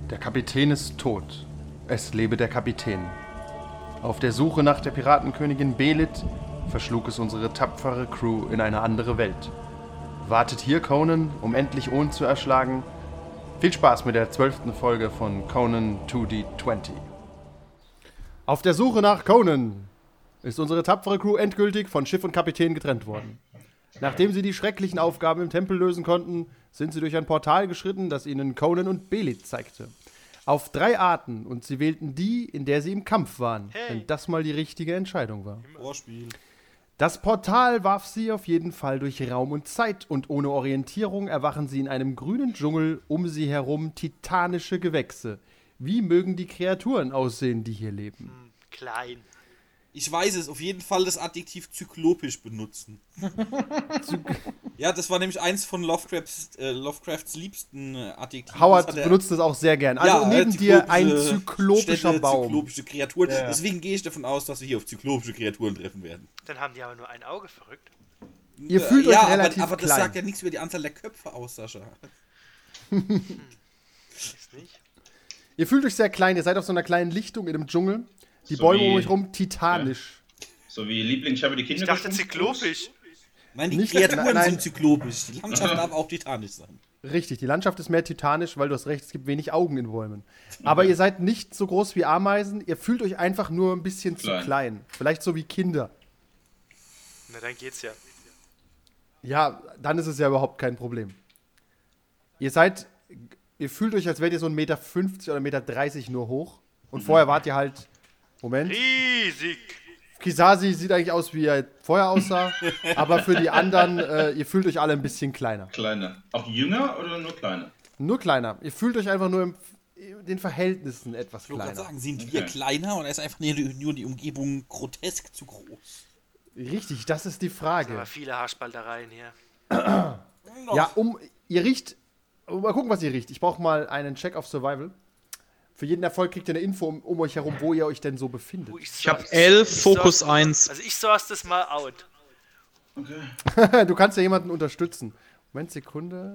Der Kapitän ist tot. Es lebe der Kapitän. Auf der Suche nach der Piratenkönigin Belit verschlug es unsere tapfere Crew in eine andere Welt. Wartet hier Conan, um endlich Owen zu erschlagen? Viel Spaß mit der 12. Folge von Conan 2D20. Auf der Suche nach Conan ist unsere tapfere Crew endgültig von Schiff und Kapitän getrennt worden. Nachdem sie die schrecklichen Aufgaben im Tempel lösen konnten, sind sie durch ein Portal geschritten, das ihnen Conan und Belit zeigte. Auf 3 Arten, und sie wählten die, in der sie im Kampf waren, wenn das mal die richtige Entscheidung war. Vorspiel. Das Portal warf sie auf jeden Fall durch Raum und Zeit, und ohne Orientierung erwachen sie in einem grünen Dschungel, um sie herum titanische Gewächse. Wie mögen die Kreaturen aussehen, die hier leben? Klein. Ich weiß es, auf jeden Fall das Adjektiv zyklopisch benutzen. Ja, das war nämlich eins von Lovecrafts liebsten Adjektiven. Howard benutzt es auch sehr gern. Also neben dir ein zyklopischer Städte, Baum. Zyklopische Kreaturen. Ja. Deswegen gehe ich davon aus, dass wir hier auf zyklopische Kreaturen treffen werden. Dann haben die aber nur ein Auge, verrückt. Ihr fühlt euch relativ aber das klein. sagt ja nichts über die Anzahl der Köpfe aus, Sascha. Ist nicht? Ihr fühlt euch sehr klein, ihr seid auf so einer kleinen Lichtung in einem Dschungel. Die So Bäume wie- um euch rum titanisch. So wie Liebling, ich habe die Kinder Ich dachte gefunden. zyklopisch. Nein, die Nicht- Kreaturen nein. sind zyklopisch. Die Landschaft darf auch titanisch sein. Richtig, die Landschaft ist mehr titanisch, weil du hast recht, es gibt wenig Augen in Bäumen. Aber ihr seid nicht so groß wie Ameisen, ihr fühlt euch einfach nur ein bisschen zu Klein. klein. Vielleicht so wie Kinder. Na, dann geht's ja. Ja, dann ist es ja überhaupt kein Problem. Ihr fühlt euch, als wärt ihr so 1,50 Meter oder 1,30 Meter nur hoch. Und vorher wart ihr halt, Moment, Riesig. Kisasi sieht eigentlich aus, wie er vorher aussah. Aber für die anderen, ihr fühlt euch alle ein bisschen kleiner. Kleiner. Auch jünger oder nur kleiner? Nur kleiner. Ihr fühlt euch einfach nur in den Verhältnissen etwas Ich wollte gerade kleiner. sagen, sind wir Okay. kleiner und er ist einfach nur die Umgebung grotesk zu groß. Richtig, das ist die Aber Frage. viele Haarspaltereien hier. Ja, ihr riecht, mal gucken, was ihr riecht. Ich brauche mal einen Check auf Survival. Für jeden Erfolg kriegt ihr eine Info um euch herum, wo ihr euch denn so befindet. Ich habe 11, Fokus 1. Also ich source das mal out. Okay. Du kannst ja jemanden unterstützen. Moment, Sekunde.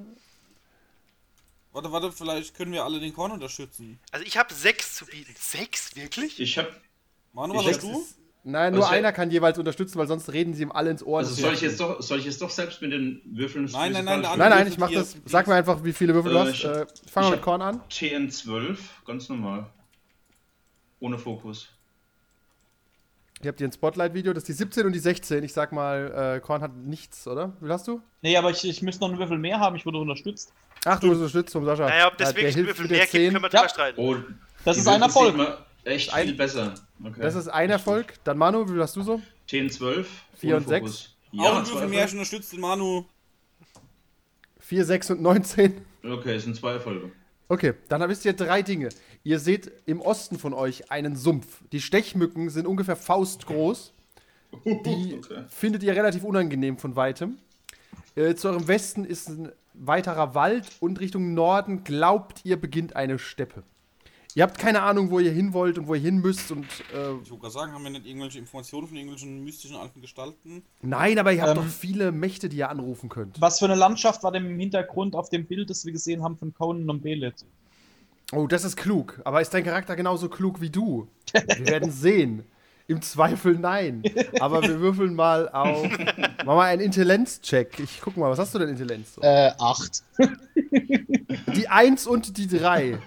Warte, vielleicht können wir alle den Korn unterstützen. Also ich habe 6 zu bieten. 6? Wirklich? Ich habe. Manu, was Ich- hast du? Nein, nur Also, einer kann jeweils unterstützen, weil sonst reden sie ihm alle ins Ohr. Also soll ich jetzt doch selbst mit den Würfeln. Nein, der andere Nein, ich mach das. Sag mir einfach, wie viele Würfel du hast. ich- Fangen ich wir mit hab- Korn an. TN12, ganz normal. Ohne Fokus. Ihr habt hier ein Spotlight-Video, das ist die 17 und die 16. Ich sag mal, Korn hat nichts, oder? Wie viel hast du? Nee, aber ich müsste noch einen Würfel mehr haben, ich wurde unterstützt. Ach, du bist unterstützt vom Sascha. Naja, ob das Der wirklich hilft Würfel mit der mehr gibt, 10. können wir drüber Ja. streiten. Oh, Das die ist ein Würfel Erfolg. sieht man echt Ein- viel besser. Okay. Das ist ein Erfolg. Dann Manu, wie viel hast du so? TN12. 4 ohne und 6. Fokus. Auch Ja, ein Würfel mehr unterstützt den Manu. 4, 6 und 19. Okay, es sind 2 Erfolge. Okay, dann wisst ihr 3 Dinge. Ihr seht im Osten von euch einen Sumpf. Die Stechmücken sind ungefähr faustgroß. Die Okay. findet ihr relativ unangenehm von weitem. Zu eurem Westen ist ein weiterer Wald und Richtung Norden, glaubt ihr, beginnt eine Steppe. Ihr habt keine Ahnung, wo ihr hin wollt und wo ihr hin müsst. Und, Ich wollte gerade sagen, haben wir nicht irgendwelche Informationen von irgendwelchen mystischen alten Gestalten? nein, aber ihr habt doch viele Mächte, die ihr anrufen könnt. Was für eine Landschaft war denn im Hintergrund auf dem Bild, das wir gesehen haben von Conan und Belit? Oh, das ist klug. Aber ist dein Charakter genauso klug wie du? Wir werden sehen. Im Zweifel nein. Aber wir würfeln mal auf. Mach mal einen Intelligenz-Check. Ich guck mal, was hast du denn Intelligenz? So? 8. Die 1 und die 3.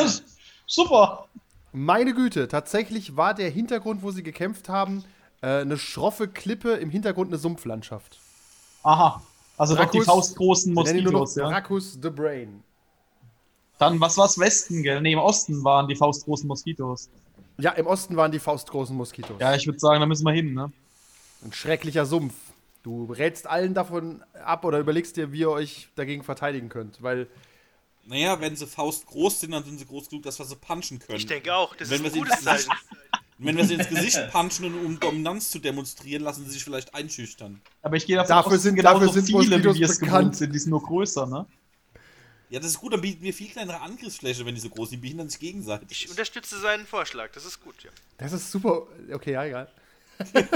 Super. Meine Güte, tatsächlich war der Hintergrund, wo sie gekämpft haben, eine schroffe Klippe, im Hintergrund eine Sumpflandschaft. Aha. Also doch die Dracus- faustgroßen Wir nennen ihn nur noch Moskitos, ja. Dracus the Brain. Dann, was war's Westen, gell? Nee, im Osten waren die faustgroßen Moskitos. Ja, im Osten waren die faustgroßen Moskitos. Ja, ich würde sagen, da müssen wir hin, ne? Ein schrecklicher Sumpf. Du rätst allen davon ab oder überlegst dir, wie ihr euch dagegen verteidigen könnt. Weil, Naja, wenn sie faustgroß sind, dann sind sie groß genug, dass wir sie punchen können. Ich denke auch, das Wenn ist wir ein sie gutes Zeichen. Wenn wir sie ins Gesicht punchen, um Dominanz zu demonstrieren, lassen sie sich vielleicht einschüchtern. Aber ich gehe davon Dafür aus, sind- genauso dafür sind viele, Moskitos wie wir es bekannt. gewohnt sind. Die sind nur größer, ne? Ja, das ist gut, dann bieten wir viel kleinere Angriffsfläche, wenn die so groß sind. Die behindern sich gegenseitig. Ich unterstütze seinen Vorschlag, das ist gut, ja. das ist super. Okay, ja, egal.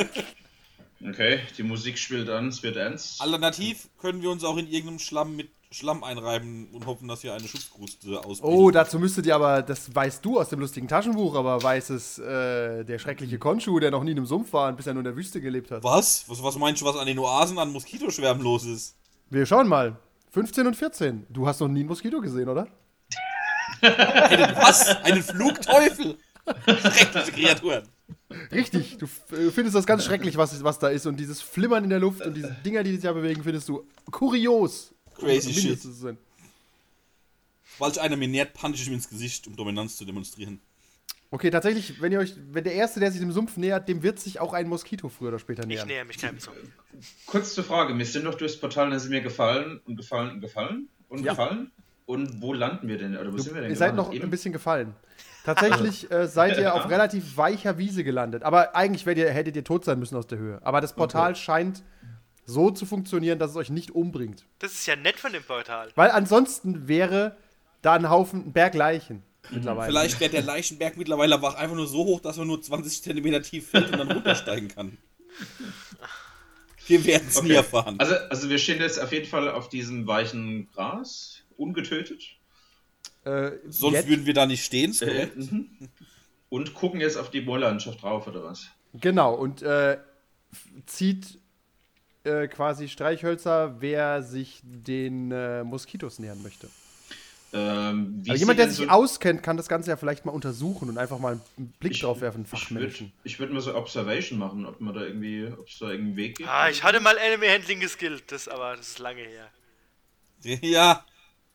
Okay, die Musik spielt an, es wird ernst. Alternativ können wir uns auch in irgendeinem Schlamm mit Schlamm einreiben und hoffen, dass hier eine Schutzkruste ausbildet. Oh, dazu müsstet ihr aber, das weißt du aus dem lustigen Taschenbuch, aber weiß es der schreckliche Konshu, der noch nie in einem Sumpf war und bisher nur in der Wüste gelebt hat. Was? Was meinst du, was an den Oasen an Moskitoschwärmen los ist? Wir schauen mal. 15 und 14. Du hast noch nie ein Moskito gesehen, oder? Einen was? Einen Flugteufel? Schreckliche Kreaturen. Richtig, du findest das ganz schrecklich, was da ist. Und dieses Flimmern in der Luft und diese Dinger, die sich da bewegen, findest du kurios. Crazy shit. Mindestens sein. Sobald sich einer mir nähert, punch ich ihm ins Gesicht, um Dominanz zu demonstrieren. Okay, tatsächlich, wenn der Erste, der sich dem Sumpf nähert, dem wird sich auch ein Moskito früher oder später Ich nähern. näher mich keinem Sumpf. Kurz zur Frage, wir sind doch durchs Portal, dann sind wir gefallen und gefallen und gefallen und Ja. gefallen. Und wo landen wir denn? Oder wo sind wir denn Ihr seid noch gelandet? ein bisschen gefallen. Tatsächlich seid ihr auf relativ weicher Wiese gelandet. Aber eigentlich hättet ihr tot sein müssen aus der Höhe. Aber das Portal scheint so zu funktionieren, dass es euch nicht umbringt. Das ist ja nett von dem Portal. Weil ansonsten wäre da ein Berg Leichen mittlerweile. Vielleicht wäre der Leichenberg mittlerweile aber auch einfach nur so hoch, dass er nur 20 cm tief fällt und dann runtersteigen kann. Wir werden es nie erfahren. Also wir stehen jetzt auf jeden Fall auf diesem weichen Gras, ungetötet. Sonst jetzt? würden wir da nicht stehen, ist korrekt. Und gucken jetzt auf die Moorlandschaft drauf, oder was? Genau, und zieht quasi Streichhölzer, wer sich den Moskitos nähern möchte. Wie Also sieht jemand, der denn sich so- auskennt, kann das Ganze ja vielleicht mal untersuchen und einfach mal einen Blick drauf werfen, Ich würde Fachmenschen. mal so Observation machen, ob es da irgendwie einen Weg gibt. Ah, ich hatte mal Enemy Handling geskillt, aber das ist lange her. Ja,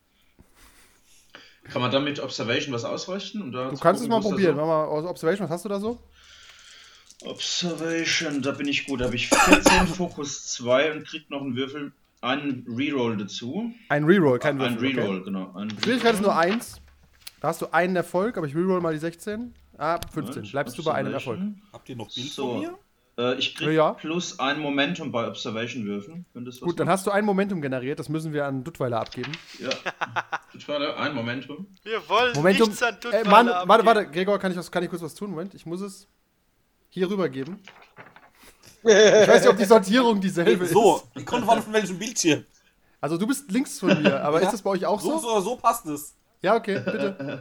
Kann man dann mit Observation was ausrichten? Um da Du zu kannst es gucken, mal was da probieren. so- Mach mal aus Observation, was hast du da so? Observation, da bin ich gut. Da habe ich 14, Fokus 2 und krieg noch einen Reroll dazu. Ein Reroll, kein Ein Würfel. Reroll, Okay. genau. Ein Schwierigkeit ist nur Reroll. 1. Da hast du einen Erfolg, aber ich reroll mal die 16. Ah, 15. Und Bleibst du bei einem Erfolg. Observation. habt ihr noch Bild So. von mir? Ich krieg Ja. plus ein Momentum bei Observation würfeln. Wenn das was Gut, dann macht. hast du ein Momentum generiert. Das müssen wir an Duttweiler abgeben. Ja. Das war ein Momentum. Wir wollen Momentum. nichts an Mann, Duttweiler warte. abgeben. Gregor, kann ich kurz was tun? Moment, ich muss es hier rübergeben. Ich weiß nicht, ob die Sortierung dieselbe ist. So, ich konnte von welchem Bildschirm. Also du bist links von mir, aber ist das bei euch auch So, so? so passt es. Ja, okay, bitte.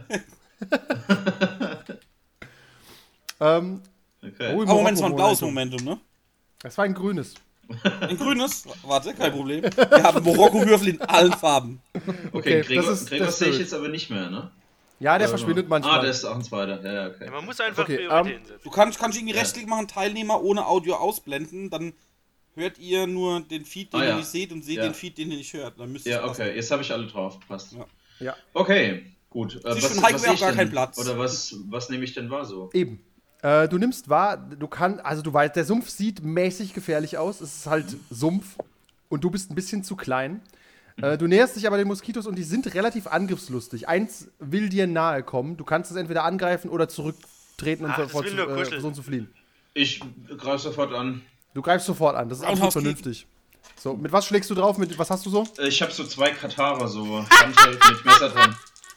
ähm, Okay. oh, Aber Moment, es war ein blaues Momentum. Momentum, ne? Das war ein grünes. Ein grünes? Warte, kein Problem. Wir haben Morocco-Würfel in allen Farben. Okay, Gregor, das ist Gregor das sehe ich Spirit. jetzt aber nicht mehr, ne? Ja, der verschwindet manchmal. Ah, der ist auch ein zweiter. Ja, okay. Ja, man muss einfach Okay, Prioritäten setzen. Du kannst irgendwie rechtsklick machen, Teilnehmer ohne Audio ausblenden, dann hört ihr nur den Feed, den Ah, ihr ja. nicht seht und seht Ja. den Feed, den ihr nicht hört. Dann müsst ihr Ja, okay. Jetzt habe ich alle drauf. Passt. Ja. Ja, Okay, gut. Siehst du, von Heiko wäre auch sehe ich gar denn? kein Platz. Oder was nehme ich denn wahr so? eben. Du nimmst wahr, du weißt, der Sumpf sieht mäßig gefährlich aus. Es ist halt Sumpf und du bist ein bisschen zu klein. Du näherst dich aber den Moskitos und die sind relativ angriffslustig. Eins will dir nahe kommen. Du kannst es entweder angreifen oder zurücktreten und Ach, das will nur kuscheln. versuchen zu fliehen. Ich greife sofort an. Du greifst sofort an, das ist absolut Roundhouse Kick. vernünftig. So, mit was schlägst du drauf? Was hast du so? Ich habe so 2 Katara, so Handheld mit Messer dran.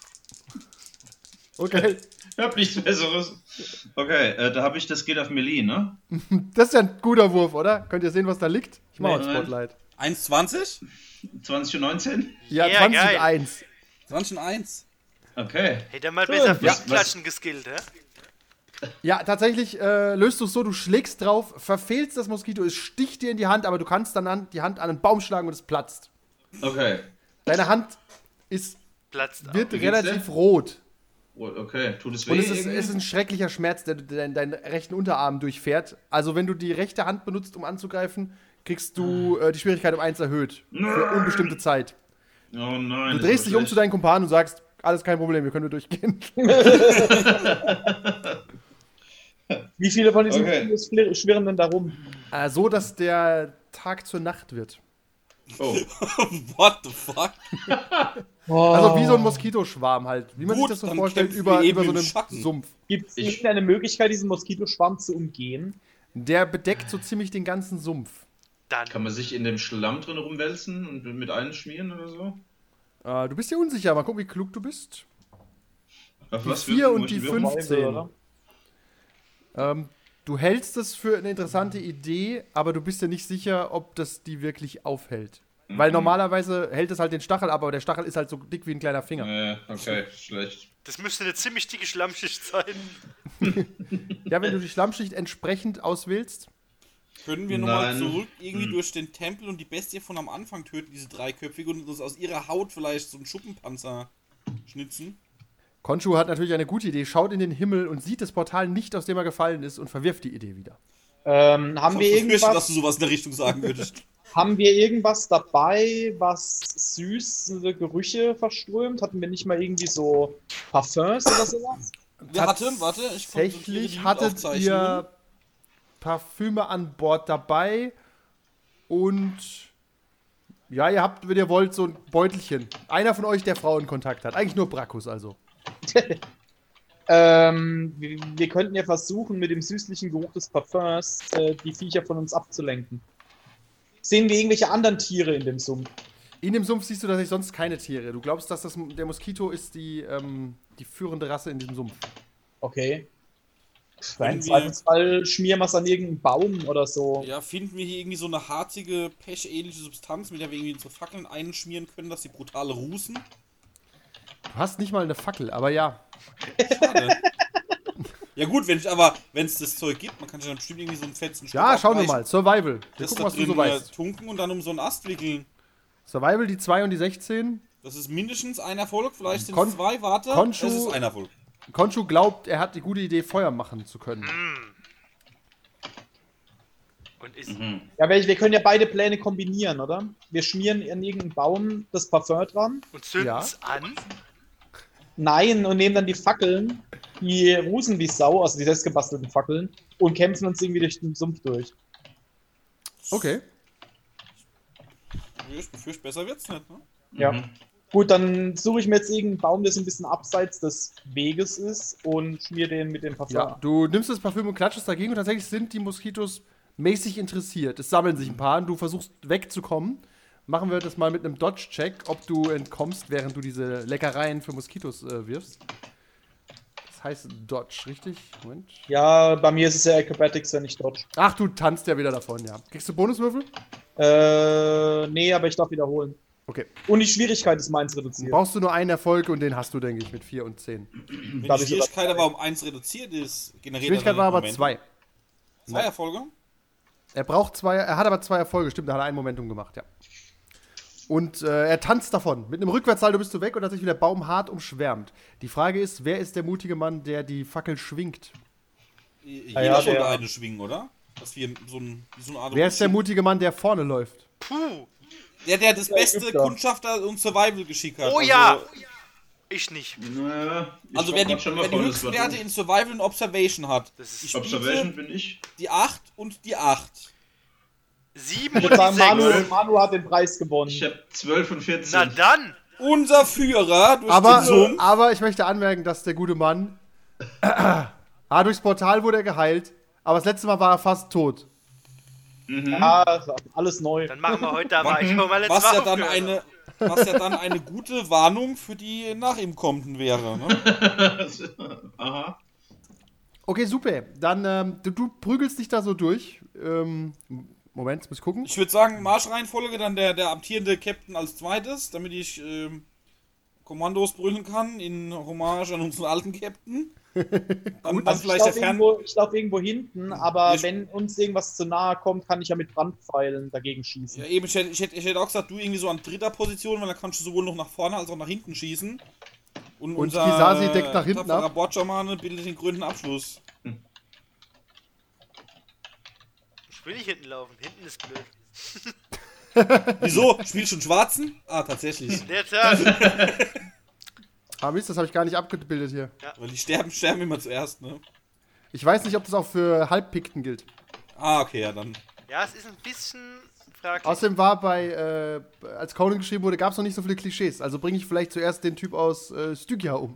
Okay. Ich hab nichts Besseres. Okay, da habe ich, das geht auf Melee, ne? Das ist ja ein guter Wurf, oder? Könnt ihr sehen, was da liegt? Ich mach mal ein Nein. Spotlight. 1,20? 20 und 19? Ja, Ja, 20 geil. und 1. 20 und 1. Okay. Hätte er mal besser Was- Fliegklatschen geskillt, hä? Ja, tatsächlich löst du es so, du schlägst drauf, verfehlst das Moskito, es sticht dir in die Hand, aber du kannst dann die Hand an einen Baum schlagen und es platzt. Okay. Deine Hand Platzt auch. wird Wie geht's relativ dir? rot. Oh, okay, tut es weh? Und es ist irgendwie? ein schrecklicher Schmerz, der deinen rechten Unterarm durchfährt. Also wenn du die rechte Hand benutzt, um anzugreifen, kriegst du die Schwierigkeit um 1 erhöht. Für unbestimmte Zeit. Oh nein. Du das drehst ist dich um schlecht. zu deinen Kumpanen und sagst, alles kein Problem, wir können nur durchgehen. Wie viele von diesen Okay. Videos schwirren denn da rum? So, dass der Tag zur Nacht wird. Oh, What the fuck? Also wie so ein Moskitoschwarm halt. Wie man Gut, sich das so dann vorstellt, kämpfen über wir eben so im einem Schatten. Sumpf. Gibt es Ich- irgendeine Möglichkeit, diesen Moskitoschwarm zu umgehen? Der bedeckt so ziemlich den ganzen Sumpf. Dann. kann man sich in dem Schlamm drin rumwälzen und mit einschmieren oder so? Du bist dir unsicher, mal gucken, wie klug du bist. Auf Die was 4 würfeln? und Muss die ich würfeln? 15. Oder? Du hältst es für eine interessante Idee, aber du bist dir nicht sicher, ob das die wirklich aufhält. Weil normalerweise hält es halt den Stachel ab, aber der Stachel ist halt so dick wie ein kleiner Finger. Okay, schlecht. Das müsste eine ziemlich dicke Schlammschicht sein. Ja, wenn du die Schlammschicht entsprechend auswählst. Können wir nochmal Nein. zurück irgendwie durch den Tempel und die Bestie von am Anfang töten, diese dreiköpfige, und uns aus ihrer Haut vielleicht so einen Schuppenpanzer schnitzen? Khonshu hat natürlich eine gute Idee, schaut in den Himmel und sieht das Portal nicht, aus dem er gefallen ist, und verwirft die Idee wieder. Haben wir Ich befürchte, irgendwas? dass du sowas in der Richtung sagen würdest. Haben wir irgendwas dabei, was süße Gerüche verströmt? Hatten wir nicht mal irgendwie so Parfums oder sowas? Wir hatten, warte, ich Tatsächlich hattet ihr Parfüme an Bord dabei und ja, ihr habt, wenn ihr wollt, so ein Beutelchen. Einer von euch, der Frauenkontakt hat. Eigentlich nur Brackus also. Wir könnten ja versuchen, mit dem süßlichen Geruch des Parfums die Viecher von uns abzulenken. Sehen wir irgendwelche anderen Tiere in dem Sumpf? In dem Sumpf siehst du tatsächlich sonst keine Tiere. Du glaubst, dass der Moskito ist die führende Rasse in diesem Sumpf. Okay. Im Zweifelsfall schmieren wir es an irgendeinen Baum oder so. Ja, finden wir hier irgendwie so eine harzige, pechähnliche Substanz, mit der wir irgendwie unsere Fackeln einschmieren können, dass sie brutale rußen? Du hast nicht mal eine Fackel, aber ja. Schade. Ja gut, wenn es das Zeug gibt, man kann sich dann bestimmt irgendwie so einen fetzen Stück Ja, schauen wir abreißen, mal. Survival. Wir das gucken, da was du drin so weißt. tunken und dann um so einen Ast wickeln. Survival, die 2 und die 16. Das ist mindestens ein Erfolg, vielleicht sind Kon- es 2, warte, Khonshu- es ist ein Erfolg. Khonshu glaubt, er hat die gute Idee, Feuer machen zu können. Und ist. Ja, wir können ja beide Pläne kombinieren, oder? Wir schmieren an irgendeinen Baum das Parfum dran. Und zünden Ja. es an. Nein, und nehmen dann die Fackeln, die rusen wie Sau, also die selbstgebastelten Fackeln, und kämpfen uns irgendwie durch den Sumpf durch. Okay. Ich befürchte, besser wird's nicht, ne? Ja. Gut, dann suche ich mir jetzt irgendeinen Baum, der so ein bisschen abseits des Weges ist, und schmier den mit dem Parfum. Ja, du nimmst das Parfüm und klatschst dagegen und tatsächlich sind die Moskitos mäßig interessiert. Es sammeln sich ein paar und du versuchst wegzukommen. Machen wir das mal mit einem Dodge-Check, ob du entkommst, während du diese Leckereien für Moskitos wirfst. Das heißt Dodge, richtig? Moment. Ja, bei mir ist es ja Acrobatics, wenn ich dodge. Ach, du tanzt ja wieder davon, ja. Kriegst du Bonuswürfel? Nee, aber ich darf wiederholen. Okay. Und die Schwierigkeit ist meins reduziert. Brauchst du nur einen Erfolg und den hast du, denke ich, mit 4 und 10. Wenn Darf die ich Schwierigkeit sogar- aber um 1 reduziert ist, generiert Schwierigkeit war aber 2. 2 Erfolge? Er braucht 2, er hat aber 2 Erfolge, stimmt, da hat er ein Momentum gemacht, ja. Und er tanzt davon. Mit einem Rückwärtssaldo bist du weg und tatsächlich der Baum hart umschwärmt. Die Frage ist, wer ist der mutige Mann, der die Fackel schwingt? Jeder ja, sollte der- eine schwingen, oder? Dass wir so eine Art. Wer ist der mutige Mann, der vorne läuft? Puh. Der das beste Ägypter. Kundschafter- und Survival-Geschick hat? Oh also, ja! Ich nicht. Naja, ich Also war wer die grad schon mal volles höchsten Werte Plateau. in Survival und Observation hat. Das ist Ich Observation biete bin ich. die 8 und die 8. 7 Ich und würde sagen, die 6. Manu hat den Preis gewonnen. Ich habe 12 und 14. Na dann! Unser Führer durch den Aber, Sumpf. aber ich möchte anmerken, dass der gute Mann durchs Portal wurde er geheilt, aber das letzte Mal war er fast tot. Ja, alles neu. Dann machen wir heute aber ich mal jetzt Was mal ja, dann aufhören. was ja dann eine gute Warnung für die nach ihm kommenden wäre. Ne? Aha. Okay, super. Dann, du prügelst dich da so durch. Moment, jetzt muss ich gucken. Ich würde sagen, Marschreihenfolge, dann der amtierende Captain als zweites, damit ich Kommandos brüllen kann, in Hommage an unseren alten Captain. Dann Also vielleicht der ich lauf irgendwo hinten, aber Ja, wenn uns irgendwas zu nahe kommt, kann ich ja mit Brandpfeilen dagegen schießen. Ja, eben, ich hätte auch gesagt, du irgendwie so an dritter Position, weil dann kannst du sowohl noch nach vorne als auch nach hinten schießen. Und unser Kisasi deckt nach hinten tapferer ab. Bordschamane bildet den grünen Abschluss. Ich will nicht hinten laufen. Hinten ist blöd. Wieso? Spielst du schon Schwarzen? Ah, tatsächlich. In der Tat. Ah, Mist, das habe ich gar nicht abgebildet hier. Weil die sterben immer zuerst, ne? Ich weiß nicht, ob das auch für Halbpikten gilt. Ah, okay, ja, dann. Ja, es ist ein bisschen fraglich. Außerdem war als Conan geschrieben wurde, gab es noch nicht so viele Klischees. Also bringe ich vielleicht zuerst den Typ aus Stygia um.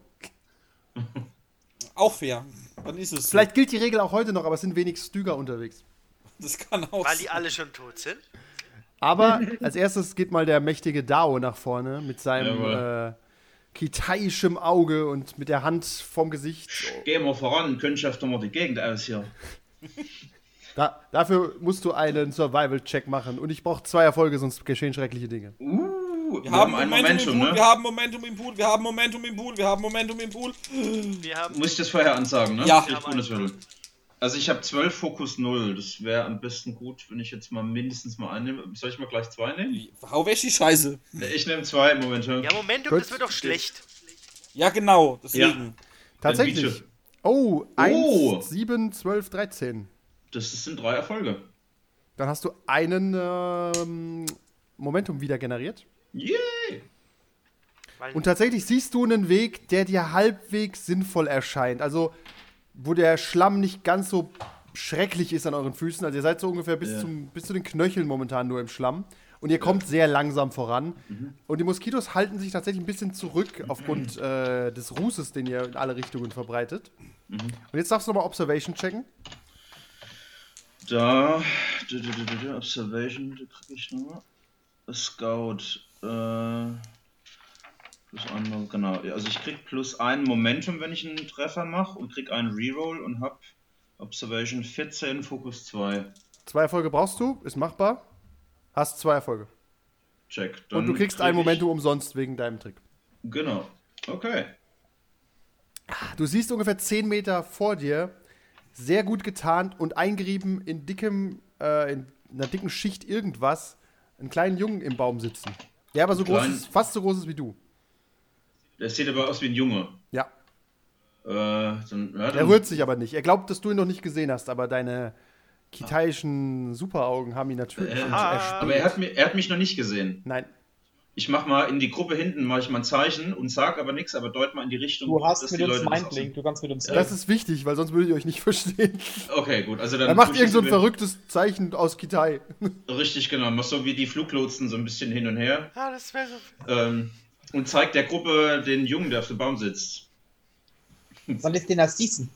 Auch fair. Dann ist es. Vielleicht gilt die Regel auch heute noch, aber es sind wenig Styger unterwegs. Das kann auch Weil die sein. alle schon tot sind. Aber als erstes geht mal der mächtige Dao nach vorne mit seinem Jawohl. kitaischem Auge und mit der Hand vorm Gesicht. Gehen wir voran, Kundschafter mal die Gegend aus hier. Dafür musst du einen Survival-Check machen. Und ich brauche 2 Erfolge, sonst geschehen schreckliche Dinge. Wir haben ein Momentum, ne? Wir haben Momentum im Pool, wir haben Momentum im Pool, wir haben Momentum im Pool. Muss ich das vorher ansagen, ne? Ja. Also ich habe 12 Fokus 0. Das wäre am besten gut, wenn ich jetzt mal mindestens mal einnehme. Soll ich mal gleich 2 nehmen? Hau weg die Scheiße. Ich nehme 2 Momentum. Ja, Momentum, Gut. das wird doch schlecht. Ja, genau, deswegen. Ja. Tatsächlich. Oh, 1, 7, 12, 13. Das sind 3 Erfolge. Dann hast du einen Momentum wieder generiert. Yay! Weil Und tatsächlich siehst du einen Weg, der dir halbwegs sinnvoll erscheint. Also, wo der Schlamm nicht ganz so schrecklich ist an euren Füßen. Also, ihr seid so ungefähr bis zu den Knöcheln momentan nur im Schlamm. Und ihr kommt sehr langsam voran. Und die Moskitos halten sich tatsächlich ein bisschen zurück aufgrund des Rußes, den ihr in alle Richtungen verbreitet. Und jetzt darfst du nochmal Observation checken. Da. Observation, da krieg ich nochmal. Scout. Plus einmal, genau. Also ich krieg plus ein Momentum, wenn ich einen Treffer mache und krieg einen Reroll und hab Observation 14, Fokus 2. 2 Erfolge brauchst du, ist machbar. Hast 2 Erfolge. Check. Und du kriegst ein Momentum umsonst wegen deinem Trick. Genau. Okay. Du siehst ungefähr 10 Meter vor dir, sehr gut getarnt und eingerieben in in einer dicken Schicht irgendwas, einen kleinen Jungen im Baum sitzen. Der aber so groß ist, fast so groß ist wie du. Der sieht aber aus wie ein Junge. Ja. Dann Er rührt sich aber nicht. Er glaubt, dass du ihn noch nicht gesehen hast, aber deine kitayischen Superaugen haben ihn natürlich schon erspäht. Aber er hat mich noch nicht gesehen. Nein. Ich mach mal in die Gruppe hinten mal ein Zeichen und sag aber nichts, aber deut mal in die Richtung. Du hast dass mit die uns Leute das Mindlink, du kannst mit uns Das ist wichtig, weil sonst würdet ihr euch nicht verstehen. Okay, gut. Also dann Er macht irgend so ein verrücktes Zeichen aus Kitai. Richtig, genau. Mach so wie die Fluglotsen so ein bisschen hin und her. Ah, das wäre so. Und zeigt der Gruppe den Jungen, der auf dem Baum sitzt. Soll ich den das schießen?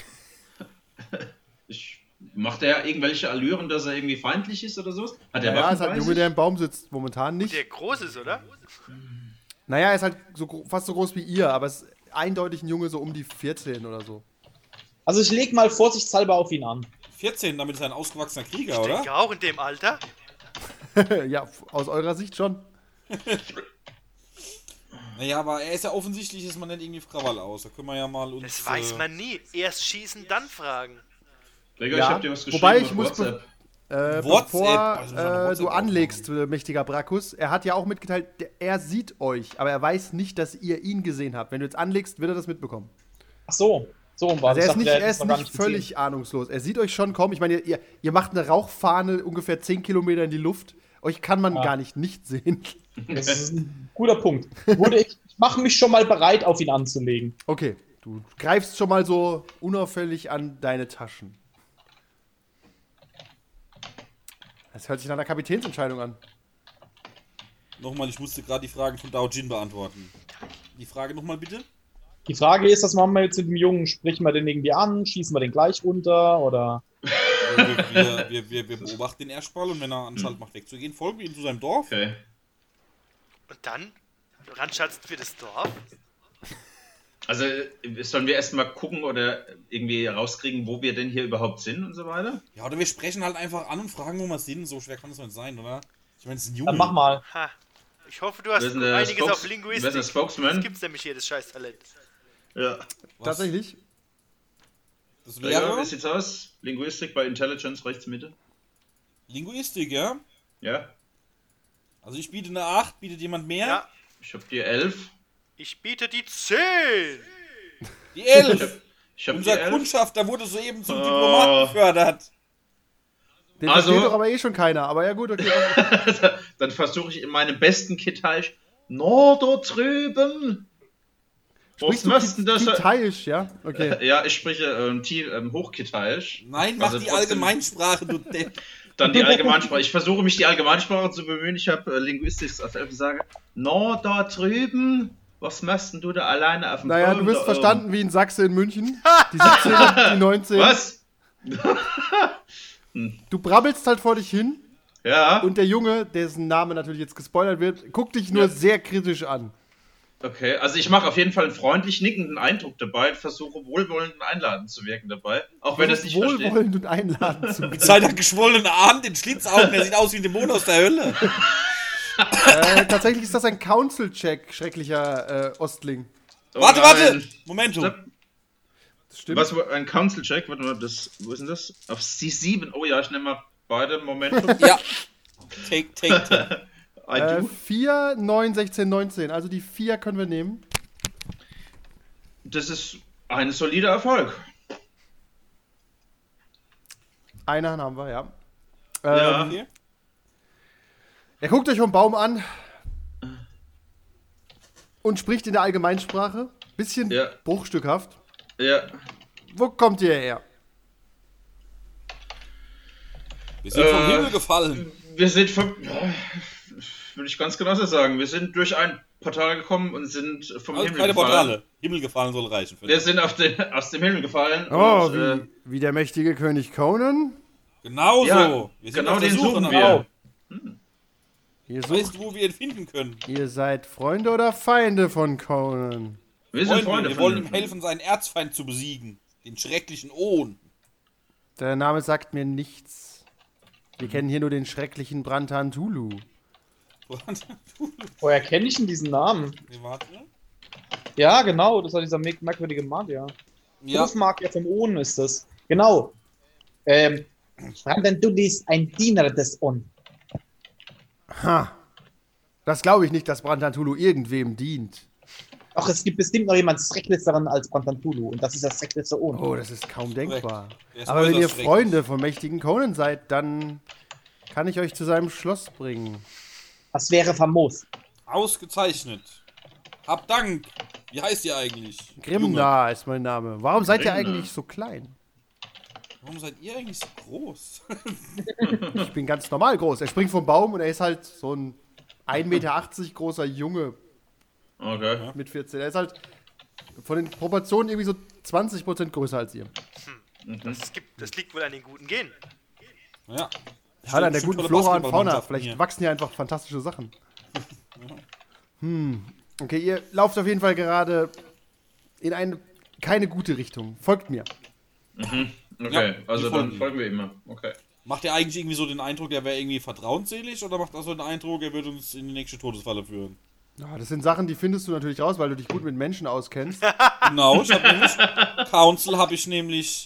Macht er irgendwelche Allüren, dass er irgendwie feindlich ist oder so? Hat er Ja, Waffen ist halt bei ein Junge, sich? der im Baum sitzt. Momentan nicht. Der groß ist, oder? Naja, er ist halt fast so groß wie ihr, aber es ist eindeutig ein Junge so um die 14 oder so. Also ich leg mal vorsichtshalber auf ihn an. 14, damit ist er ein ausgewachsener Krieger, Ich oder? denke auch in dem Alter. Ja, aus eurer Sicht schon. Naja, aber er ist ja offensichtlich, ist man nicht irgendwie Krawall aus. Da können wir ja mal uns... Das weiß man nie. Erst schießen, dann fragen. Gregor, Ja, ich hab dir was geschrieben wobei ich auf muss WhatsApp. WhatsApp, also bevor WhatsApp du auch anlegst, mächtiger Brakus, er hat ja auch mitgeteilt, er sieht euch, aber er weiß nicht, dass ihr ihn gesehen habt. Wenn du jetzt anlegst, wird er das mitbekommen. Ach so, so rum war Also das. er ist nicht völlig ahnungslos. Er sieht euch schon kommen. Ich meine, ihr macht eine Rauchfahne ungefähr 10 Kilometer in die Luft. Euch kann man gar nicht sehen. Das ist ein guter Punkt. Ich mache mich schon mal bereit, auf ihn anzulegen. Okay, du greifst schon mal so unauffällig an deine Taschen. Das hört sich nach einer Kapitänsentscheidung an. Nochmal, ich musste gerade die Fragen von Dao Jin beantworten. Die Frage nochmal bitte? Die Frage ist, was machen wir jetzt mit dem Jungen? Sprechen wir den irgendwie an? Schießen wir den gleich runter? Oder? Wir beobachten den erstmal und wenn er Anstalt macht wegzugehen, folgen wir ihm zu seinem Dorf. Okay. Und dann ranschalten wir das Dorf. Also sollen wir erstmal gucken oder irgendwie rauskriegen, wo wir denn hier überhaupt sind und so weiter? Ja, oder wir sprechen halt einfach an und fragen, wo wir sind. So schwer kann das nicht sein, oder? Ich meine, es ist ein Junge. Dann mach mal. Ha. Ich hoffe, du hast Wer ist denn der einiges auf Wer Linguistik. ist der Spokesman? Das gibt's nämlich hier, das scheiß Talent. Ja. Was? Tatsächlich? Das Gregor, wäre wie sieht's aus? Linguistik bei Intelligence rechts Mitte? Linguistik, ja? Ja. Also ich biete eine 8, bietet jemand mehr? Ja, Ich hab die 11. ich biete die 10. Die 11. Ich hab Unser die 11. Kundschafter wurde soeben zum Diplomaten befördert. Den Also- versteht doch aber eh schon keiner. Aber ja gut, okay. Dann versuche ich in meinem besten Kitaisch. No, da drüben! Sprichst Was müssten das? Kitaisch, ja? Okay. Ja, ich spreche Hochkitaisch. Nein, mach Also die trotzdem- Allgemeinsprache, du Depp. Dann die Allgemeinsprache. Ich versuche mich die Allgemeinsprache zu bemühen. Ich habe Linguistik auf 11 sage. No, da drüben! Was machst denn du da alleine auf dem Naja, Baum du wirst da verstanden wie ein Sachse in München. Die 17, die 19. oben? Was? Du brabbelst halt vor dich hin Ja. und der Junge, dessen Name natürlich jetzt gespoilert wird, guckt dich nur Ja. sehr kritisch an. Okay, also ich mache auf jeden Fall einen freundlich nickenden Eindruck dabei und versuche wohlwollend und einladend zu wirken dabei. Auch wenn das nicht versteht. Wohlwollend und einladend zu Mit seiner geschwollenen Arm, den Schlitzaugen, der sieht aus wie ein Dämon aus der Hölle. Tatsächlich ist das ein Council-Check, schrecklicher Ostling. Oh Warte! nein. Momentum. Stopp. Das stimmt. Was, ein Council-Check? Warte mal, wo ist denn das? Auf C7. Oh ja, ich nehme mal beide Momentum. Ja. Take. I do. 4, 9, 16, 19. Also die 4 können wir nehmen. Das ist ein solider Erfolg. Einen haben wir, ja. Ja. Okay. Er guckt euch vom Baum an und spricht in der Allgemeinsprache. Bisschen Ja. bruchstückhaft. Ja. Wo kommt ihr her? Wir sind vom Himmel gefallen. Wir sind würde ich ganz genau so sagen. Wir sind durch ein Portal gekommen und sind vom Also Himmel keine gefallen. Portale. Himmel gefallen soll reichen. Für Wir dich. sind aus dem Himmel gefallen. Oh, und, wie der mächtige König Conan? Genau ja, so. Wir sind genau auf der den Suche suchen nach wir. Ihr, Weißt du, wo wir ihn finden können? ihr seid Freunde oder Feinde von Conan? Wir sind Freunde wir von wollen ihm. ihm helfen, seinen Erzfeind zu besiegen. Den schrecklichen Ohn. Der Name sagt mir nichts. Wir kennen hier nur den schrecklichen Brantan Tulu. Woher kenne ich denn diesen Namen? Warte. Ja, genau, das war dieser merkwürdige Magier. Ja, Hofmagier vom Ohn ist das. Genau. Brantan Tulu ist ein Diener des On. Ha! Das glaube ich nicht, dass Brantan Tulu irgendwem dient. Doch, es gibt bestimmt noch jemand Schrecklicheren als Brantan Tulu. Und das ist das schrecklichste Ohn. Oh, das ist kaum denkbar. Der ist Aber wenn ihr äußerst Freunde vom mächtigen Conan seid, dann kann ich euch zu seinem Schloss bringen. Das wäre famos. ausgezeichnet. Hab Dank. Wie heißt ihr eigentlich? Junge. Grimnar ist mein Name. Warum seid ihr Grimnar. eigentlich so klein? Warum seid ihr eigentlich so groß? Ich bin ganz normal groß. Er springt vom Baum und er ist halt so ein 1,80 Meter großer Junge Okay. mit 14. Er ist halt von den Proportionen irgendwie so 20% größer als ihr. Das liegt wohl an den guten Genen. Ja. Halt an der Stimmt, guten tolle Flora und Fauna. Basketballmannschaften Vielleicht hier. wachsen hier einfach fantastische Sachen. Okay, ihr lauft auf jeden Fall gerade in eine keine gute Richtung. Folgt mir. Okay, Ja, also die dann folgen. folgen wir immer. Okay. Macht er eigentlich irgendwie so den Eindruck, der wäre irgendwie vertrauensselig oder macht er so den Eindruck, er würde uns in die nächste Todesfalle führen? Ja, das sind Sachen, die findest du natürlich raus, weil du dich gut mit Menschen auskennst. Genau, ich habe nämlich Council habe ich nämlich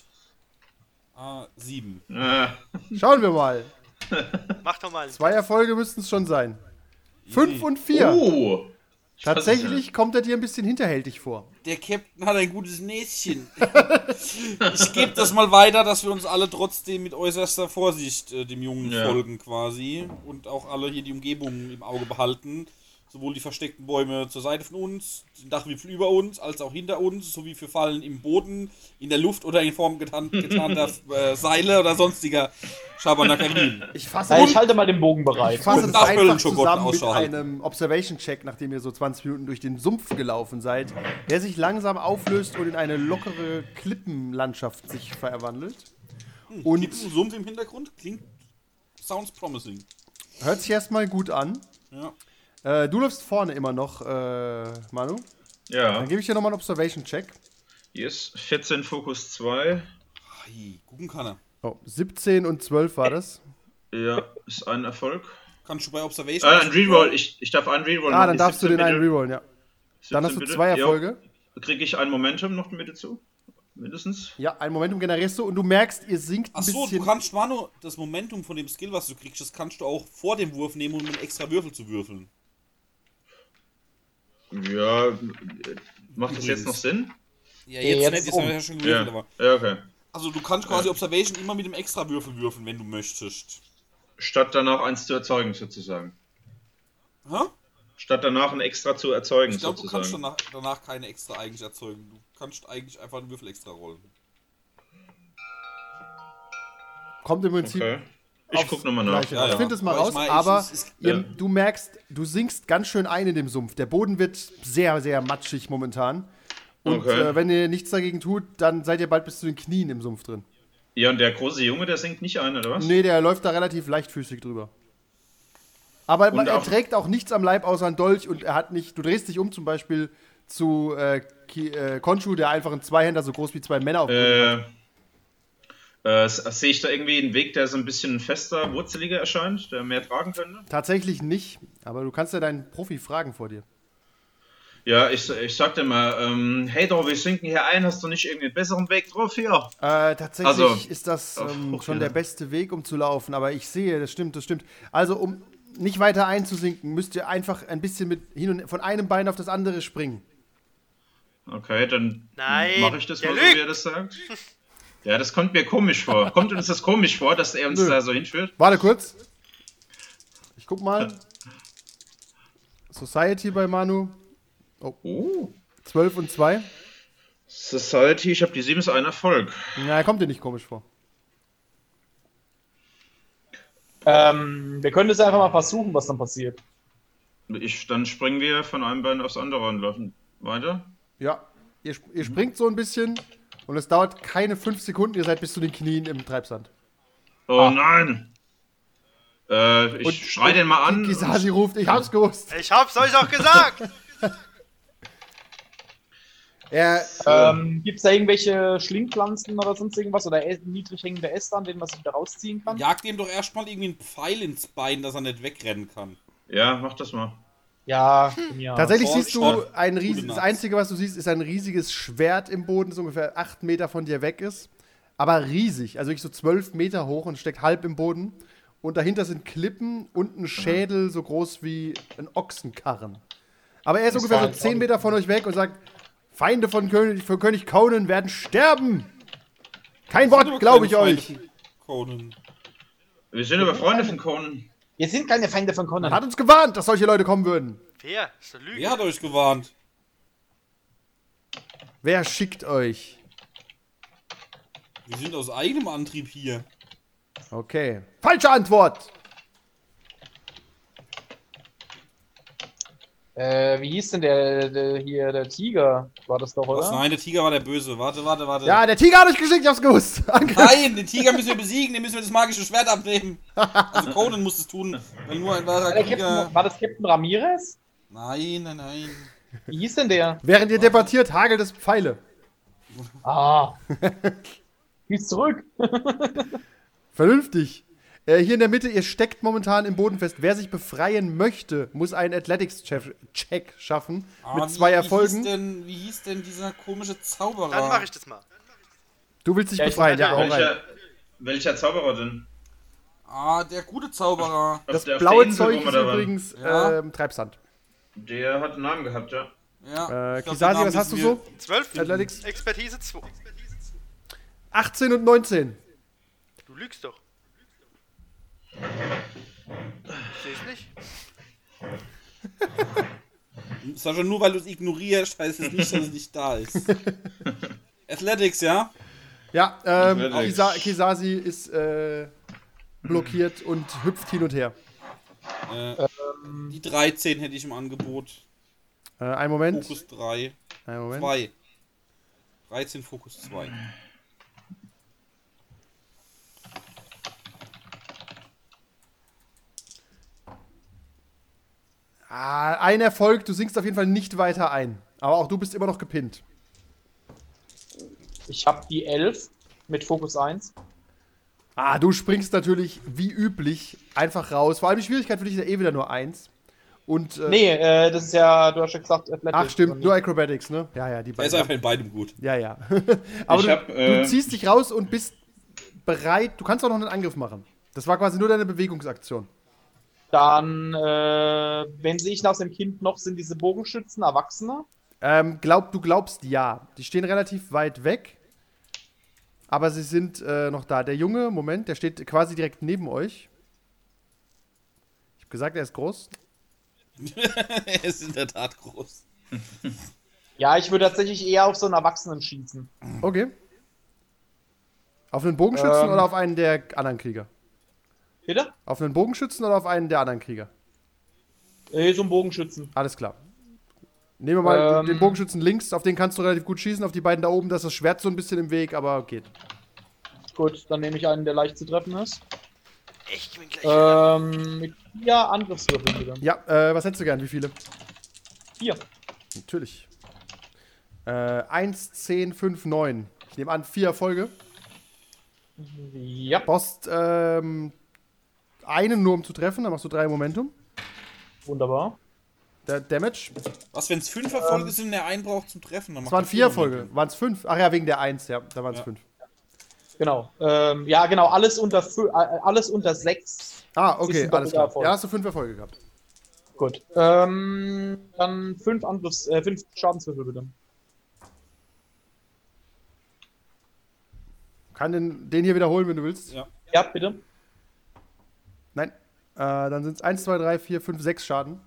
7. Schauen wir mal. Mach doch mal. 2 Erfolge müssten es schon sein. 5 und 4. Oh! Tatsächlich kommt er dir ein bisschen hinterhältig vor. Der Captain hat ein gutes Näschen. Ich gebe das mal weiter, dass wir uns alle trotzdem mit äußerster Vorsicht dem Jungen Ja. folgen quasi und auch alle hier die Umgebung im Auge behalten. Sowohl die versteckten Bäume zur Seite von uns, den Dachwipfel über uns, als auch hinter uns, sowie für Fallen im Boden, in der Luft oder in Form getarnter Seile oder sonstiger Schabernackerien. Ich fasse Ich halte mal den Bogen bereit. Ich fasse es nach einfach Höllenschokotten zusammen mit Ausschau halten. einem Observation-Check, nachdem ihr so 20 Minuten durch den Sumpf gelaufen seid, der sich langsam auflöst und in eine lockere Klippenlandschaft sich verwandelt. Und Kippen, Sumpf im Hintergrund sounds promising. hört sich erstmal gut an. Ja. Du läufst vorne immer noch, Manu. Ja. Dann gebe ich dir nochmal einen Observation-Check. Yes. 14 Fokus 2. Hey, gucken kann er. Oh, 17 und 12 war das. Ja, ist ein Erfolg. Kannst du bei Observation... Ein Reroll. Ich darf einen Reroll Ah, dann darfst du den einen rerollen, ja. Dann hast du 2 Erfolge. Kriege ich ein Momentum noch mit dazu? Mindestens? Ja, ein Momentum generierst du und du merkst, ihr sinkt ein Achso, bisschen. du kannst, Manu, das Momentum von dem Skill, was du kriegst, das kannst du auch vor dem Wurf nehmen, um mit extra Würfel zu würfeln. Ja, macht das Übrigens. jetzt noch Sinn? Ja, jetzt jetzt nicht, ist jetzt haben wir ja schon gewürfelt, aber... Ja, okay. Also du kannst quasi Observation immer mit dem extra Würfel würfeln, wenn du möchtest. Statt danach eins zu erzeugen, sozusagen. Hä? Statt danach ein extra zu erzeugen, Ich glaube, du kannst sozusagen. danach keine extra eigentlich erzeugen. Du kannst eigentlich einfach einen Würfel extra rollen. Kommt im Prinzip. Okay. Ich guck nochmal nach. Gleiche. Ja, Ich ja. finde es mal Aber ich raus, meine, aber es- ihr, ja. du merkst, du sinkst ganz schön ein in dem Sumpf. Der Boden wird sehr, sehr matschig momentan. Und Okay. wenn ihr nichts dagegen tut, dann seid ihr bald bis zu den Knien im Sumpf drin. Ja, und der große Junge, der sinkt nicht ein, oder was? Nee, der läuft da relativ leichtfüßig drüber. Aber Und er auch- trägt auch nichts am Leib außer ein Dolch und er hat nicht. Du drehst dich um zum Beispiel zu Khonshu, der einfach einen Zweihänder so groß wie 2 Männer auf dem Rücken hat. Sehe ich da irgendwie einen Weg, der so ein bisschen fester, wurzeliger erscheint, der mehr tragen könnte? Tatsächlich nicht, aber du kannst ja deinen Profi fragen vor dir. Ja, ich sag dir mal, hey doch, wir sinken hier ein, hast du nicht irgendwie einen besseren Weg drauf hier? Tatsächlich Also, ist das auf schon Hochkant. der beste Weg, um zu laufen, aber ich sehe, das stimmt. Also, um nicht weiter einzusinken, müsst ihr einfach ein bisschen von einem Bein auf das andere springen. Okay, dann Nein, mache ich das der mal so, lügt. wie er das sagt. Ja, das kommt mir komisch vor. Kommt uns das komisch vor, dass er uns Nö. da so hinführt? Warte kurz. Ich guck mal. Society bei Manu. Oh. 12 und 2. Society, ich habe die 7 ist ein Erfolg. Ja, er kommt dir nicht komisch vor. Wir können das einfach mal versuchen, was dann passiert. Dann springen wir von einem Bein aufs andere und laufen weiter. Ja, ihr springt so ein bisschen und es dauert keine 5 Sekunden, ihr seid bis zu den Knien im Treibsand. Oh nein! Ich schrei den mal an. Kisasi ruft, ich hab's gewusst. Ich hab's euch doch gesagt! Gibt es da irgendwelche Schlingpflanzen oder sonst irgendwas oder niedrig hängende Äste, an denen man sich wieder rausziehen kann? Jagt ihm doch erstmal irgendwie einen Pfeil ins Bein, dass er nicht wegrennen kann. Ja, mach das mal. Ja, ja. Tatsächlich Short, siehst du short. ein Gute riesiges, das Nacht. Einzige, was du siehst, ist ein riesiges Schwert im Boden, das ungefähr 8 Meter von dir weg ist. Aber riesig, also wirklich so 12 Meter hoch und steckt halb im Boden. Und dahinter sind Klippen und ein Schädel so groß wie ein Ochsenkarren. Aber er ist Das ungefähr war so 10 Meter von euch weg und sagt, Feinde von König Conan werden sterben. Kein Sind aber Wort, glaube keine ich Feinde euch. von Conan. Wir sind aber Freunde von Conan. Wir sind keine Feinde von Man Conan. hat uns gewarnt, dass solche Leute kommen würden. Wer? Ist eine Lüge. Wer hat euch gewarnt? Wer schickt euch? Wir sind aus eigenem Antrieb hier. Okay. Falsche Antwort. Wie hieß denn der Tiger? War das doch, Was? oder? Nein, der Tiger war der Böse. Warte. Ja, der Tiger hat euch geschickt, ich hab's gewusst. Angriff. Nein, den Tiger müssen wir besiegen, den müssen wir das magische Schwert abnehmen. Also Conan muss es tun, weil nur ein wahrer Krieger... War das Captain Ramirez? Nein. Wie hieß denn der? Während ihr debattiert, hagelt es Pfeile. Ah. Geh's zurück. Vernünftig. Hier in der Mitte, ihr steckt momentan im Boden fest. Wer sich befreien möchte, muss einen Athletics-Check schaffen. mit 2 Erfolgen. Wie hieß denn dieser komische Zauberer? Dann mache ich das mal. Du willst dich Ja, ich befreien, ja, weiß hau rein. Welcher Zauberer denn? Der gute Zauberer. Das Auf der blaue Insel, Zeug wo wir ist da waren. übrigens Ja. Treibsand. Der hat einen Namen gehabt, ja. Ja, ich glaub, Kisasi, den Namen was hast du wissen so? 12. Athletics? Expertise 2. 18 und 19. Du lügst doch. Ich seh's nicht. wir. Sascha, nur weil du es ignorierst, heißt es nicht, dass es nicht da ist. Athletics, ja? Ja, Athletics. Kisasi ist blockiert und hüpft hin und her. Die 13 hätte ich im Angebot. Einen Moment. Fokus 3. Einen Moment. 2. 13, Fokus 2. Ein Erfolg, du sinkst auf jeden Fall nicht weiter ein. Aber auch du bist immer noch gepinnt. Ich habe die 11 mit Fokus 1. Du springst natürlich wie üblich einfach raus. Vor allem die Schwierigkeit für dich ist ja eh wieder nur 1. Und, Nee, das ist ja, du hast ja gesagt, Athletics. ach stimmt, nur Acrobatics, ne? Ja, die Er ist beiden. einfach in beidem gut. Ja. Aber Ich du, hab, du ziehst dich raus und bist bereit. Du kannst auch noch einen Angriff machen. Das war quasi nur deine Bewegungsaktion. Dann, wenn sehe ich nach dem Kind noch, sind diese Bogenschützen Erwachsene? Du glaubst ja. Die stehen relativ weit weg. Aber sie sind noch da. Der Junge, Moment, der steht quasi direkt neben euch. Ich habe gesagt, er ist groß. Er ist in der Tat groß. Ja, ich würde tatsächlich eher auf so einen Erwachsenen schießen. Okay. Auf einen Bogenschützen oder auf einen der anderen Krieger? Bitte? Auf einen Bogenschützen oder auf einen der anderen Krieger? So einen Bogenschützen. Alles klar. Nehmen wir mal den Bogenschützen links, auf den kannst du relativ gut schießen. Auf die beiden da oben, da ist das Schwert so ein bisschen im Weg, aber geht. Gut, dann nehme ich einen, der leicht zu treffen ist. Ich bin gleich. Mit 4 Angriffswürfeln wieder. Ja, was hättest du gern? Wie viele? 4. Natürlich. 1, 10, 5, 9. Ich nehme an, 4 Erfolge. Ja, Brauchst einen nur um zu treffen, dann machst du 3 Momentum. wunderbar. Der Damage. Was, wenn es 5 Erfolge sind und der einen braucht zum Treffen? Dann Es macht waren er 4 Erfolge. Waren es 5? Ach ja, wegen der 1, ja. Da waren es Ja. 5. Genau. Ja, genau, alles unter 6. Ah, Ist okay, ein alles klar. Doppelter Ja, hast du 5 Erfolge gehabt. Gut. Dann 5 Schadenswürfel bitte. Kann den hier wiederholen, wenn du willst? Ja. Ja, bitte. Nein. Dann sind es 1, 2, 3, 4, 5, 6 Schaden.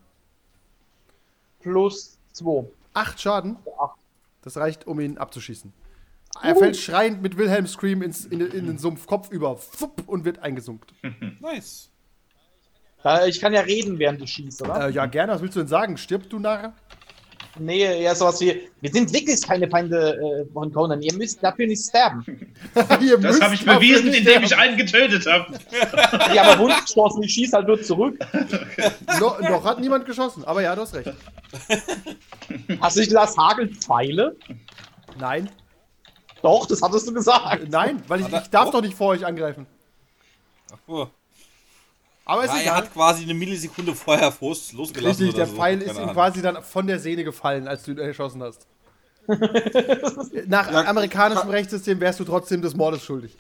Plus 2. 8 Schaden. 8. Das reicht, um ihn abzuschießen. Er fällt schreiend mit Wilhelm Scream in den Sumpf, Kopf über, fupp, und wird eingesunkt. Nice. Ich kann ja reden, während du schießt, oder? Ja, gerne. Was willst du denn sagen? Stirb, du Narr? Nee, eher sowas wie, wir sind wirklich keine Feinde von Conan, ihr müsst dafür nicht sterben. Ihr Das müsst habe ich dafür bewiesen, nicht indem ich sterben. einen getötet habe. Ja, aber Wunschchancen, ich schieße halt nur zurück. Noch hat niemand geschossen, aber ja, du hast recht. Hast du nicht gesagt, es hagelt Pfeile? Nein, Doch, das hattest du gesagt. nein, weil ich Hat er- darf Oh. doch nicht vor euch angreifen. Ach, oh. Aber ist Ja, er egal. hat quasi eine Millisekunde vorher Frust losgelassen. Richtig, oder der so. Pfeil ist Keine ihm Ahnung. quasi dann von der Sehne gefallen, als du ihn erschossen hast. Nach amerikanischem Rechtssystem wärst du trotzdem des Mordes schuldig.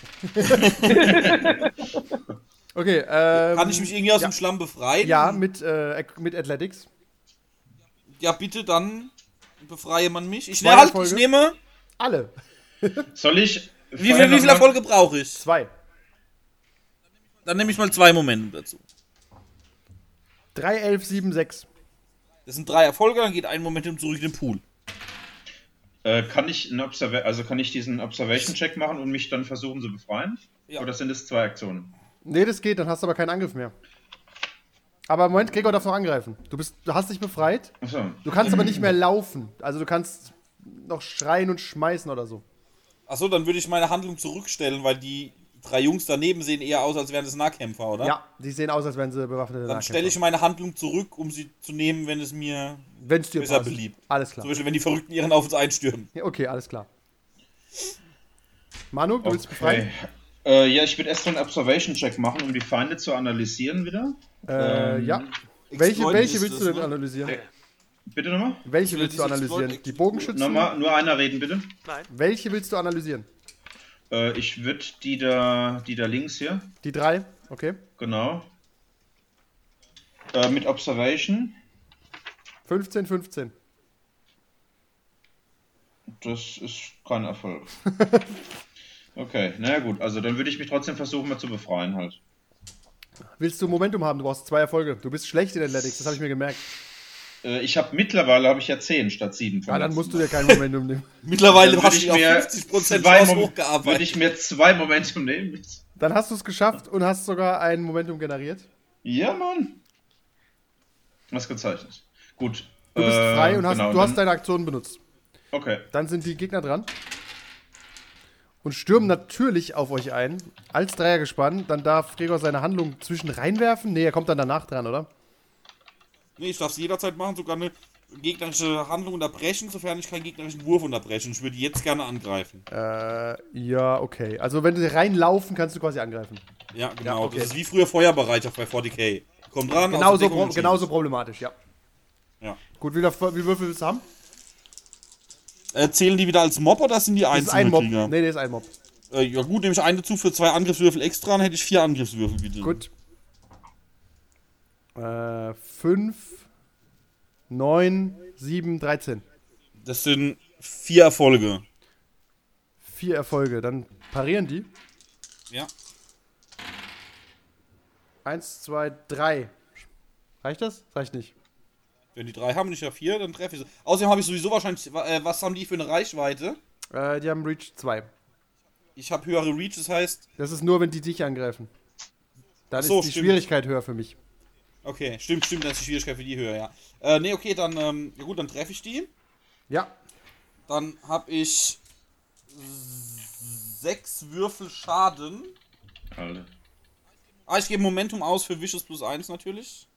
Okay, Kann ich mich irgendwie aus ja. dem Schlamm befreien? Ja, mit Athletics. Ja, bitte, dann befreie man mich. Ich, Zwei halt, Erfolge. ich nehme. Alle. Soll ich. Wie viele Erfolge brauche ich? 2. Dann nehme ich mal 2 Momente dazu. 3, 11, 7, 6. Das sind 3 Erfolge, dann geht ein Momentum zurück in den Pool. Kann ich diesen Observation-Check machen und mich dann versuchen zu befreien? Ja. Oder sind es 2 Aktionen? Nee, das geht, dann hast du aber keinen Angriff mehr. Aber im Moment, Gregor darf noch angreifen. Du hast dich befreit. Achso. Du kannst aber nicht mehr laufen. Also du kannst noch schreien und schmeißen oder so. Achso, dann würde ich meine Handlung zurückstellen, weil die 3 Jungs daneben sehen eher aus, als wären das Nahkämpfer, oder? Ja, die sehen aus, als wären sie bewaffnete Dann stelle ich meine Handlung zurück, um sie zu nehmen, wenn es mir wenn es dir besser passt. beliebt. Alles klar. Zum Beispiel, wenn die Verrückten ihren auf uns einstürmen. Ja, okay, alles klar. Manu, du willst befreien? Ja, ich würde erst so einen Observation-Check machen, um die Feinde zu analysieren wieder. Ja. Welche Exploit ist willst du das, denn ne? analysieren? Bitte nochmal? Welche will willst du dieses analysieren? Exploit- Die Bogenschützen? Nochmal, nur einer reden, bitte. Nein. Welche willst du analysieren? Ich würde die da links hier, Die 3? Okay. genau. Mit Observation. 15, 15. Das ist kein Erfolg. Okay, naja gut, also dann würde ich mich trotzdem versuchen, mal zu befreien halt. Willst du Momentum haben? Du brauchst 2 Erfolge. Du bist schlecht in Athletics, das habe ich mir gemerkt. Mittlerweile habe ich ja 10 statt 7 von Ja, dann letzten musst du Mal. dir kein Momentum nehmen. Mittlerweile Dann hast würde du ich auf mir 50% zwei Chance Würde hochgearbeitet. ich mir 2 Momentum nehmen. Dann hast du es geschafft und hast sogar ein Momentum generiert. Ja, Mann. Was gezeichnet. Gut. Du bist frei und genau, du hast dann- deine Aktion benutzt. Okay. Dann sind die Gegner dran. Und stürmen natürlich auf euch ein. Als Dreiergespann. Dann darf Gregor seine Handlung zwischen reinwerfen. Nee, er kommt dann danach dran, oder? Nee, ich darf es jederzeit machen, sogar eine gegnerische Handlung unterbrechen, sofern ich keinen gegnerischen Wurf unterbrechen. Ich würde jetzt gerne angreifen. Ja, okay. Also wenn sie reinlaufen, kannst du quasi angreifen. Ja, genau. okay. Das ist wie früher Feuerbereitschaft bei 40k. Kommt dran, aus der Genauso, Deckung und genauso schießt. problematisch, ja. Ja. Gut, wie Würfel willst du haben? Zählen die wieder als Mob oder sind die Das ist ein Mob. Einzelkrieger? Nee, der ist ein Mob. Ja gut, nehme ich einen dazu für 2 Angriffswürfel extra, dann hätte ich 4 Angriffswürfel bitte. Gut. 5, 9, 7, 13. Das sind 4 Erfolge. 4 Erfolge. Dann parieren die. Ja. 1, 2, 3. Reicht das? Reicht nicht. Wenn die 3 haben, nicht ja 4, dann treffe ich sie. Außerdem habe ich sowieso wahrscheinlich, was haben die für eine Reichweite? Die haben Reach 2. Ich habe höhere Reach, das heißt, Das ist nur, wenn die dich angreifen. Dann Ach so, ist die stimmt. Schwierigkeit höher für mich. okay, stimmt, dann ist die Schwierigkeit für die höher, ja. Nee, okay, dann, ja gut, dann treffe ich die. Ja. Dann habe ich 6 Würfel Schaden. Alter. Ich gebe Momentum aus für Vicious +1 natürlich.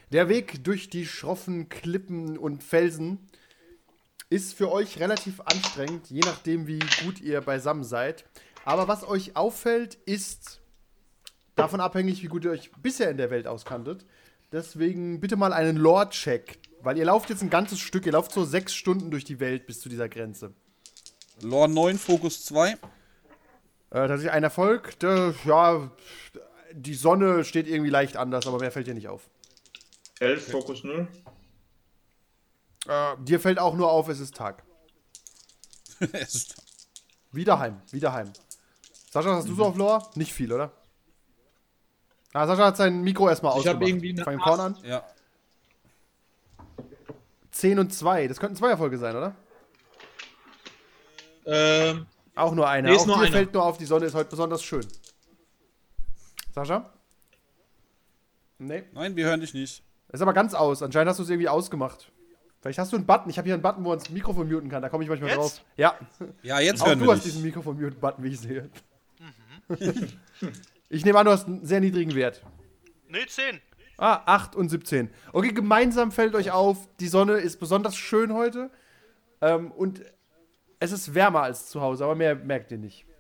Der Weg durch die schroffen Klippen und Felsen ist für euch relativ anstrengend, je nachdem, wie gut ihr beisammen seid. Aber was euch auffällt, ist davon abhängig, wie gut ihr euch bisher in der Welt auskanntet. Deswegen bitte mal einen Lore-Check, weil ihr lauft jetzt ein ganzes Stück, ihr lauft so 6 Stunden durch die Welt bis zu dieser Grenze. Lore 9, Fokus 2. Tatsächlich ein Erfolg. Ja, die Sonne steht irgendwie leicht anders, aber mehr fällt dir nicht auf. 11, Fokus 0. Dir fällt auch nur auf, es ist Tag. Wieder heim. Sascha, hast du so auf Lore? Nicht viel, oder? Sascha hat sein Mikro erstmal Ich habe ausgemacht. irgendwie eine Fang vorne an. Ja. 10 und 2. Das könnten 2 Erfolge sein, oder? Auch nur eine. Nee, ist Auch nur dir einer. fällt nur auf, die Sonne ist heute besonders schön. Sascha? Nee. Nein, wir hören dich nicht. Ist aber ganz aus. Anscheinend hast du es irgendwie ausgemacht. Vielleicht hast du einen Button. Ich habe hier einen Button, wo man das Mikrofon muten kann. Da komme ich manchmal Jetzt? drauf. Ja. Ja, jetzt Auch hören du wir hast dich. diesen Mikrofon-Mute-Button, wie ich sehe. Ich nehme an, du hast einen sehr niedrigen Wert. Ne, 10. 8 und 17. Okay, gemeinsam fällt euch auf, die Sonne ist besonders schön heute. Und es ist wärmer als zu Hause, aber mehr merkt ihr nicht.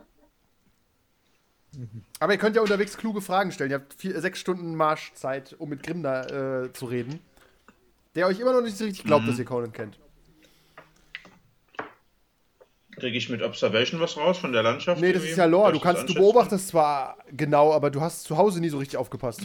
Aber ihr könnt ja unterwegs kluge Fragen stellen. Ihr habt 6 Stunden Marschzeit, um mit Grimm da zu reden. Der euch immer noch nicht so richtig glaubt, dass ihr Conan kennt. Kriege ich mit Observation was raus von der Landschaft? Nee, das irgendwie? ist ja Lore. Darf ich das Du einschätzen? beobachtest zwar genau, aber du hast zu Hause nie so richtig aufgepasst.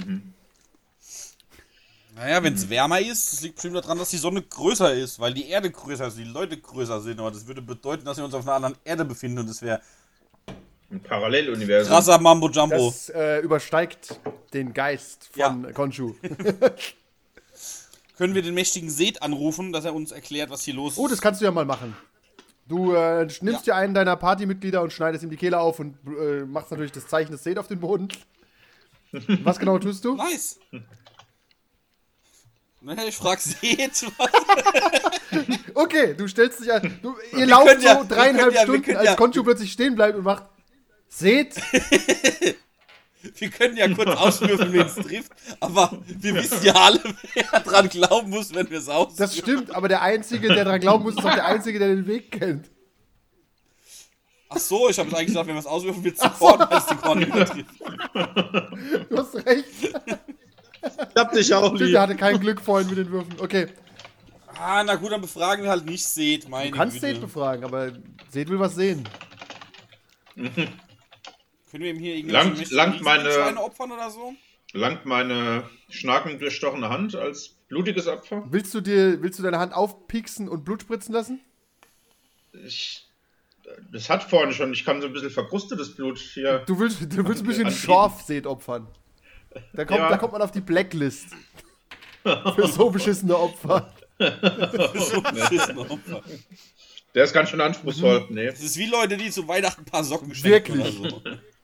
Naja, wenn es wärmer ist, das liegt bestimmt daran, dass die Sonne größer ist, weil die Erde größer ist, die Leute größer sind. Aber das würde bedeuten, dass wir uns auf einer anderen Erde befinden und das wäre Ein Paralleluniversum. krasser Mambo-Jumbo. Das übersteigt den Geist von Khonshu. Können wir den mächtigen Seth anrufen, dass er uns erklärt, was hier los ist? Oh, das kannst du ja mal machen. Du nimmst dir einen deiner Partymitglieder und schneidest ihm die Kehle auf und machst natürlich das Zeichen des Seth auf den Boden. Was genau tust du? Nice. Naja, ich frag Seth. Okay, du stellst dich an. Ihr lauft können ja- so wir 3,5 können ja- wir Stunden, können als ja- Khonshu plötzlich stehen bleibt und macht Seth. Wir können ja kurz auswürfeln, wen es trifft, aber wir wissen ja alle, wer dran glauben muss, wenn wir es auswürfeln. Das stimmt, aber der Einzige, der dran glauben muss, ist auch der Einzige, der den Weg kennt. Ach so, ich habe jetzt eigentlich gesagt, wenn wir es auswürfeln, wird es zu Korn, als die Korn wieder trifft. Du hast recht. Ich hab dich auch Stimmt, lieb. der hatte kein Glück vorhin mit den Würfen. Okay, Ah, na gut, dann befragen wir halt nicht Seth, meine du kannst Güte. Seth befragen, aber Seth will was sehen. Können wir ihm hier Langt meine- Schweine opfern oder so? Langt meine Schnaken durchstochene Hand als blutiges Opfer? Willst du deine Hand aufpieksen und Blut spritzen lassen? Das hat vorne schon, ich kann so ein bisschen verkrustetes Blut hier. Du willst ein bisschen Anbieten. Schorf-Seth opfern. Da kommt man auf die Blacklist. Für so beschissene Opfer. So beschissen Opfer. Der ist ganz schön anspruchsvoll. Nee. Das ist wie Leute, die zu Weihnachten ein paar Socken schenken Wirklich? oder so.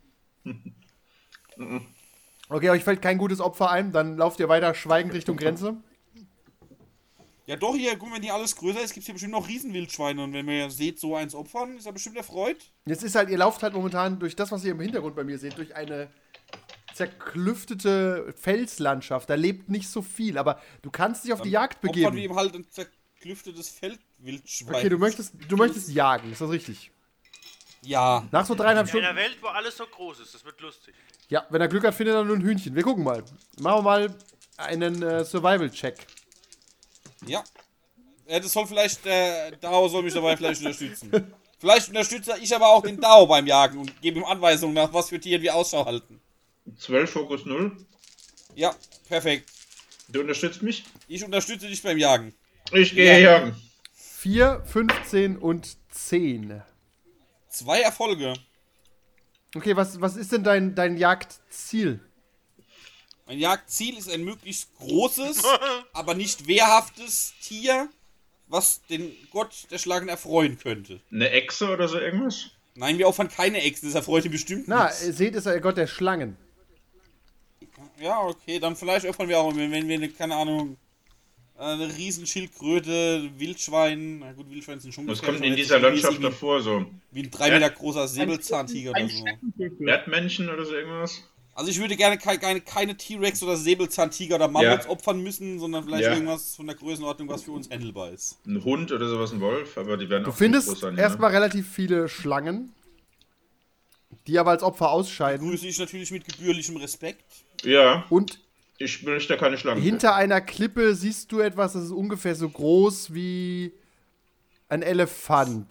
Okay, euch fällt kein gutes Opfer ein, dann lauft ihr weiter schweigend Richtung Grenze. Ja doch, hier, guck mal, wenn hier alles größer ist, gibt es hier bestimmt noch Riesenwildschweine. Und wenn wir seht, so eins opfern, ist er bestimmt erfreut. Jetzt ist halt, ihr lauft halt momentan durch das, was ihr im Hintergrund bei mir seht, durch eine zerklüftete Felslandschaft. Da lebt nicht so viel, aber du kannst dich auf die Jagd Opfern wir begeben. ihm halt ein zerklüftetes Feldwildschwein. Okay, du möchtest jagen, ist das richtig? Ja. Nach so 3,5 In einer Stunden. Welt, wo alles so groß ist, das wird lustig. Ja, wenn er Glück hat, findet er nur ein Hühnchen. Wir gucken mal. Machen wir mal einen Survival-Check. Ja. Das soll vielleicht, der Dao soll mich dabei vielleicht unterstützen. Vielleicht unterstütze ich aber auch den Dao beim Jagen und gebe ihm Anweisungen, nach was für Tieren wir Ausschau halten. 12 Fokus 0. Ja, perfekt. Du unterstützt mich? Ich unterstütze dich beim Jagen. Ich gehe jagen. 4, 15 und 10. 2 Erfolge. Okay, was ist denn dein Jagdziel? Mein Jagdziel ist ein möglichst großes, aber nicht wehrhaftes Tier, was den Gott der Schlangen erfreuen könnte. Eine Echse oder so irgendwas? Nein, wir opfern keine Echsen, das erfreut ihn bestimmt Na, nicht. seht, ist er der Gott der Schlangen. Ja, okay, dann vielleicht opfern wir auch, wenn wir eine, keine Ahnung, eine Riesenschildkröte, Wildschwein, na gut, Wildschweine sind schon Was gefährlich, kommt in aber dieser jetzt nicht Landschaft riesig davor? So wie ein 3 Meter großer Säbelzahntiger oder Ein so. Steckenpflücke. Erdmännchen oder so irgendwas? Also ich würde gerne keine T-Rex oder Säbelzahntiger oder Mammuts opfern müssen, sondern vielleicht irgendwas von der Größenordnung, was für uns handelbar ist. Ein Hund oder sowas, ein Wolf, aber die werden Du auch findest nicht groß sein. erstmal relativ viele Schlangen, die aber als Opfer ausscheiden. Grüße ich natürlich mit gebührlichem Respekt. Ja, Und ich möchte keine Schlangen. hinter einer Klippe siehst du etwas, das ist ungefähr so groß wie ein Elefant.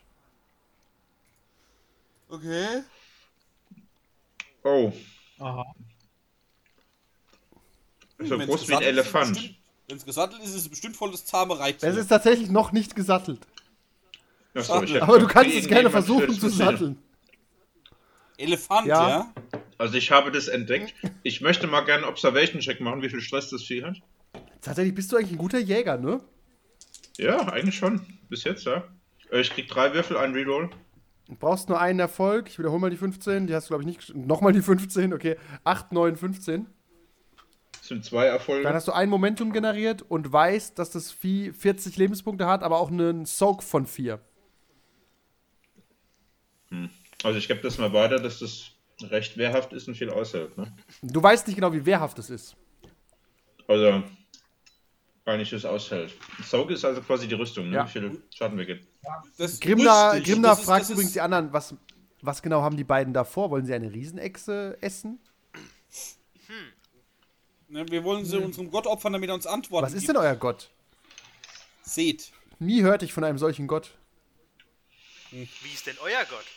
Okay. Oh, Aha. so groß wie ein Elefant. Wenn es gesattelt ist, ist es bestimmt volles zahme Reittier. Es ist tatsächlich noch nicht gesattelt. Achso, ich hätte Aber du noch kannst es gerne irgendjemand versuchen zu für- satteln. Elefant, Ja. ja? Also ich habe das entdeckt. Ich möchte mal gerne einen Observation-Check machen, wie viel Stress das Vieh hat. Tatsächlich bist du eigentlich ein guter Jäger, ne? Ja, eigentlich schon. Bis jetzt, ja. Ich krieg 3 Würfel, einen Reroll. Du brauchst nur einen Erfolg. Ich wiederhole mal die 15. Die hast du, glaube ich, nicht. Nochmal die 15. Okay. 8, 9, 15. Das sind 2 Erfolge. Dann hast du ein Momentum generiert und weißt, dass das Vieh 40 Lebenspunkte hat, aber auch einen Soak von 4. Also ich gebe das mal weiter, dass das recht wehrhaft ist und viel aushält. Ne? Du weißt nicht genau, wie wehrhaft es ist. Also, eigentlich es aushält. Soak ist also quasi die Rüstung, ne? Ja. Wie viel Schaden weggeht. Das Grimna wusste ich. Das ist- fragt das übrigens ist- die anderen, was genau haben die beiden da vor? Wollen sie eine Riesenechse essen? Ne, wir wollen sie unserem Gott opfern, damit er uns antworten Was ist denn euer Gott? Seht. Nie hörte ich von einem solchen Gott. Wie ist denn euer Gott?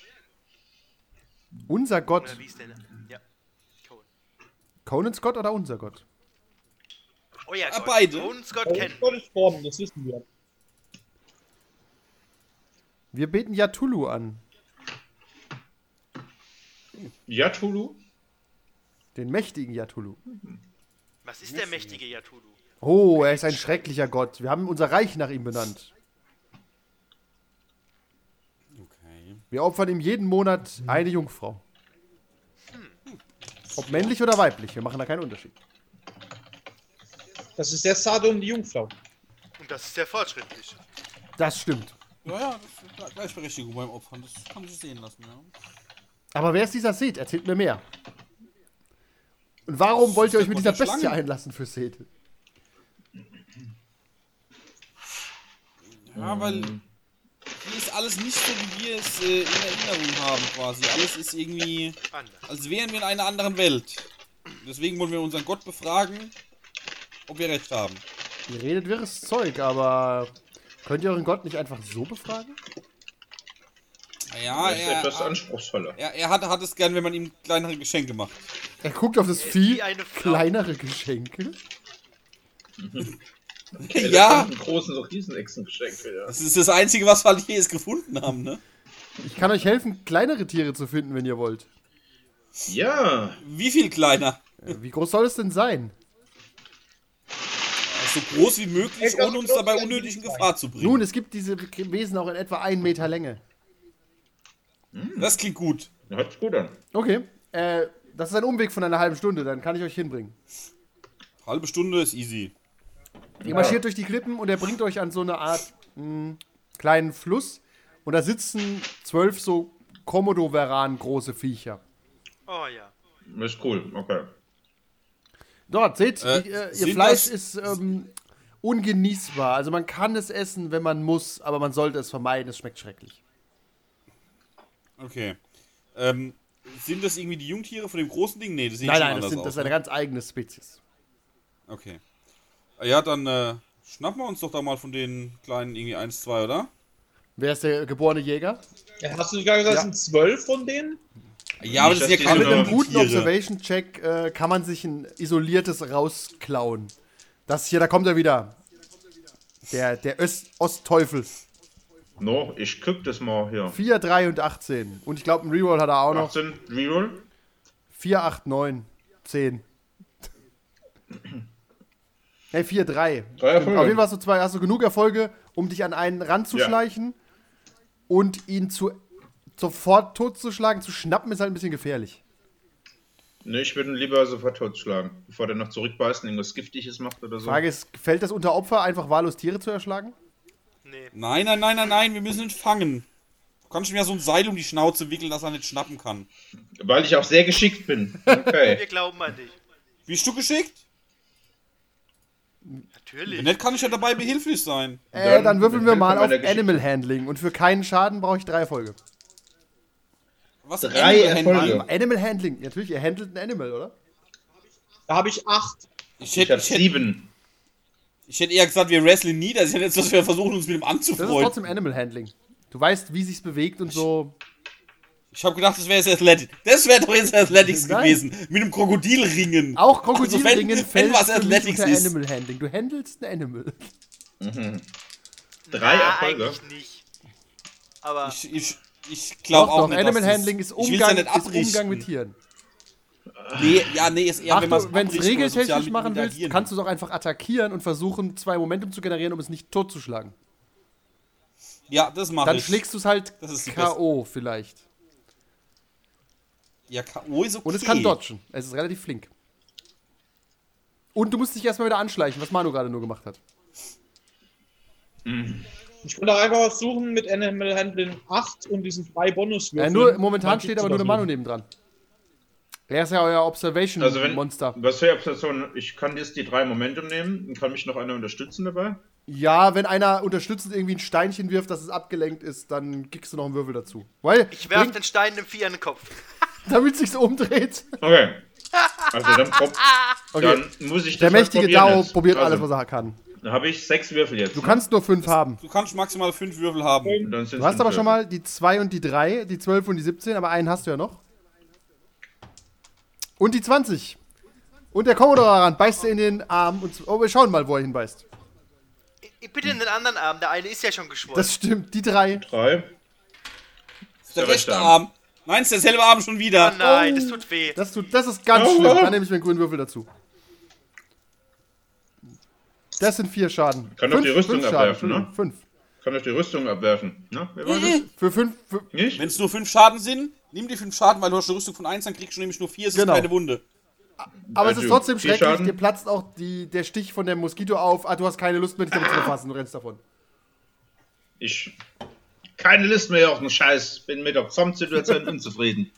Unser Gott. Oder wie ist denn... Ja. Cool. Conans Gott oder unser Gott? Euer Gott. beide. Uns Gott Oh, kennen. Gott ist worden, das wissen wir. Wir beten Yatulu an. Ja, Tulu? Den mächtigen Yatulu. Was ist der mächtige Yatulu? Oh, er ist ein schrecklicher Gott. Wir haben unser Reich nach ihm benannt. Okay. Wir opfern ihm jeden Monat eine Jungfrau. Ob männlich oder weiblich, wir machen da keinen Unterschied. Das ist der Sodom, die Jungfrau. Und das ist sehr fortschrittlich. Das stimmt. Ja, das ist Gleichberechtigung beim Opfern. Das kann sich sehen lassen, ja. Aber wer ist dieser Seth? Erzählt mir mehr. Und warum wollt ihr euch mit dieser Gott der Bestie Schlange. einlassen für Seth? Ja, weil hier ist alles nicht so, wie wir es in Erinnerung haben, quasi. Alles ist irgendwie, Anders. als wären wir in einer anderen Welt. Deswegen wollen wir unseren Gott befragen, ob wir recht haben. Ihr redet wirres Zeug, aber könnt ihr euren Gott nicht einfach so befragen? Ja, Das ist etwas anspruchsvoller. er hat es gern, wenn man ihm kleinere Geschenke macht. Er guckt auf das ist Vieh, wie eine Frau. kleinere Geschenke. Ja, Einen großen, so Riesenechsengeschenke, ja. das ist das Einzige, was wir halt hier jetzt gefunden haben, ne? Ich kann euch helfen, kleinere Tiere zu finden, wenn ihr wollt. Ja, Wie viel kleiner? Wie groß soll es denn sein? So groß wie möglich, ohne uns dabei unnötig in Gefahr zu bringen. Nun, es gibt diese Wesen auch in etwa 1 Meter Länge. Das klingt gut. hört sich gut an. Okay, das ist ein Umweg von einer halben Stunde, dann kann ich euch hinbringen. Halbe Stunde ist easy. Ihr marschiert durch die Klippen und er bringt euch an so eine Art kleinen Fluss. Und da sitzen 12 so Komodo-Varan große Viecher. Oh ja. Das ist cool, okay. Dort, seht, ihr sind Fleisch das- ist ungenießbar. Also man kann es essen, wenn man muss, aber man sollte es vermeiden, es schmeckt schrecklich. Okay. Sind das irgendwie die Jungtiere von dem großen Ding? Nee, das sehen Nein, schon nein, anders das aus. ist eine Ne? ganz eigene Spezies. Okay. Ja, dann schnappen wir uns doch da mal von den kleinen irgendwie 1, 2, oder? Wer ist der geborene Jäger? Ja, hast du gerade gesagt, es sind 12 von denen? Ja, aber das sind ja dass die keine Mit einem Genau. guten Tiere. Observation-Check kann man sich ein isoliertes rausklauen. Das hier, da kommt er wieder. Der Ostteufel. No, ich guck das mal hier. 4, 3 und 18. Und ich glaube, ein Reroll hat er auch noch. 18 Reroll. 4, 8, 9, 10. Hey, 4, 3. Drei Erfolge. Auf jeden Fall hast du genug Erfolge, um dich an einen ranzuschleichen und ihn sofort totzuschlagen. Zu schnappen ist halt ein bisschen gefährlich. Ne, ich würde ihn lieber sofort totschlagen, bevor der noch zurückbeißt und irgendwas Giftiges macht oder so. Frage ist, fällt das unter Opfer, einfach wahllos Tiere zu erschlagen? Nee. Nein, wir müssen ihn fangen. Du kannst mir ja so ein Seil um die Schnauze wickeln, dass er nicht schnappen kann. Weil ich auch sehr geschickt bin. Okay. Wir glauben an dich. Bist du geschickt? Natürlich. Wenn nicht, kann ich ja dabei behilflich sein. Dann würfeln wir helfen mal wir auf der Geschichte. Animal Handling. Und für keinen Schaden brauche ich 3 Erfolge. Was 3 Animal Handling? Erfolge. Animal Handling. Natürlich, ihr handelt ein Animal, oder? Da habe ich 8. Ich Ich hab hätte 7. eher gesagt, wir wrestlen nieder. Ich hätte jetzt, dass wir versuchen, uns mit ihm Das ist anzufreunden. trotzdem Animal Handling. Du weißt, wie sich's bewegt und so. Ich habe gedacht, das wäre jetzt Athletics. Das wäre doch jetzt Athletics Nein. gewesen. Mit einem Krokodilringen. Auch Krokodilringen wenn fällt was für mich Athletics unter ist. Animal Handling. Du handelst ein Animal. 3 Erfolge. Eigentlich nicht. Aber Ich glaube Doch, auch doch. nicht, Animal dass Handling ist ich will's ja Umgang, nicht ist abrichten. Umgang mit Tieren. Nee, ist eher, wenn man Ach, wenn es regeltechnisch machen willst, kannst du es auch einfach attackieren und versuchen, 2 Momentum zu generieren, um es nicht totzuschlagen. Ja, das mache Dann ich. schlägst du es halt Das ist die K.O. vielleicht. Ja, K.O. ist okay. Und es kann dodgen. Es ist relativ flink. Und du musst dich erstmal wieder anschleichen, was Manu gerade nur gemacht hat. Ich wollte einfach was suchen mit Animal Handling 8 und diesen 3 Bonuswürfeln. Nur momentan Dann steht gibt's aber nur der was Manu mit. nebendran. Er ist ja euer Observation-Monster. Was für Obsession? Ich kann jetzt die 3 Momentum nehmen und kann mich noch einer unterstützen dabei. Ja, wenn einer unterstützend irgendwie ein Steinchen wirft, dass es abgelenkt ist, dann kriegst du noch einen Würfel dazu. Weil, ich werfe den Stein dem Vieh an den Kopf. damit es sich so umdreht. Okay. Also dann, Okay. dann muss ich das Der mächtige halt probieren Dao jetzt. probiert Also, alles, was er kann. Dann habe ich 6 Würfel jetzt. Du kannst nur 5 haben. Du kannst maximal 5 Würfel haben. Und dann sind's Du hast 5 aber schon Würfel. mal die 2 und die 3, die 12 und die 17, aber einen hast du ja noch. Und die 20. Und der Commodore ran, beißt dir in den Arm. Oh, wir schauen mal, wo er hinbeißt. Bitte in den anderen Arm, der eine ist ja schon geschwollen. Das stimmt, die 3. 3. Das ist der rechte Arm. Nein, ist derselbe Arm schon Oh wieder. nein, das tut weh. Das ist ganz schlimm. Dann nehme ich mir einen grünen Würfel dazu. Das sind 4 Schaden. Kann doch die Rüstung abwerfen, ne? 5. Kann euch die Rüstung abwerfen. Ne? Wer war das? Für 5. Nicht? Wenn es nur 5 Schaden sind, nimm die 5 Schaden, weil du hast eine Rüstung von 1, dann kriegst du nämlich nur 4, es ist Genau. keine Wunde. Aber es ist Also, trotzdem 4 schrecklich. Schaden. Dir platzt auch der Stich von dem Moskito auf. Ah, du hast keine Lust mehr, dich damit zu befassen. Du rennst davon. Ich. Keine Lust mehr auf den Scheiß. Bin mit der Gesamtsituation unzufrieden.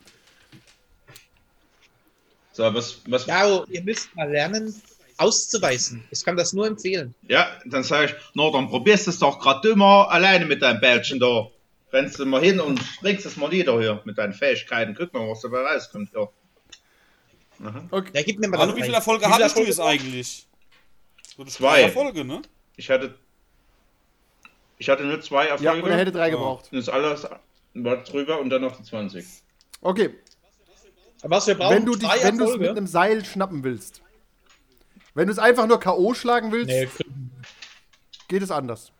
So, was. Ja, ihr müsst mal lernen, auszuweisen. Ich kann das nur empfehlen. Ja, dann sag ich, na, dann probierst du es doch grad dümmer alleine mit deinem Bällchen da. Rennst du mal hin und bringst es mal nieder hier mit deinen Fähigkeiten. Guck mal, was dabei rauskommt. Ja. Ja, gib mir mal Hallo, das wie rein. viele Erfolge Wie viele hattest du Erfolge- jetzt eigentlich? So, das 2. Erfolge, ne? Ich hatte nur 2 Ja, Erfolge. und er hätte 3 gebraucht. Und das alles war drüber und dann noch die 20. Okay, Was wir brauchen, wenn du es 3 mit Erfolge. einem Seil schnappen willst. Wenn du es einfach nur K.O. schlagen willst, Nee, geht es anders.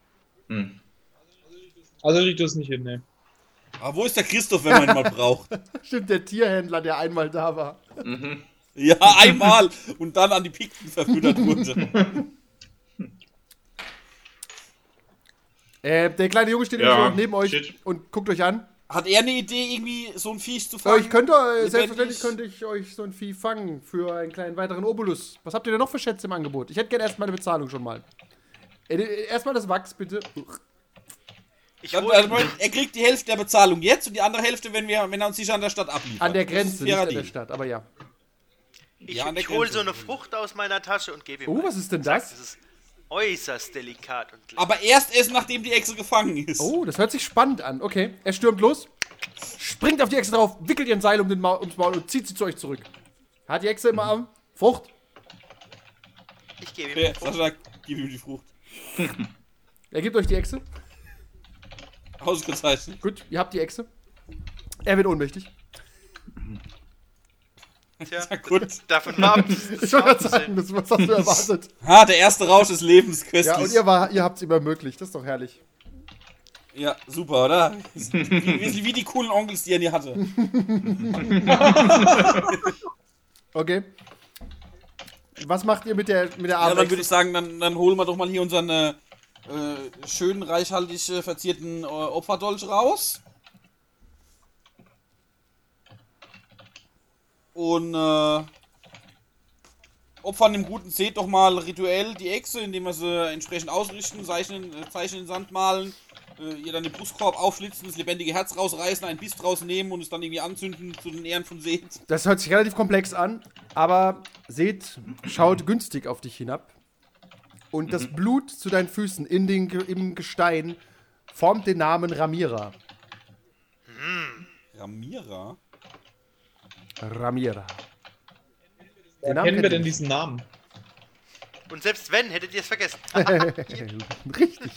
also ich tue es nicht hin, ne. Aber wo ist der Christoph, wenn man ihn mal braucht? Stimmt, der Tierhändler, der einmal da war. Ja, einmal und dann an die Pikten verfüttert wurde. Der kleine Junge steht Ja, so neben euch shit. und guckt euch an. Hat er eine Idee, irgendwie so ein Viech zu fangen? Ich könnte, Lebendig? selbstverständlich könnte ich euch so ein Vieh fangen für einen kleinen weiteren Obolus. Was habt ihr denn noch für Schätze im Angebot? Ich hätte gerne erstmal eine Bezahlung schon mal. Erstmal das Wachs, bitte. Ich Dann, hol, er kriegt die Hälfte der Bezahlung jetzt und die andere Hälfte, wenn er uns sicher an der Stadt abliefert. An der Das ist Grenze, ein nicht fairer an der Deal. Stadt, aber ja. Ja, an der ich hol Grenze. so eine Frucht aus meiner Tasche und gebe ihm. Oh, eine. was ist denn Sag, das? Das ist äußerst delikat und lecker. Aber erst essen, nachdem die Echse gefangen ist. Oh, das hört sich spannend an. Okay, er stürmt los, springt auf die Echse drauf, wickelt ihren Seil ums Maul und zieht sie zu euch zurück. Hat die Echse im Arm. Frucht. Ich gebe ihm Okay, eine Frucht. Sascha, gib ihm die Frucht. Er gibt euch die Echse. Ausgezeichnet. Gut, ihr habt die Echse. Er wird ohnmächtig. Tja, Ja, gut. davon war Ich wollte gerade sagen, was hast du erwartet? Ha, der erste Rausch des Lebens, köstlich. Ja, und ihr habt es ihm ermöglicht. Das ist doch herrlich. Ja, super, oder? Wie die coolen Onkels, die er nie hatte. Okay. Was macht ihr mit der Ja, dann würde Armechse? ich sagen, dann holen wir doch mal hier unseren schön reichhaltig verzierten Opferdolch raus. Und opfern dem guten Seth doch mal rituell die Echse, indem wir sie entsprechend ausrichten, Zeichen in den Sand malen, ihr dann den Brustkorb aufschlitzen, das lebendige Herz rausreißen, einen Biss draus nehmen und es dann irgendwie anzünden zu den Ehren von Seth. Das hört sich relativ komplex an, aber Seth schaut günstig auf dich hinab. Und das Blut zu deinen Füßen im Gestein formt den Namen Ramira. Ramira? Ramira. Woher Namen kennen wir kennt denn ihr diesen Namen? Und selbst wenn, hättet ihr es vergessen. Richtig,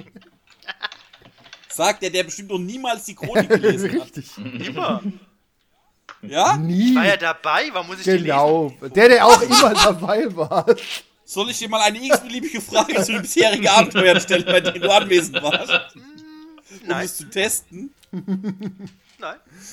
Sagt der bestimmt noch niemals die Chronik gelesen hat. richtig. Immer. Ja? Nie. War ja dabei, warum muss ich die Genau. lesen? Der auch immer dabei war. Soll ich dir mal eine x-beliebige Frage zu den bisherigen Abenteuern stellen, bei denen du anwesend warst? Um Nein, es zu testen? nein.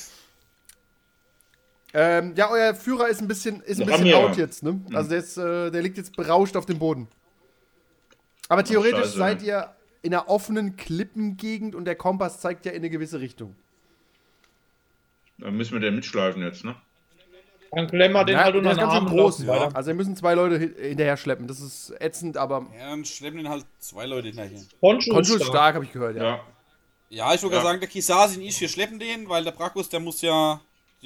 Ja, euer Führer ist ein bisschen Ramira. out jetzt, ne? Also der liegt jetzt berauscht auf dem Boden. Aber theoretisch Scheiße. seid ihr in einer offenen Klippengegend und der Kompass zeigt ja in eine gewisse Richtung. Dann müssen wir den mitschleifen jetzt, ne? Dann klemmen wir den Ja, halt der unter ist den ganz schön Arm und groß. laufen weiter. Also wir müssen 2 Leute hinterher schleppen. Das ist ätzend, aber Ja, dann schleppen den halt 2 Leute hinterher. Poncho Konsul ist ist stark. stark, habe ich gehört, ja. Ja. Ja, ich würde Ja. sagen, der Kisasi und ich, wir schleppen den, weil der Brakus, der muss ja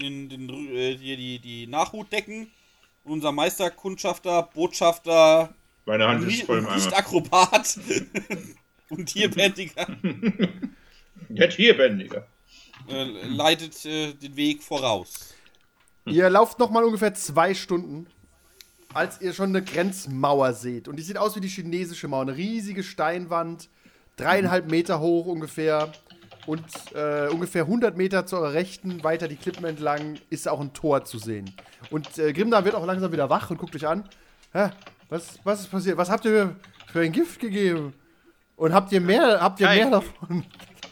die Nachhut decken. Und unser Meisterkundschafter, Botschafter, Meine Hand ist voll im Eimer. Nicht-Akrobat und Tierbändiger Jetzt hier, Bändiger. leitet den Weg voraus. Ihr lauft noch mal ungefähr 2 Stunden, als ihr schon eine Grenzmauer seht. Und die sieht aus wie die chinesische Mauer. Eine riesige Steinwand, 3,5 Meter hoch ungefähr. Und ungefähr 100 Meter zu eurer Rechten, weiter die Klippen entlang, ist auch ein Tor zu sehen. Und Grimda wird auch langsam wieder wach und guckt euch an. Hä? Was ist passiert? Was habt ihr mir für ein Gift gegeben? Und habt ihr mehr davon?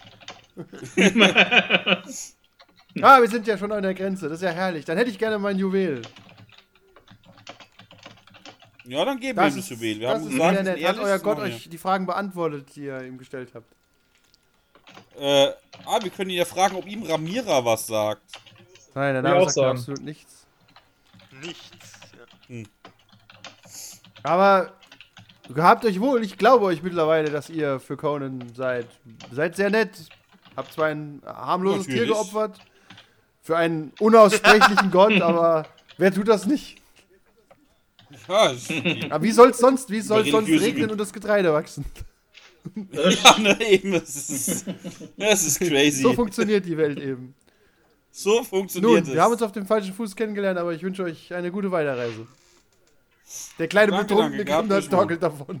Ah, wir sind ja schon an der Grenze. Das ist ja herrlich. Dann hätte ich gerne mein Juwel. Ja, dann geben wir ihm das Juwel. Wir das haben ist gesagt, sehr nett. Hat ehrlich, euer Gott machen wir. euch die Fragen beantwortet, die ihr ihm gestellt habt? Wir können ihn ja fragen, ob ihm Ramira was sagt. Nein, der Will Name auch sagt sagen. absolut nichts. Nichts. Ja. Aber gehabt euch wohl. Ich glaube euch mittlerweile, dass ihr für Conan seid. Seid sehr nett. Habt zwar ein harmloses Tier Natürlich. geopfert. Für einen unaussprechlichen Gott, aber wer tut das nicht? Ja, Aber wie soll's sonst religiöse regnen und das Getreide wachsen? ja, ne, eben. Das ist crazy. So funktioniert die Welt eben. So funktioniert Nun, es. wir haben uns auf dem falschen Fuß kennengelernt, aber ich wünsche euch eine gute Weiterreise. Der kleine Danke, betrunkene danke, gehabt Kinder euch wohl. torkelt davon.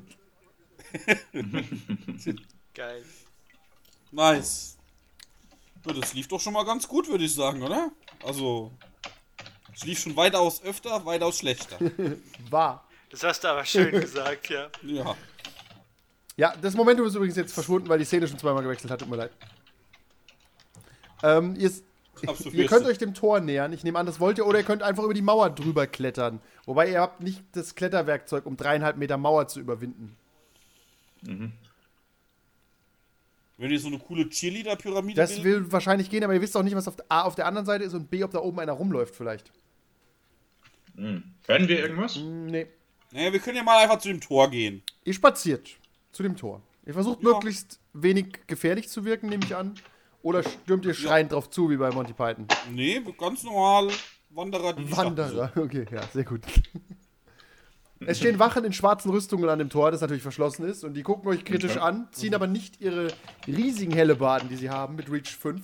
Geil. Nice. Ja, das lief doch schon mal ganz gut, würde ich sagen, oder? Also, es lief schon weitaus öfter, weitaus schlechter. Wahr. Das hast du aber schön gesagt, ja. Ja. Ja, das Momentum ist übrigens jetzt verschwunden, weil die Szene schon 2-mal gewechselt hat. Tut mir leid. Ihr könnt euch dem Tor nähern. Ich nehme an, das wollt ihr. Oder ihr könnt einfach über die Mauer drüber klettern. Wobei ihr habt nicht das Kletterwerkzeug, um 3,5 Meter Mauer zu überwinden. Wenn ihr so eine coole Cheerleader-Pyramide Das will wahrscheinlich gehen, aber ihr wisst auch nicht, was A auf der anderen Seite ist und B, ob da oben einer rumläuft vielleicht. Können wir irgendwas? Nee. Naja, wir können ja mal einfach zu dem Tor gehen. Ihr spaziert zu dem Tor. Ihr versucht Ja. möglichst wenig gefährlich zu wirken, nehme ich an. Oder stürmt ihr schreiend drauf zu, wie bei Monty Python? Nee, ganz normal Wanderer, die die Stadt Wanderer, okay, ja, sehr gut. Es stehen Wachen in schwarzen Rüstungen an dem Tor, das natürlich verschlossen ist. Und die gucken euch kritisch Okay. an, ziehen aber nicht ihre riesigen Hellebarden, die sie haben, mit Reach 5.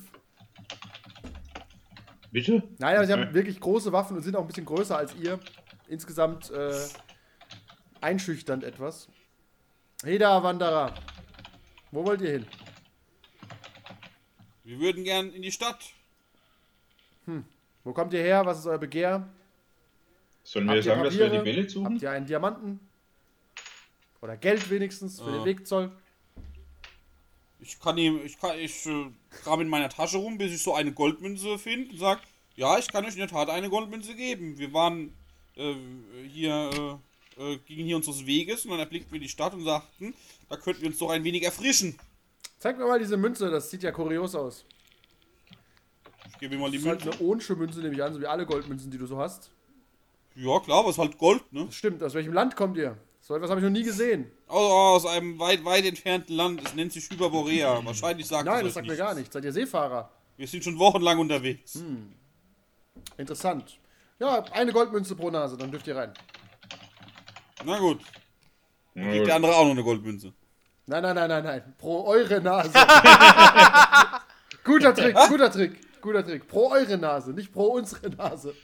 Bitte? Nein, aber sie Okay. haben wirklich große Waffen und sind auch ein bisschen größer als ihr. Insgesamt einschüchternd etwas. Hey da, Wanderer. Wo wollt ihr hin? Wir würden gern in die Stadt. Wo kommt ihr her? Was ist euer Begehr? Sollen Habt wir ihr sagen, dass wir die Papiere? Billet suchen? Habt ihr einen Diamanten? Oder Geld wenigstens für den Wegzoll? Ich kram in meiner Tasche rum, bis ich so eine Goldmünze finde und sag, ja, ich kann euch in der Tat eine Goldmünze geben. Wir waren gingen hier unseres Weges und dann erblickten wir die Stadt und sagten, da könnten wir uns doch ein wenig erfrischen. Zeig mir mal diese Münze, das sieht ja kurios aus. Ich gebe ihm mal die Das ist halt Münze. eine Ohnsche Münze, nehme ich an, so wie alle Goldmünzen, die du so hast. Ja, klar, aber es ist halt Gold, ne? Das stimmt, aus welchem Land kommt ihr? So etwas habe ich noch nie gesehen. Aus einem weit entfernten Land. Es nennt sich Hyperborea. Wahrscheinlich sagt Nein, es das euch sagt mir nichts. gar nichts. Seid ihr Seefahrer? Wir sind schon wochenlang unterwegs. Interessant. Ja, eine Goldmünze pro Nase, dann dürft ihr rein. Na gut. Dann kriegt der andere auch noch eine Goldmünze. Nein. Pro eure Nase. Guter Trick. Pro eure Nase, nicht pro unsere Nase.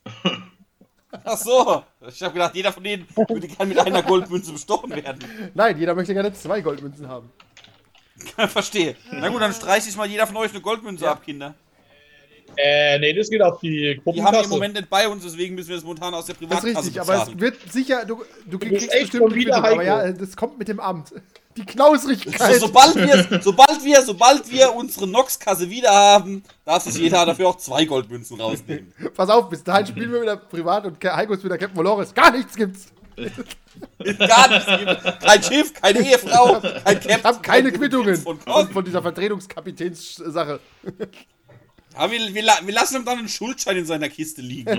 Ach so. Ich habe gedacht, jeder von denen würde gerne mit einer Goldmünze bestochen werden. Nein, jeder möchte gerne 2 Goldmünzen haben. Verstehe. Na gut, dann streicht sich mal jeder von euch eine Goldmünze ab, Kinder. Nee, das geht auf die Die haben im Gruppenkasse. Moment nicht bei uns, deswegen müssen wir das momentan aus der Das ist Privatkasse richtig, aber bezahlen. es wird sicher, du kriegst echt bestimmt schon wieder, Quittung, aber Heiko. ja, das kommt mit dem Amt. Die Knausrigkeit. Sobald wir unsere Nox-Kasse wieder haben, darf sich jeder dafür auch 2 Goldmünzen rausnehmen. Pass auf, bis dahin spielen wir wieder privat und Heiko ist wieder Captain Valores. Gar nichts gibt's. Gar nichts gibt. Kein Schiff, keine Ehefrau, kein Captain. Ich habe keine Quittungen Von von dieser Vertretungskapitänssache. Ja, wir lassen ihm dann einen Schuldschein in seiner Kiste liegen.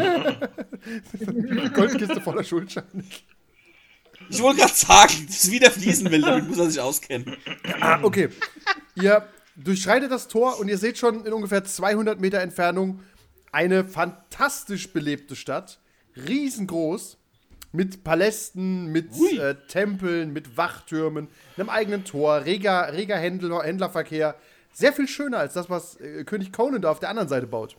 Goldkiste voller Schuldscheine. Ich wollte gerade sagen, das ist wie der Fliesenwelt, damit muss er sich auskennen. Okay. Ihr durchschreitet das Tor und ihr seht schon in ungefähr 200 Meter Entfernung eine fantastisch belebte Stadt. Riesengroß. Mit Palästen, mit Tempeln, mit Wachtürmen, einem eigenen Tor, reger Händlerverkehr. Sehr viel schöner als das, was König Conan da auf der anderen Seite baut.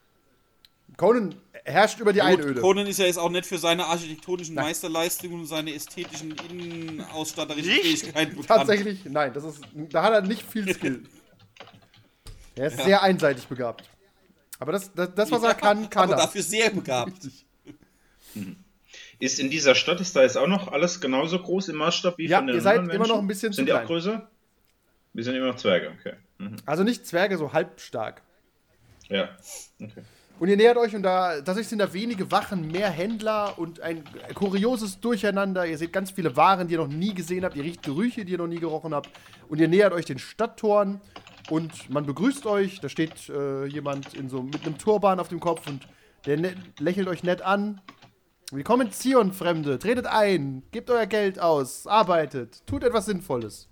Conan herrscht über die Einöde. Conan ist ja jetzt auch nicht für seine architektonischen Meisterleistungen und seine ästhetischen innenausstatterischen Fähigkeiten bekannt. Tatsächlich, nein, da hat er nicht viel Skill. Er ist sehr einseitig begabt. Aber das was er kann aber er. dafür sehr begabt. Richtig. Ist in dieser Stadt, ist da jetzt auch noch alles genauso groß im Maßstab wie Ja, von den ihr seid anderen immer Menschen? noch ein bisschen Sind zu die auch klein. größer? Wir sind immer noch Zwerge, okay. Also nicht Zwerge, so halbstark. Ja, okay. Und ihr nähert euch und tatsächlich sind da wenige Wachen, mehr Händler und ein kurioses Durcheinander. Ihr seht ganz viele Waren, die ihr noch nie gesehen habt. Ihr riecht Gerüche, die ihr noch nie gerochen habt. Und ihr nähert euch den Stadttoren und man begrüßt euch. Da steht jemand mit einem Turban auf dem Kopf und der lächelt euch nett an. Willkommen in Zion, Fremde. Tretet ein, gebt euer Geld aus, arbeitet, tut etwas Sinnvolles.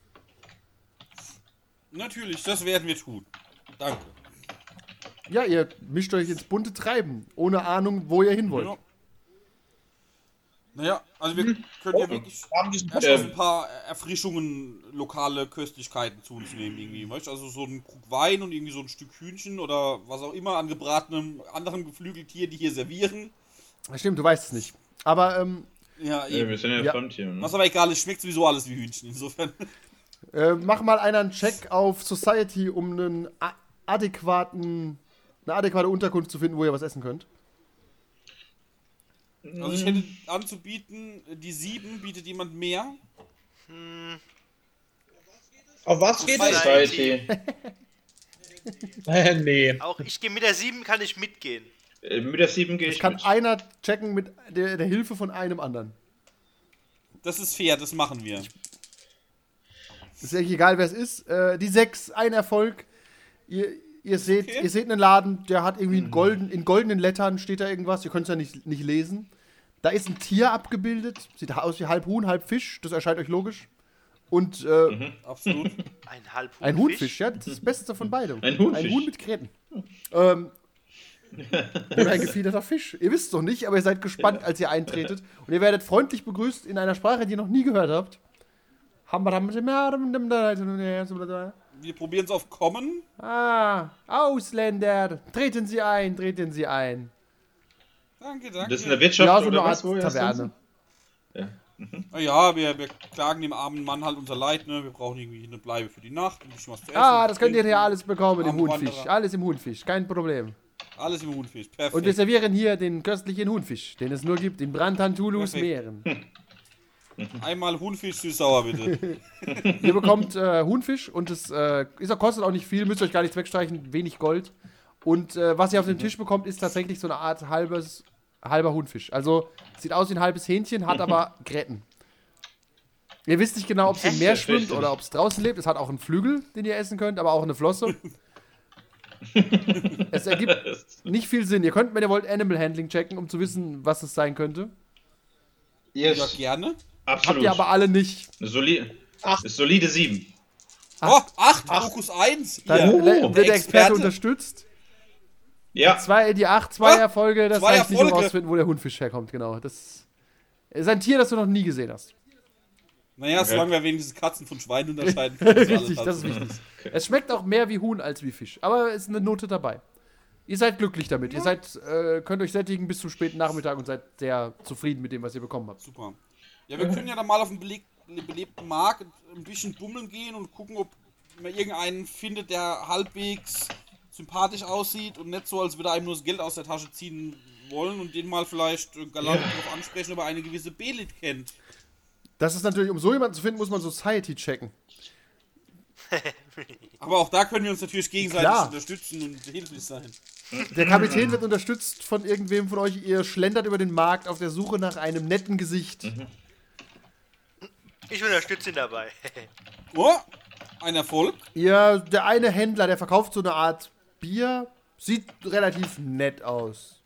Natürlich, das werden wir tun. Danke. Ja, ihr mischt euch ins bunte Treiben, ohne Ahnung, wo ihr hin wollt. Ja. Naja, also wir können ja wirklich haben diesen erst ein paar Erfrischungen, lokale Köstlichkeiten zu uns nehmen irgendwie, weißt du? Also so ein Krug Wein und irgendwie so ein Stück Hühnchen oder was auch immer an gebratenem anderen Geflügeltier, die hier servieren. Stimmt, du weißt es nicht. Aber, Ja, Ja, eben. wir sind ja, Ja. Fremd hier. Ne? Was aber egal ist, schmeckt sowieso alles wie Hühnchen, insofern. mach mal einen Check auf Society, um eine adäquate Unterkunft zu finden, wo ihr was essen könnt. Also ich hätte anzubieten, die 7 bietet jemand mehr. Auf was geht es? Society. Nee. Auch ich gehe mit der 7, kann ich mitgehen. Mit der 7 gehe ich Kann mit. einer checken mit der Hilfe von einem anderen. Das ist fair, das machen wir. Ist ja egal, wer es ist. Die 6, ein Erfolg. Ihr seht einen Laden, der hat irgendwie in goldenen Lettern steht da irgendwas. Ihr könnt es ja nicht lesen. Da ist ein Tier abgebildet. Sieht aus wie halb Huhn, halb Fisch. Das erscheint euch logisch. Und Absolut. Ein Halbhuhnfisch. ein Huhnfisch, ja. Das ist das Beste von beidem. Ein Huhnfisch. Ein Huhn mit Gräten. Oder ein gefiederter Fisch. Ihr wisst es doch nicht, aber ihr seid gespannt, als ihr eintretet. Und ihr werdet freundlich begrüßt in einer Sprache, die ihr noch nie gehört habt. Wir probieren es auf Common. Ah, Ausländer, treten Sie ein, treten Sie ein. Danke, danke. Das ist eine Wirtschaft Ja, so eine oder Art was? Wo ihr Taverne. Ja, wir klagen dem armen Mann halt unser Leid, ne? Wir brauchen irgendwie eine Bleibe für die Nacht, ein bisschen was zu essen. Ah, das könnt ihr trinken. hier alles bekommen im Am Huhnfisch. Wanderer. Alles im Huhnfisch, kein Problem. Alles im Huhnfisch, perfekt. Und wir servieren hier den köstlichen Huhnfisch, den es nur gibt in Brantantulus Perfekt. Meeren. Einmal Huhnfisch süß-sauer, bitte. Ihr bekommt Huhnfisch und es kostet auch nicht viel, müsst euch gar nichts wegstreichen, wenig Gold. Und was ihr auf dem Tisch bekommt, ist tatsächlich so eine Art halber Huhnfisch. Also sieht aus wie ein halbes Hähnchen, hat aber Gräten. Ihr wisst nicht genau, ob es im Meer schwimmt oder ob es draußen lebt. Es hat auch einen Flügel, den ihr essen könnt, aber auch eine Flosse. Es ergibt nicht viel Sinn. Ihr könnt, wenn ihr wollt, Animal Handling checken, um zu wissen, was es sein könnte. Ja, gerne. Absolut. Habt ihr aber alle nicht. Eine solide 7. Oh, 8, Fokus 1. Dann Hier. wird der Experte unterstützt. Ja. Die 8, 2 Erfolge, das Zwei reicht nicht, um Erfolge. rauszufinden, wo der Hundfisch herkommt, genau. Das ist ein Tier, das du noch nie gesehen hast. Naja, solange wir wenigstens Katzen von Schweinen unterscheiden können. Richtig, das ist wichtig. Es schmeckt auch mehr wie Huhn als wie Fisch, aber es ist eine Note dabei. Ihr seid glücklich damit. Ihr könnt euch sättigen bis zum späten Nachmittag und seid sehr zufrieden mit dem, was ihr bekommen habt. Super. Ja, wir können ja dann mal auf den belebten Markt ein bisschen bummeln gehen und gucken, ob man irgendeinen findet, der halbwegs sympathisch aussieht und nicht so, als würde einem nur das Geld aus der Tasche ziehen wollen und den mal vielleicht galant darauf ansprechen, ob er eine gewisse Belit kennt. Das ist natürlich, um so jemanden zu finden, muss man Society checken. Aber auch da können wir uns natürlich gegenseitig Klar. unterstützen und hilflich sein. Der Kapitän wird unterstützt von irgendwem von euch. Ihr schlendert über den Markt auf der Suche nach einem netten Gesicht. Ich unterstütze ihn dabei. Oh, ein Erfolg. Der eine Händler, der verkauft so eine Art Bier, sieht relativ nett aus.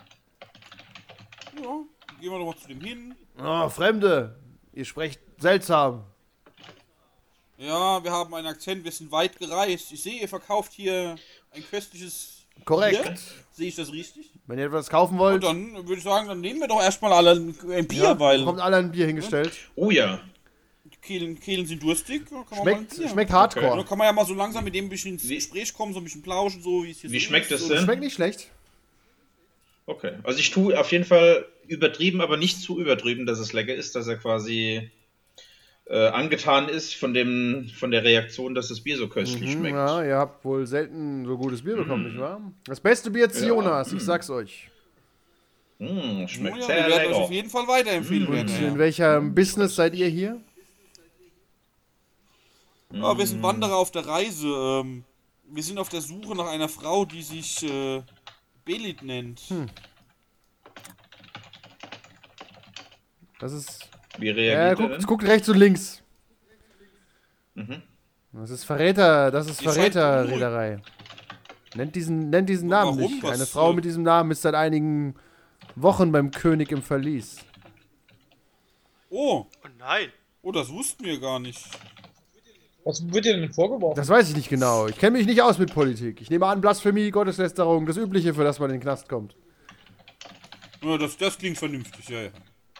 Ja, gehen wir doch mal zu dem hin. Oh, Fremde, ihr sprecht seltsam. Ja, wir haben einen Akzent, wir sind weit gereist. Ich sehe, ihr verkauft hier ein köstliches Korrekt. Bier. Sehe ich das richtig? Wenn ihr etwas kaufen Und wollt, dann würde ich sagen, dann nehmen wir doch erstmal alle ein Bier, weil bekommt alle ein Bier hingestellt. Oh ja. die Kehlen sind durstig. Kann man mal ein Bier. Schmeckt Und hardcore. dann kann man ja mal so langsam mit dem ein bisschen ins Gespräch kommen, so ein bisschen plauschen, so wie es hier Wie so schmeckt ist. es So. denn? Schmeckt nicht schlecht. Okay. Also ich tue auf jeden Fall übertrieben, aber nicht zu übertrieben, dass es lecker ist, dass er quasi angetan ist von der Reaktion, dass das Bier so köstlich schmeckt. Ja, ihr habt wohl selten so gutes Bier bekommen, nicht wahr? Das beste Bier Zionas, ich sag's euch. Schmeckt Ja, sehr wir werden euch lecker. auf jeden Fall weiterempfehlen. werden, In welchem Business seid ihr hier? Ja, wir sind Wanderer auf der Reise. Wir sind auf der Suche nach einer Frau, die sich Belit nennt. Das ist. Wie Ja, reagiert er denn? guckt rechts und links. Das ist Verräterreederei. Nennt diesen Namen Warum? nicht. Was, Eine Frau mit diesem Namen ist seit einigen Wochen beim König im Verlies. Oh, Oh nein. das wussten wir gar nicht. Was wird dir denn vorgeworfen? Das weiß ich nicht genau. Ich kenne mich nicht aus mit Politik. Ich nehme an, Blasphemie, Gotteslästerung, das Übliche, für das man in den Knast kommt. Ja, das klingt vernünftig, ja.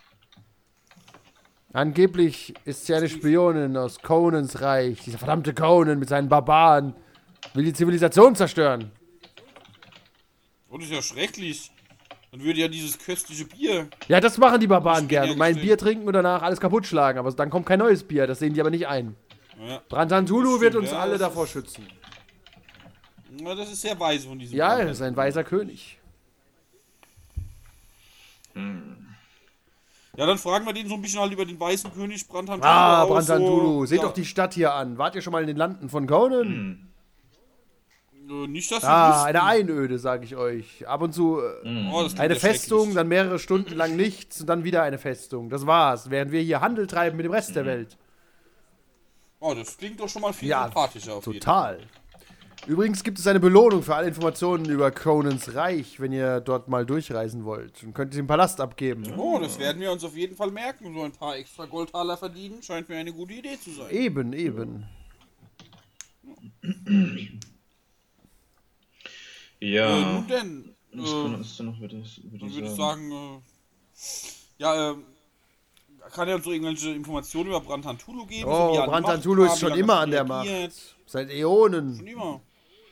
Angeblich ist sie eine Spionin aus Conans Reich. Dieser verdammte Conan mit seinen Barbaren will die Zivilisation zerstören. Das ist ja schrecklich. Dann würde ja dieses köstliche Bier. Ja, das machen die Barbaren Das gern. geht ja Und mein nicht. Bier trinken und danach alles kaputt schlagen. Aber dann kommt kein neues Bier. Das sehen die aber nicht ein. Ja, Brantantulu wird stimmt, uns ja, alle das davor schützen. ja, das ist sehr weise von diesem Ja, Mann. er ist ein weiser König. Ja, dann fragen wir den so ein bisschen halt über den weißen König Brantantulu. Ah, aus, Brantantulu. so, Seht ja, doch die Stadt hier an. Wart ihr schon mal in den Landen von Conan? Nicht, dass wir Ah, wüssten. eine Einöde, sage ich euch. Ab und zu Oh, das klingt eine ja Festung, schrecklich. dann mehrere Stunden lang nichts und dann wieder eine Festung. Das war's. Während wir hier Handel treiben mit dem Rest der Welt. Oh, das klingt doch schon mal viel Ja, sympathischer auf jeden Total. Übrigens gibt es eine Belohnung für alle Informationen über Conans Reich, wenn ihr dort mal durchreisen wollt. Und könnt ihr den Palast abgeben. Oh, das werden wir uns auf jeden Fall merken. So ein paar extra Goldtaler verdienen, scheint mir eine gute Idee zu sein. Eben. Ja. Nun denn, Was ist denn noch über dann würde ich sagen, kann er uns so irgendwelche Informationen über Brantantulu geben? Oh, wie er an die Brantantulu Macht ist kam, schon wie immer lange an der regiert? Macht. Seit Äonen. Schon immer.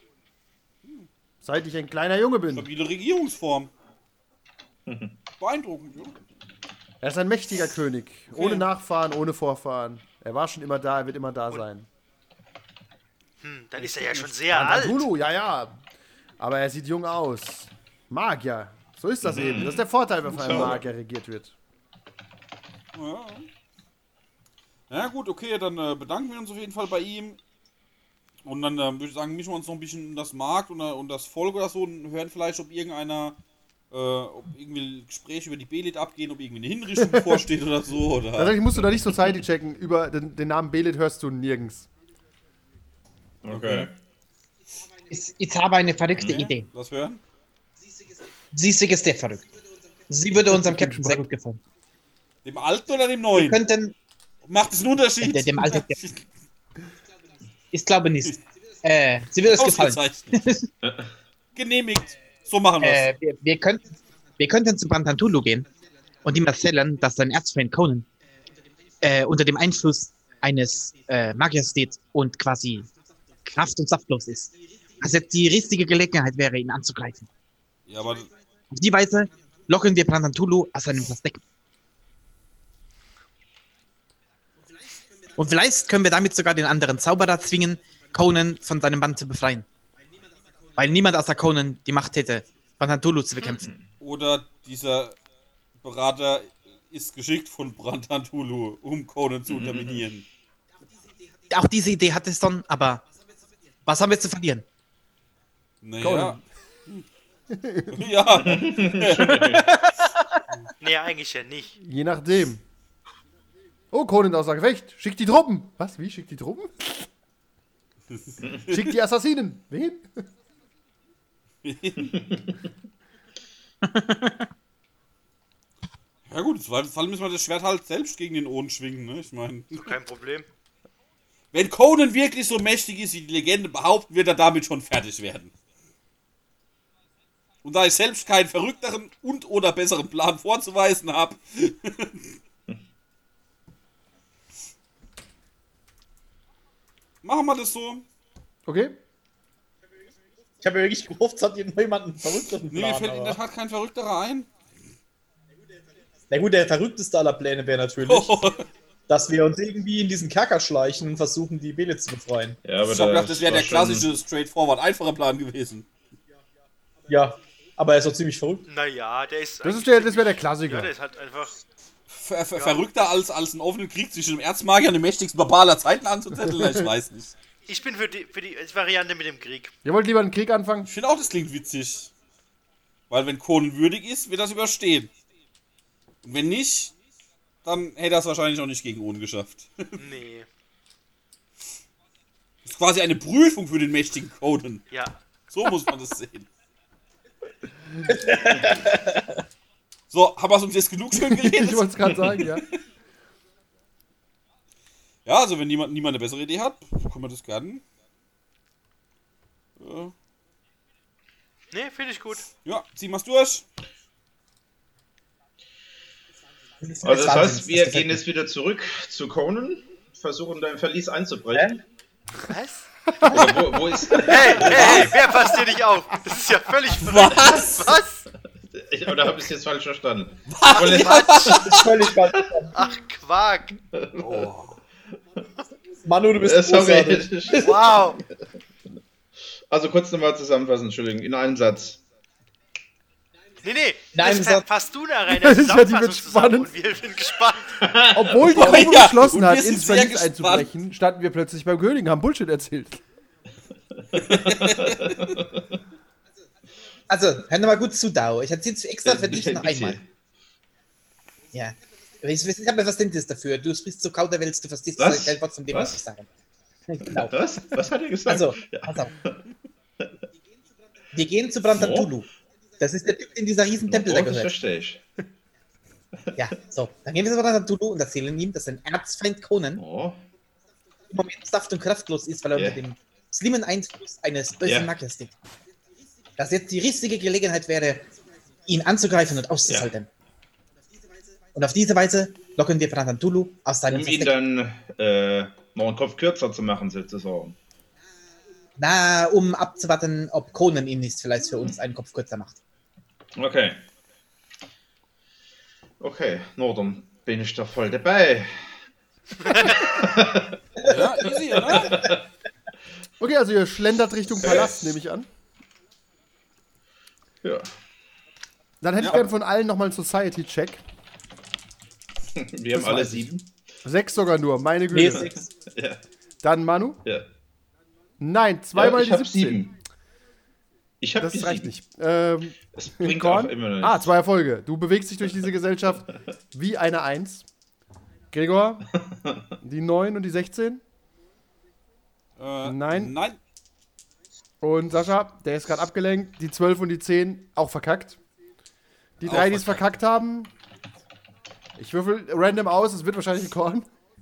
Seit ich ein kleiner Junge bin. Stabile Regierungsform. Beeindruckend, ja. Er ist ein mächtiger König. Ohne Nachfahren, ohne Vorfahren. Er war schon immer da, er wird immer da sein. Dann ist er ja schon sehr alt. Brantantulu, ja. Aber er sieht jung aus. Magier. So ist das eben. Das ist der Vorteil, wenn von einem Magier regiert wird. Ja. Ja gut, okay, dann bedanken wir uns auf jeden Fall bei ihm. Und dann würde ich sagen, mischen wir uns noch ein bisschen in das Markt und das Volk oder so und hören vielleicht, ob ob irgendwie Gespräche über die Belit abgehen, ob irgendwie eine Hinrichtung bevorsteht oder so. Oder? Tatsächlich musst du da nicht Society checken. Über den Namen Belit hörst du nirgends. Okay. Ich habe eine verrückte Idee. Was hören? Sie ist sehr verrückt. Sie würde unserem Captain sehr gut gefallen. Dem alten oder dem Wir neuen? könnten. Macht es einen Unterschied? Dem alten. Ich glaube nicht. Sie wird es gefallen. Ausgezeichnet. Genehmigt. So machen wir es. Wir könnten zu Brantantulu gehen und ihm erzählen, dass sein Erzfeind Conan unter dem Einfluss eines Magiers steht und quasi kraft- und saftlos ist. Also jetzt die richtige Gelegenheit wäre, ihn anzugreifen. Ja, aber Auf die Weise locken wir Brantantulu aus seinem Versteck. Und vielleicht können wir damit sogar den anderen Zauberer zwingen, Conan von seinem Bann zu befreien. Weil niemand außer Conan die Macht hätte, Brantantulu zu bekämpfen. oder dieser Berater ist geschickt von Brantantulu, um Conan zu unterminieren. Auch diese Idee hatte Son, aber was haben wir zu verlieren? Naja. Ja. Nee, eigentlich ja nicht. Je nachdem. Oh, Conan außer Gefecht. Schickt die Truppen. Was? Wie? Schickt die Truppen? Schickt die Assassinen. Wen? Ja gut, im Zweifelsfall müssen wir das Schwert halt selbst gegen den Ohren schwingen, ne? Ich meine, Kein Problem. wenn Conan wirklich so mächtig ist, wie die Legende behauptet, wird er damit schon fertig werden. Und da ich selbst keinen verrückteren und oder besseren Plan vorzuweisen habe, machen wir das so. Okay. Ich habe ja wirklich gehofft, es hat jemanden verrückteren Nee, mir fällt in der Tat kein Verrückterer ein. Na gut, der verrückteste aller Pläne wäre natürlich, dass wir uns irgendwie in diesen Kerker schleichen und versuchen, die Bele zu befreien. Ja, aber Ich hab gedacht, das wäre war der klassische, straightforward, einfache Plan gewesen. Ja, aber er ist doch ziemlich verrückt. Naja, der ist. Das eigentlich wäre der ziemlich- Klassiker. Ja, der ist halt einfach. Verrückter als einen offenen Krieg zwischen dem Erzmagier und dem mächtigsten Barbar aller Zeiten anzuzetteln? Ich weiß nicht. Ich bin für die Variante mit dem Krieg. Ihr wollt lieber einen Krieg anfangen? Ich finde auch, das klingt witzig. Weil wenn Conan würdig ist, wird das überstehen. Und wenn nicht, dann hätte er es wahrscheinlich noch nicht gegen Oden geschafft. Nee. Das ist quasi eine Prüfung für den mächtigen Conan. Ja. So muss man das sehen. So, haben wir uns jetzt genug schön geredet? Ich wollte es gerade sagen, ja. Ja, also wenn niemand eine bessere Idee hat, kann man das gerne. Nee, finde ich gut. Ja, ziehen wir's durch. Also das heißt, wir gehen jetzt wieder zurück zu Conan, versuchen dein Verlies einzubrechen. Was? Oder wo ist... Hey, wer passt hier nicht auf? Das ist ja völlig verrückt. Was? Oder habe ich es jetzt falsch verstanden? Das ist völlig falsch. Ach, Quark. Manu, du bist großartig. Sorry. Wow. Also kurz nochmal zusammenfassen, Entschuldigung, in einem Satz. Nee, Nein, das das- passt du da rein. Das ist ja, die wird zusammen spannend. und wir sind gespannt. Obwohl die Oh, Gruppe ja, beschlossen und hat, wir sind ins sehr Verlies gespannt. einzubrechen, standen wir plötzlich beim König und haben Bullshit erzählt. Also, hör mal gut zu, Dao. Ich erzähl's extra für dich noch Bitte. einmal. Ja. Ich habe etwas Verständnis dafür. Du sprichst so Kauderwelsch, du verstehst Was? kein Wort von dem, was Was? ich sage. Genau. Was? Was hat er gesagt? Also, Ja. pass auf. Wir gehen zu Brantantulu. Das ist der Typ in dieser riesen Tempel, der Oh, das gehört. verstehe ich. Ja, so. Dann gehen wir zu Brantantulu und erzählen ihm, dass sein Erzfeind Conan Oh. im Moment saft- und kraftlos ist, weil er Ja. unter dem slimmen Einfluss eines bösen Ja. Magiers steht. Dass jetzt die richtige Gelegenheit wäre, ihn anzugreifen und auszuschalten. Und auf diese Weise locken wir Brantantulu aus seinem Um ihn Versteck. dann noch einen Kopf kürzer zu machen, sozusagen. Na, um abzuwarten, ob Conan ihn nicht vielleicht für uns einen Kopf kürzer macht. Okay. Okay, no, dann bin ich doch voll dabei. Ja, easy, oder? Okay, also ihr schlendert Richtung Palast, nehme ich an. Ja. Dann hätte ich Ja. gern von allen nochmal einen Society-Check. Wir haben alle weiß ich. 7. 6 sogar nur, meine Nee, Güte. 6. Ja. Dann Manu? Ja. Nein, zweimal ich die habe 17. 7. Ich habe Das die reicht 7. nicht. Das bringt auch Korn? immer noch Ah, nichts. 2 Erfolge. Du bewegst dich durch diese Gesellschaft wie eine 1. Gregor? Die 9 und die 16. Nein. Nein. Und Sascha, der ist gerade abgelenkt. Die 12 und die 10 auch verkackt. Die Auch 3, die es verkackt. verkackt haben. Ich würfel random aus, es wird wahrscheinlich ein Korn.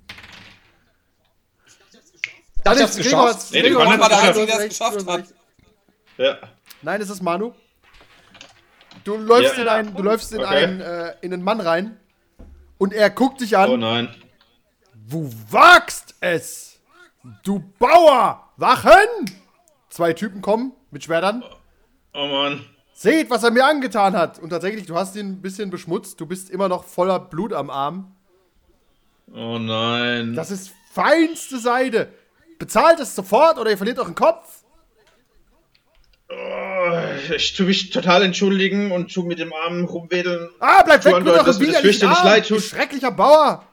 Ich hab's geschafft. Nee, der Korn Korn war der hat's Einzige, der es geschafft hat. Ja. Nein, es ist Manu. Du läufst Ja. in Okay. in einen Mann rein und er guckt dich an. Oh nein. Du wagst es! Du Bauer! Wachen! 2 Typen kommen mit Schwertern. Oh Mann. Seht, was er mir angetan hat. Und tatsächlich, du hast ihn ein bisschen beschmutzt. Du bist immer noch voller Blut am Arm. Oh nein. Das ist feinste Seide. Bezahlt es sofort oder ihr verliert euren Kopf. Ich tue mich total entschuldigen und tue mit dem Arm rumwedeln. Ah, bleibt weg mit Leute, eurem dass mir das widerlichen fürchterlich Arm, leid ihr tut. schrecklicher Bauer.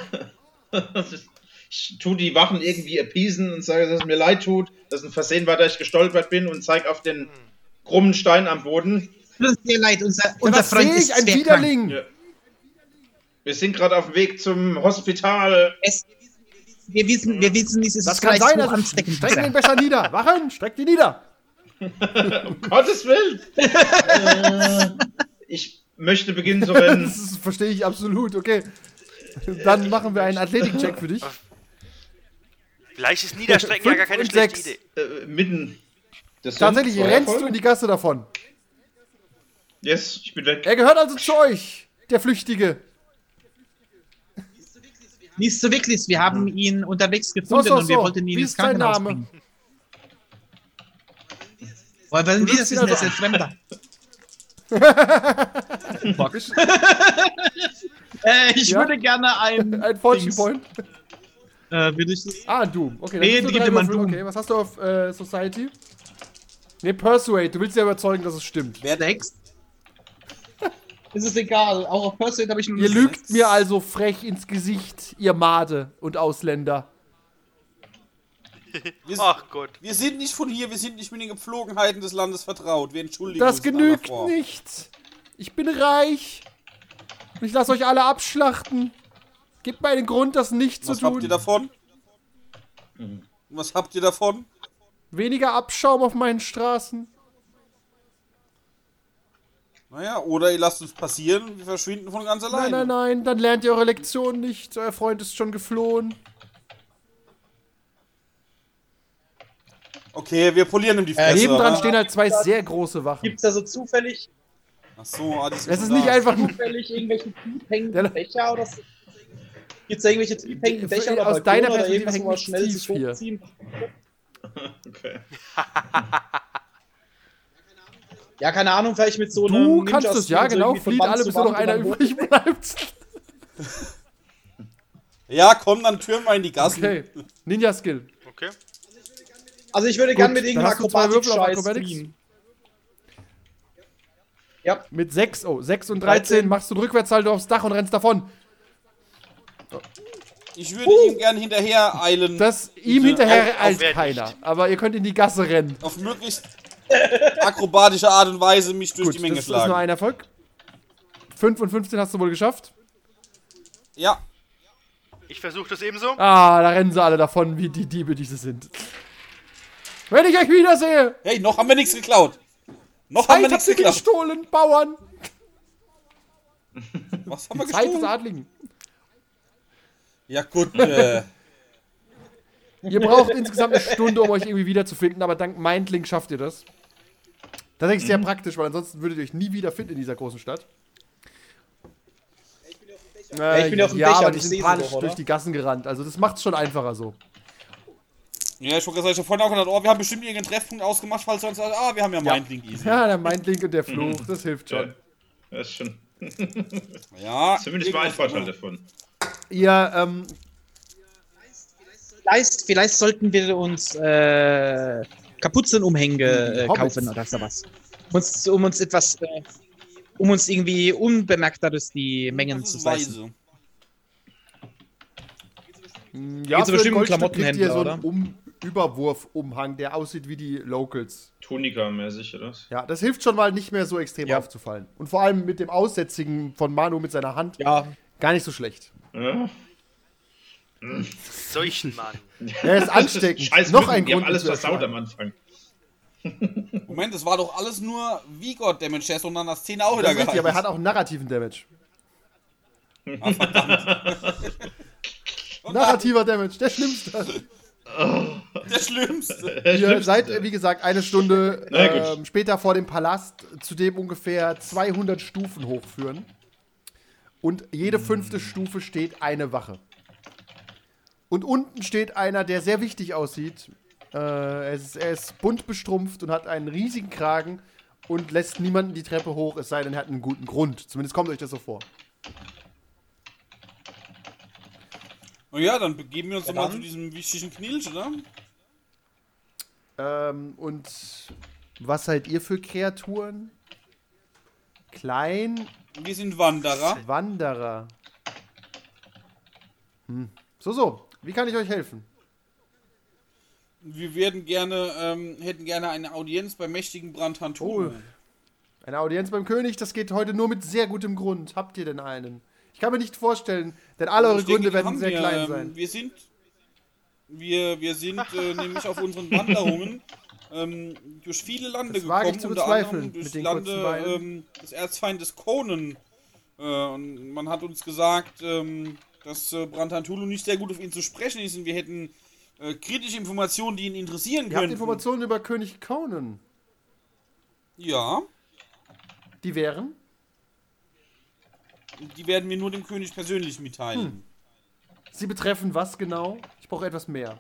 Ich tue die Wachen irgendwie appeasen und sage, dass es mir leid tut, dass ein Versehen war, dass ich gestolpert bin und zeige auf den krummen Stein am Boden. Tut mir leid, unser Was Freund sehe ist ich? Ein schwer Widerling. Ja. Wir sind gerade auf dem Weg zum Hospital. Wir wissen, dieses Das kann vielleicht sein, so also ansteckend. strecken den besser nieder. Wachen, streckt ihn nieder. Um Gottes Willen. Ich möchte beginnen zu rennen. Das verstehe ich absolut, okay. Dann machen wir einen Athletik-Check für dich. Vielleicht ist Niederstrecken ja gar keine 5 und schlechte 6. Idee. Mitten. Das sind Tatsächlich zwei rennst Erfolge. du in die Gasse davon. Yes, ich bin weg. Er gehört also zu euch, der Flüchtige. Nicht so wirklich, wir haben ihn unterwegs gefunden und wir wollten ihn Wie ins ist sein Krankenhaus Name? bringen. Woher wollen Du wir das lügst ihn wissen? also Er ist ein Fremder. Ich Ja? würde gerne Ein Fortune Point. Würde ich das? Ah, Doom. Okay, dann Nee, gibst du gib drei dir mal Würfel. Doom. Okay, was hast du auf Society? Ne, Persuade. Du willst ja überzeugen, dass es stimmt. 6. Ist es egal, auch auf Persuade habe ich nur Ihr eine lügt 6. mir also frech ins Gesicht, ihr Made und Ausländer. Ach Gott. Wir sind nicht von hier, wir sind nicht mit den Gepflogenheiten des Landes vertraut. Wir entschuldigen Das uns genügt davor. nicht. Ich bin reich. Und ich lasse euch alle abschlachten. Gebt mir einen Grund, das nicht zu Was habt ihr tun. davon? Was habt ihr davon? Weniger Abschaum auf meinen Straßen. Naja, oder ihr lasst uns passieren, wir verschwinden von ganz alleine. Nein, nein, nein, dann lernt ihr eure Lektion nicht. Euer Freund ist schon geflohen. Okay, wir polieren ihm die Fresse. Nebendran oder? stehen halt 2 sehr große Wachen. Gibt's da so zufällig Ach so, die sind Es ist da. nicht einfach nur... irgendwelche tiefhängenden Der- Becher oder so? Gibt's da irgendwelche tiefhängenden Becher oder Aus deiner Balkone oder Perspektive irgendwas, hängt wo man nichts schnell tief sich hier. hochziehen? Okay. Ja, keine Ahnung, vielleicht mit so einem Du kannst es, Ninja-Stil ja so genau. irgendwie von Flieht Wand alle, zu bis nur noch Wand einer und dann übrig bleibt. Ja, komm, dann türmen wir in die Gassen. Okay, Ninja-Skill. Okay. Also ich würde gerne mit dann irgendeinem hast du 2 Würfel auf Akrobatik-Scheiß Acrobatics. fliehen. Ja, Mit 6, 6 und 13 machst du einen Rückwärtssalto aufs Dach und rennst davon. Ich würde ihm gern hinterher eilen. Das ihm Bitte. hinterher eilt wer keiner. nicht. Aber ihr könnt in die Gasse rennen. Auf möglichst akrobatische Art und Weise mich durch Gut, die Menge das ist nur schlagen. ein Erfolg. 5 und 15 hast du wohl geschafft. Ja, Ich versuche das ebenso. Ah, da rennen sie alle davon, wie die Diebe, die sie sind. Wenn ich euch wiedersehe, hey, noch haben wir nichts geklaut. Noch haben wir Zeit habt nichts ihr geklaut. gestohlen, Bauern. Was haben wir Zeit des gestohlen? Adligen. Ja gut, Ihr braucht insgesamt eine Stunde, um euch irgendwie wiederzufinden, aber dank Mindlink schafft ihr das. Tatsächlich sehr praktisch, weil ansonsten würdet ihr euch nie wiederfinden in dieser großen Stadt. ich bin ja auf dem ja, Dächern, aber die ich sind seh sie panisch doch, oder? durch die Gassen gerannt. Also das macht's schon einfacher so. ja, ich wollte gerade vorhin auch gedacht, oh, wir haben bestimmt irgendeinen Treffpunkt ausgemacht, falls wir uns, wir haben ja Mindlink easy. Ja, der Mindlink und der Fluch, das hilft schon. Das ist schon. Ja, Zumindest mal ein Vorteil davon. Ihr, Vielleicht sollten wir uns Kapuzenumhänge Hobbits. kaufen oder sowas. Um uns etwas, um uns irgendwie unbemerkter durch die Mengen Das zu ist schleichen. weise. ja, zu für bestimmten ein Goldstück kriegt Klamottenhändler, ihr so einen oder? Überwurfumhang, der aussieht wie die Locals. Tunika-mäßig, oder? Ja, das hilft schon mal nicht mehr so extrem Ja. aufzufallen. Und vor allem mit dem Aussätzigen von Manu mit seiner Hand Ja, gar nicht so schlecht. Ja. Solchen Mann. Er ist ansteckend. Scheiß Noch Mücken, ein die haben Grund, alles ihn zu versaut erschlagen. am Anfang. Moment, das war doch alles nur Vigor Damage, der ist doch nach einer Szene auch Das wieder ist richtig, aber er geheilt. hat auch einen narrativen Damage. Ah, verdammt. Narrativer Damage, der schlimmste. Der Schlimmste. Ihr seid, wie gesagt, eine Stunde Na gut. später vor dem Palast, zu dem ungefähr 200 Stufen hochführen. Und jede 5. Stufe steht eine Wache. Und unten steht einer, der sehr wichtig aussieht. Er ist bunt bestrumpft und hat einen riesigen Kragen und lässt niemanden die Treppe hoch, es sei denn, er hat einen guten Grund. Zumindest kommt euch das so vor. Na ja, dann begeben wir uns doch mal dann? zu diesem wichtigen Knilch, oder? Und was seid ihr für Kreaturen? Klein, Wir sind Wanderer. Wanderer. So. Wie kann ich euch helfen? Wir werden gerne, hätten gerne eine Audienz beim mächtigen Brandhantulu. Oh. Eine Audienz beim König, das geht heute nur mit sehr gutem Grund. Habt ihr denn einen? Ich kann mir nicht vorstellen, denn alle eure Ich denke, Gründe die werden haben sehr wir, klein sein. Wir sind nämlich auf unseren Wanderungen durch viele Lande Das wage ich gekommen, zu unter anderem bezweifeln, durch mit den Lande kurzen Beinen. des Erzfeindes Conan. Und man hat uns gesagt, dass Brandhantulu nicht sehr gut auf ihn zu sprechen ist und wir hätten kritische Informationen, die ihn interessieren Ihr habt könnten. Informationen über König Conan. Ja, Die wären? die werden wir nur dem König persönlich mitteilen. Sie betreffen was genau? Ich brauche etwas mehr.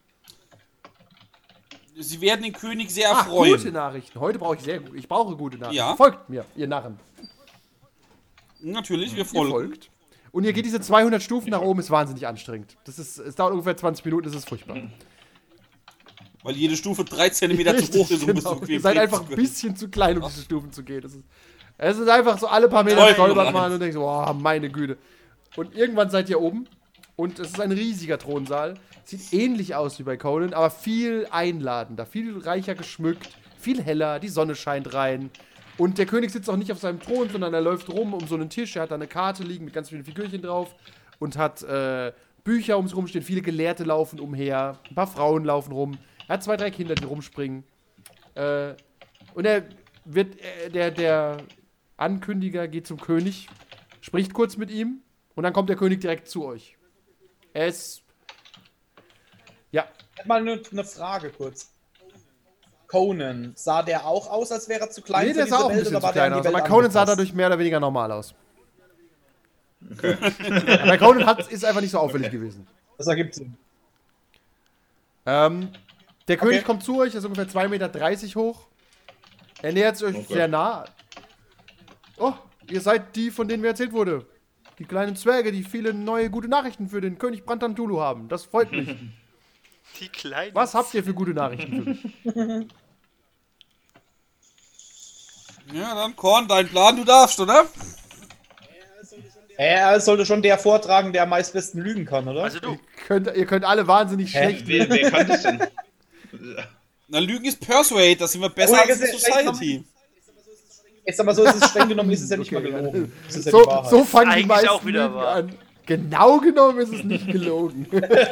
Sie werden den König sehr Ach, erfreuen. gute Nachrichten. Heute brauche ich brauche gute Nachrichten. Ja. Folgt mir, ihr Narren. Natürlich, wir Ihr folgen. folgt. Und ihr geht diese 200 Stufen nach oben, ist wahnsinnig anstrengend. Es dauert ungefähr 20 Minuten, das ist furchtbar. Weil jede Stufe 3 Zentimeter zu hoch ist, um bis Genau. zu Ihr seid einfach ein bisschen zu klein, um diese Stufen zu gehen. Es ist einfach so, alle paar Meter Teufel stolpert rein. man und denkt so, oh, meine Güte. Und irgendwann seid ihr oben und es ist ein riesiger Thronsaal. Sieht ähnlich aus wie bei Conan, aber viel einladender, viel reicher geschmückt, viel heller, die Sonne scheint rein. Und der König sitzt auch nicht auf seinem Thron, sondern er läuft rum um so einen Tisch. Er hat da eine Karte liegen mit ganz vielen Figürchen drauf und hat Bücher ums Rumstehen. Viele Gelehrte laufen umher, ein paar Frauen laufen rum. Er hat 2, 3 Kinder, die rumspringen. Und er wird, der Ankündiger geht zum König, spricht kurz mit ihm und dann kommt der König direkt zu euch. Er ist, ja, Ich hab mal eine Frage kurz. Conan, sah der auch aus, als wäre er zu klein nee, für der diese sah auch ein Welt, bisschen oder zu war der klein an aus, die Welt aber Conan sah angepasst? dadurch mehr oder weniger normal aus. Okay. Bei Conan ist einfach nicht so auffällig gewesen. Das ergibt Sinn. Der König kommt zu euch, er ist ungefähr 2,30 Meter hoch. Er nähert sich euch sehr nah. Oh, ihr seid die, von denen mir erzählt wurde. Die kleinen Zwerge, die viele neue gute Nachrichten für den König Brandhantulu haben. Das freut mich. Die kleinen. Was habt ihr für gute Nachrichten für mich? Ja, dann Korn, dein Plan, du darfst, oder? Er sollte schon der vortragen, der am meistbesten lügen kann, oder? Also du. Ihr könnt alle wahnsinnig schlecht. Wer kann das denn? Na, Lügen ist Persuade, da sind wir besser Oh, ja, als das in ist- Society. Jetzt sag mal so, ist es streng genommen, ist es ja nicht mal gelogen. Das ist ja die So, Wahrheit. so fangen die Eigentlich meisten auch wieder Lügen wahr. an. Genau genommen ist es nicht gelogen.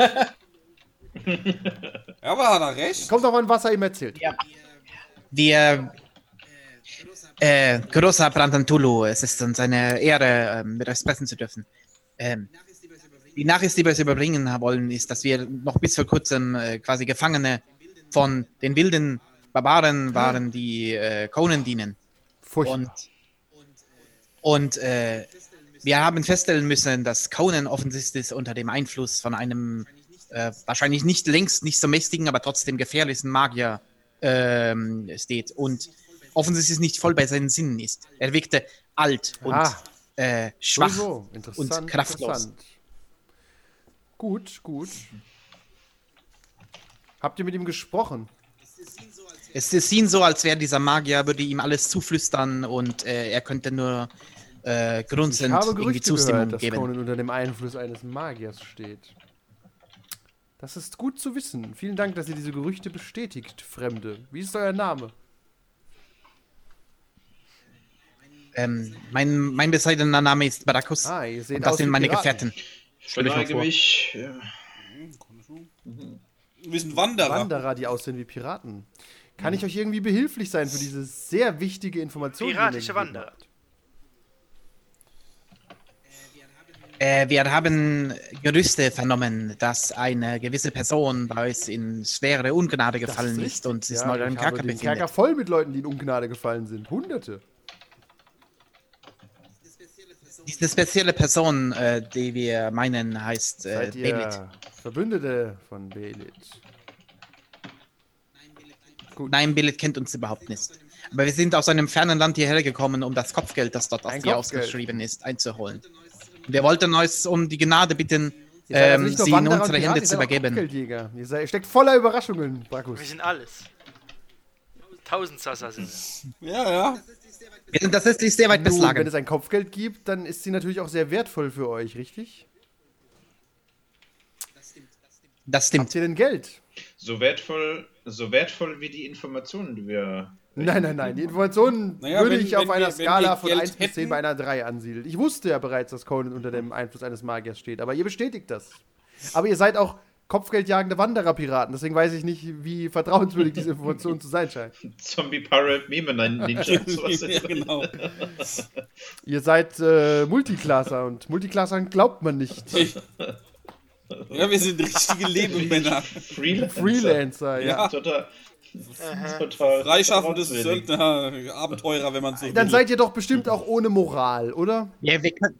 Ja, aber hat er recht. Kommt auch an, was er ihm erzählt. Wir, großer Brandhantulu, es ist uns eine Ehre, mit euch sprechen zu dürfen. Die Nachricht, die wir euch überbringen wollen, ist, dass wir noch bis vor kurzem quasi Gefangene von den wilden Barbaren waren, die Conan dienen. Furchtbar. Und wir haben feststellen müssen, dass Conan offensichtlich unter dem Einfluss von einem wahrscheinlich längst nicht so mächtigen, aber trotzdem gefährlichen Magier steht und offensichtlich nicht voll bei seinen Sinnen ist. Er wirkte alt und schwach So, interessant, und kraftlos. interessant. Gut. Habt ihr mit ihm gesprochen? Es schien so, als wäre dieser Magier, würde ihm alles zuflüstern und er könnte nur Ich grunzend habe irgendwie Gerüchte Zustimmung gehört, dass geben. Conan unter dem Einfluss eines Magiers steht. Das ist gut zu wissen. Vielen Dank, dass ihr diese Gerüchte bestätigt, Fremde. Wie ist euer Name? Mein bescheidener Name ist Barakus Ihr seht und das aus sind wie meine Piraten. Gefährten. Stell dich mal Verneige vor. mich. Ja. Wir sind Wanderer. Wanderer, die aussehen wie Piraten. Kann ich euch irgendwie behilflich sein für diese sehr wichtige Information? die ihr mir Piratische gegeben Wanderer. habt? Wir haben Gerüchte vernommen, dass eine gewisse Person bei uns in schwere Ungnade gefallen ist und sich neu im ich Kerker habe den befindet. Kerker voll mit Leuten, die in Ungnade gefallen sind. Hunderte. Diese spezielle Person, die wir meinen, heißt Seid Belit. ihr Verbündete von Belit? Nein, Belit kennt uns überhaupt nicht. Aber wir sind aus einem fernen Land hierher gekommen, um das Kopfgeld, das dort auf Ein dir Kopfgeld. ausgeschrieben ist, einzuholen. Wir wollten euch um die Gnade bitten, Ihr seid also nicht nur sie in Wanderer und unsere Piraten, Hände ihr zu seid auch übergeben. Kopfgeldjäger. Ihr steckt voller Überraschungen, Brakus. Wir sind alles. 1000 Sasa sind wir. Ja. Wir sind tatsächlich sehr weit Nun, wenn beslagen. es ein Kopfgeld gibt, dann ist sie natürlich auch sehr wertvoll für euch, richtig? Das stimmt. Habt ihr denn Geld? So wertvoll wie die Informationen, die wir. Nein. Die Informationen Naja, würde wenn- ich auf wenn einer wir- wenn Skala wir von Geld 1 bis 10 hätten- bei einer 3 ansiedeln. Ich wusste ja bereits, dass Conan unter dem Einfluss eines Magiers steht, aber ihr bestätigt das. Aber ihr seid auch kopfgeldjagende Wandererpiraten, deswegen weiß ich nicht, wie vertrauenswürdig diese Information zu sein scheint. Zombie Pirate Meme Ninja. sowas Ja, genau. Ihr seid Multiclasser und Multiclassern glaubt man nicht. Ja, wir sind richtige Lebemänner. Freelancer, ja. Total. Freischaffende vertrauenswürdig. Söldner, Abenteurer, wenn man so Dann will. seid ihr doch bestimmt auch ohne Moral, oder? Ja, wir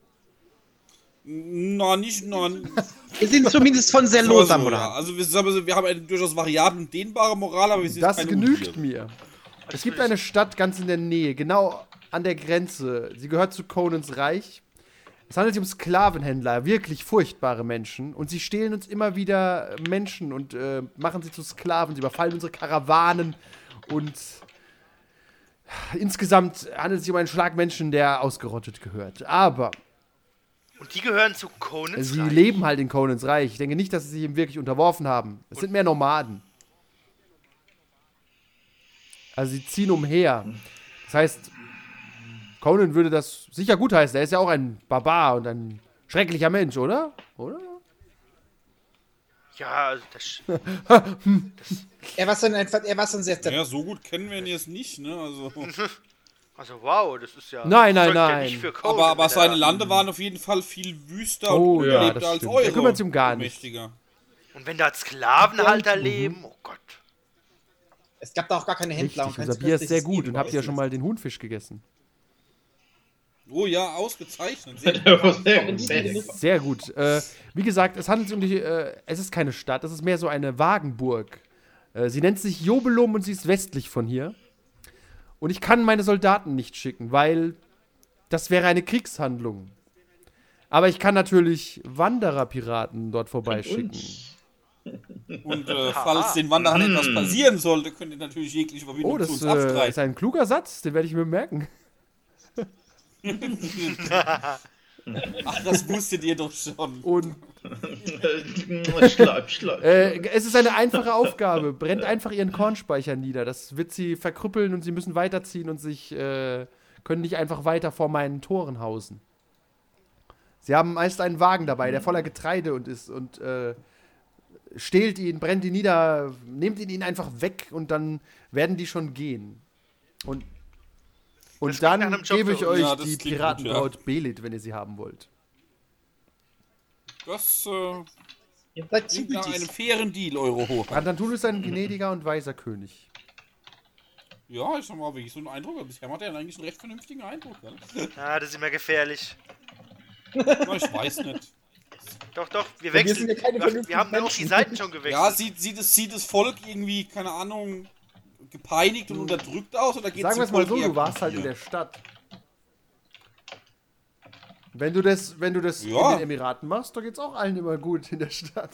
sind zumindest von sehr loser Ja. Moral. Also wir haben eine durchaus variabel und dehnbare Moral, aber wir sind Das keine genügt Untiere. mir. Es gibt eine Stadt ganz in der Nähe, genau an der Grenze. Sie gehört zu Conans Reich. Es handelt sich um Sklavenhändler, wirklich furchtbare Menschen. Und sie stehlen uns immer wieder Menschen und machen sie zu Sklaven. Sie überfallen unsere Karawanen. Und insgesamt handelt es sich um einen Schlag Menschen, der ausgerottet gehört. Aber Und die gehören zu Conans sie Reich. leben halt in Conans Reich. Ich denke nicht, dass sie sich ihm wirklich unterworfen haben. Es sind mehr Nomaden. Also sie ziehen umher. Das heißt, Conan würde das sicher gutheißen. Er ist ja auch ein Barbar und ein schrecklicher Mensch, oder? Oder? Ja, also das, Er war so ein sehr Ja, so gut kennen wir ihn jetzt nicht, ne? also wow, das ist ja... Nein, das sorgt ja nein. nicht für Conan, Aber wenn seine er- Lande waren auf jeden Fall viel wüster Oh, und ja, unbelebter das als stimmt. eure. Der kümmert sich um gar nichts. Mächtiger. Und wenn da Sklavenhalter leben, oh Gott. Es gab da auch gar keine Händler. Richtig, und unser kein Bier ist sehr köstliches gut. Bier Und habt ihr ja bei schon uns. mal den Huhnfisch gegessen? Oh ja, ausgezeichnet. Sehr Sehr gut. Wie gesagt, es handelt sich um die. Es ist keine Stadt, es ist mehr so eine Wagenburg. Sie nennt sich Jobelum und sie ist westlich von hier. Und ich kann meine Soldaten nicht schicken, weil das wäre eine Kriegshandlung. Aber ich kann natürlich Wandererpiraten dort vorbeischicken. Und falls den Wanderern etwas passieren sollte, könnt ihr natürlich jegliche Verbindung Oh, zu das uns ist abstreiten. ein kluger Satz, den werde ich mir merken. Ach, das wusstet ihr doch schon. Und Schleib. es ist eine einfache Aufgabe. Brennt einfach ihren Kornspeicher nieder. Das wird sie verkrüppeln und sie müssen weiterziehen und können nicht einfach weiter vor meinen Toren hausen. Sie haben meist einen Wagen dabei, der voller Getreide ist und stehlt ihn, brennt ihn nieder, nehmt ihn einfach weg und dann werden die schon gehen. Und klingt dann nach einem Job gebe ich für euch uns. Ja, das die klingt Piratenbraut Belit, wenn ihr sie haben wollt. Das Ihr seid klingt nach einem Zügitis. fairen Deal, eure Hoheit. Brantantul ist ein gnädiger und weiser König. Ja, ich habe mal wirklich so einen Eindruck. Bisher macht er eigentlich einen recht vernünftigen Eindruck. Gell? Ah, das ist immer gefährlich. Na, ich weiß nicht. Doch, wir Wir wechseln. sind ja keine Wir haben auch die vernünftigen Seiten schon gewechselt. Ja, sieht das Volk irgendwie, keine Ahnung, gepeinigt und unterdrückt aus? Oder geht's Sagen wir es dem mal Volk so, eher du warst gut halt in hier? der Stadt. Wenn du das Ja. in den Emiraten machst, da geht's auch allen immer gut in der Stadt.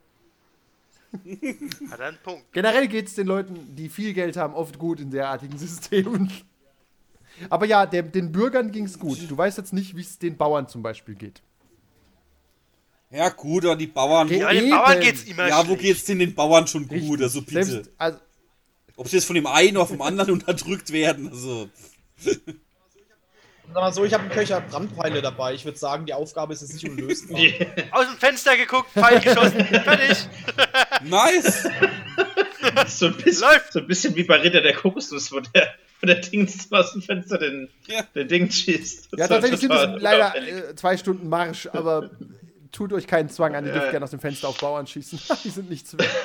Hat er einen Punkt. Generell geht's den Leuten, die viel Geld haben, oft gut in derartigen Systemen. Aber ja, den Bürgern ging's gut. Du weißt jetzt nicht, wie es den Bauern zum Beispiel geht. Ja, gut, aber die Bauern. Okay. Ja, den Eben. Bauern geht's immer Ja, wo schlecht. geht's denn den Bauern schon gut? Also bitte. Selbst, also, Ob sie jetzt von dem einen oder vom anderen unterdrückt werden. Also. Sag mal so, ich habe einen Köcher Brandpfeile dabei. Ich würde sagen, die Aufgabe ist jetzt nicht unlösbar. Aus dem Fenster geguckt, Pfeil geschossen, fertig. Nice! So ein bisschen, Läuft. so ein bisschen wie bei Ritter der Kokosnuss, wo der Dings aus dem Fenster den Dings schießt. Ja, tatsächlich sind es leider 2 Stunden Marsch, aber tut euch keinen Zwang an, ihr dürft gerne aus dem Fenster auf Bauern schießen. Die sind nichts wert.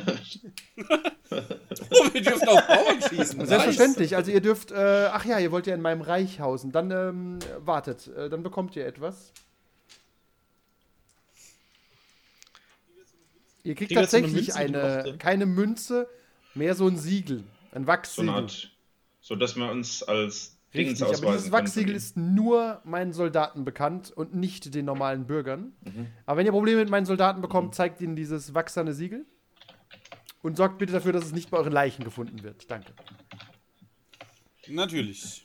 Oh, wir dürfen auf Bauern schießen. Selbstverständlich, also ihr dürft, ihr wollt ja in meinem Reich hausen, dann wartet, dann bekommt ihr etwas. Ihr kriegt Kriegen wir jetzt so eine tatsächlich Münze, keine Münze, mehr so ein Siegel, ein Wachssiegel. So dass wir uns als Dings Richtig, aber ausweisen dieses Wachssiegel ist nur meinen Soldaten bekannt und nicht den normalen Bürgern. Aber wenn ihr Probleme mit meinen Soldaten bekommt, zeigt ihnen dieses wachserne Siegel und sorgt bitte dafür, dass es nicht bei euren Leichen gefunden wird. Danke. Natürlich.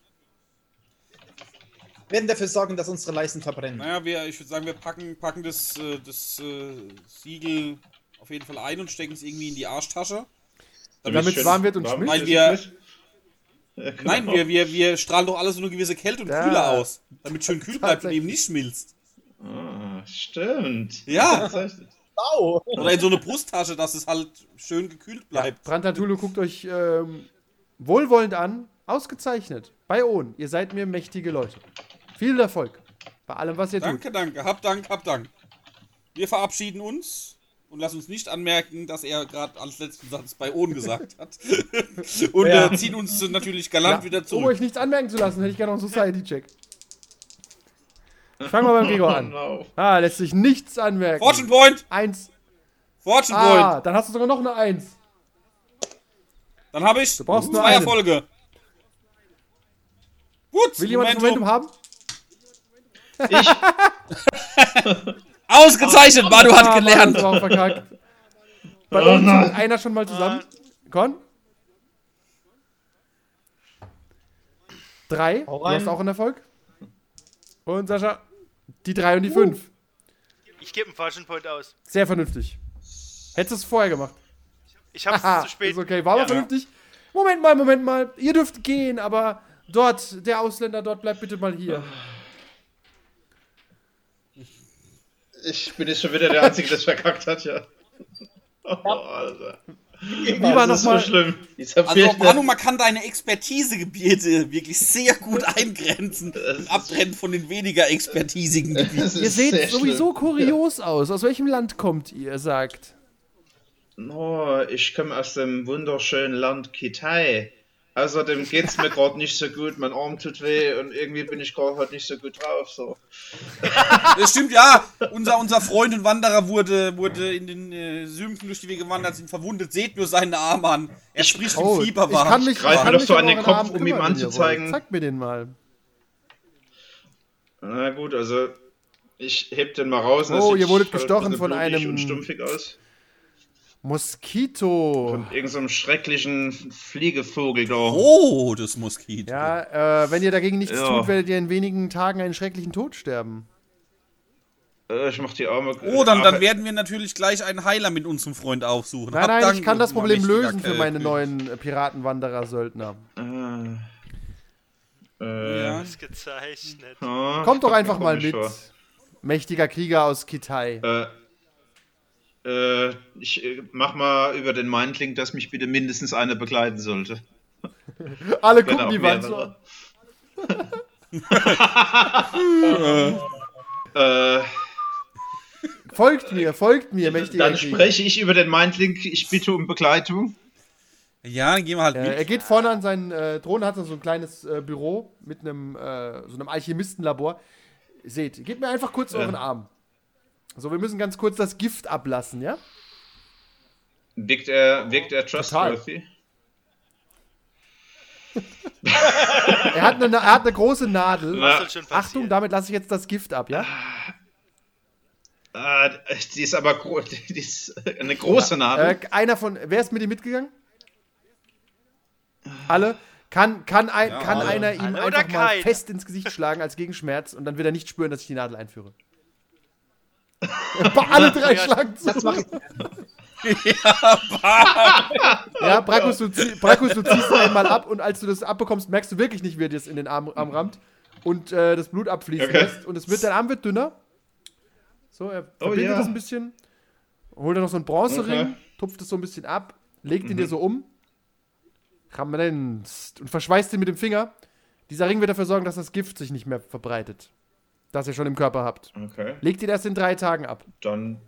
Wir werden dafür sorgen, dass unsere Leichen verbrennen. Naja, ich würde sagen, wir packen das Siegel auf jeden Fall ein und stecken es irgendwie in die Arschtasche. Damit es warm wird und schmilzt. Weil Nein, wir strahlen doch alles so eine gewisse Kälte und Kühle aus. Damit schön kühl bleibt und eben nicht schmilzt. Ah, stimmt. Ja. Wow. Oder in so eine Brusttasche, dass es halt schön gekühlt bleibt. Brandantulu guckt euch wohlwollend an. Ausgezeichnet. Bei On. Ihr seid mir mächtige Leute. Viel Erfolg. Bei allem, was ihr tut. Danke. Hab Dank. Wir verabschieden uns und lassen uns nicht anmerken, dass er gerade als letzten Satz bei On gesagt hat. Und ziehen uns natürlich galant wieder Um zurück. euch nichts anmerken zu lassen, hätte ich gerne noch einen Society-Check. Ich fange mal beim Gregor an. No. Lässt sich nichts anmerken. Fortune Point! 1. Fortune Point! Dann hast du sogar noch eine 1. Dann habe ich Du brauchst nur 2 einen. Erfolge. Gut, Will jemand das Momentum haben? Ich. Ausgezeichnet, Manu hat gelernt. Manu ist auch verkackt. Bei uns ist einer schon mal zusammen. Con? 3. Du hast auch einen Erfolg. Und Sascha, die 3 und die 5. Ich gebe einen Fortune Point aus. Sehr vernünftig. Hättest du es vorher gemacht. Ich hab's zu spät. Ist okay, war aber vernünftig. Moment mal. Ihr dürft gehen, aber dort, der Ausländer dort, bleibt bitte mal hier. Ich bin jetzt schon wieder der Einzige, der es verkackt hat, ja. Oh, Alter. Wie war Das ist so nochmal? schlimm. Also, Manu, man kann deine Expertisegebiete wirklich sehr gut eingrenzen und abtrennen von den weniger expertisigen Gebieten. Ihr seht sowieso kurios aus. Aus welchem Land kommt ihr, sagt? Oh, ich komme aus dem wunderschönen Land Kitai. Außerdem geht's mir gerade nicht so gut, mein Arm tut weh und irgendwie bin ich gerade heute nicht so gut drauf. So. Das stimmt, ja. Unser Freund und Wanderer wurde in den Sümpfen, durch die wir gewandert sind, verwundet. Seht nur seinen Arm an. Er spricht im Fieber. Ich kann mich Greif mir doch so an den euren Kopf, Arm um ihm kümmern, wenn ihr anzuzeigen. wollt. Zeigt mir den mal. Na gut, also ich heb den mal raus. Oh, das ihr sieht wurdet halt gestochen ein bisschen von blutig einem- und stumpfig aus. Moskito. Von irgendeinem so schrecklichen Fliegevogel da. Oh, das Moskito. Ja, wenn ihr dagegen nichts Ja. tut, werdet ihr in wenigen Tagen einen schrecklichen Tod sterben. Ich mach die Arme. Oh, dann werden wir natürlich gleich einen Heiler mit unserem Freund aufsuchen. Hab Nein, Dank, ich kann das mein Problem mächtiger lösen für meine König. neuen Piratenwanderer-Söldner. Ja. Ausgezeichnet. Kommt doch einfach mal mit, mächtiger Krieger aus Kitai. Ich mach mal über den Mindlink, dass mich bitte mindestens einer begleiten sollte. Alle Wenn gucken auch die Wand so mehrere. an. Folgt mir, mächtiger Dann Krieger. spreche ich über den Mindlink, ich bitte um Begleitung. Ja, dann gehen wir halt mit. Er geht vorne an seinen Thron, hat so ein kleines Büro mit einem so einem Alchemistenlabor. Seht, gebt mir einfach kurz euren Arm. So, wir müssen ganz kurz das Gift ablassen, ja? Wirkt er trustworthy? Er hat eine große Nadel. Was soll schon passieren? Achtung, damit lasse ich jetzt das Gift ab, ja? Die ist aber die ist eine große Nadel. Wer ist mit ihm mitgegangen? Alle? Kann einer ihm Alle oder einfach mal keiner? fest ins Gesicht schlagen als Gegenschmerz und dann wird er nicht spüren, dass ich die Nadel einführe. Alle 3 schlagen zu. Das mache ich. Ja, Brakus, du ziehst einmal ab und als du das abbekommst, merkst du wirklich nicht, wie er dir das in den Arm rammt und das Blut abfließen lässt. Und dein Arm wird dünner. So, er verbindet das ein bisschen. Holt er noch so einen Bronzering, tupft es so ein bisschen ab, legt ihn dir so um. Rammenst. Und verschweißt ihn mit dem Finger. Dieser Ring wird dafür sorgen, dass das Gift sich nicht mehr verbreitet. Das ihr schon im Körper habt. Okay. Legt ihn erst in 3 Tagen ab. Dann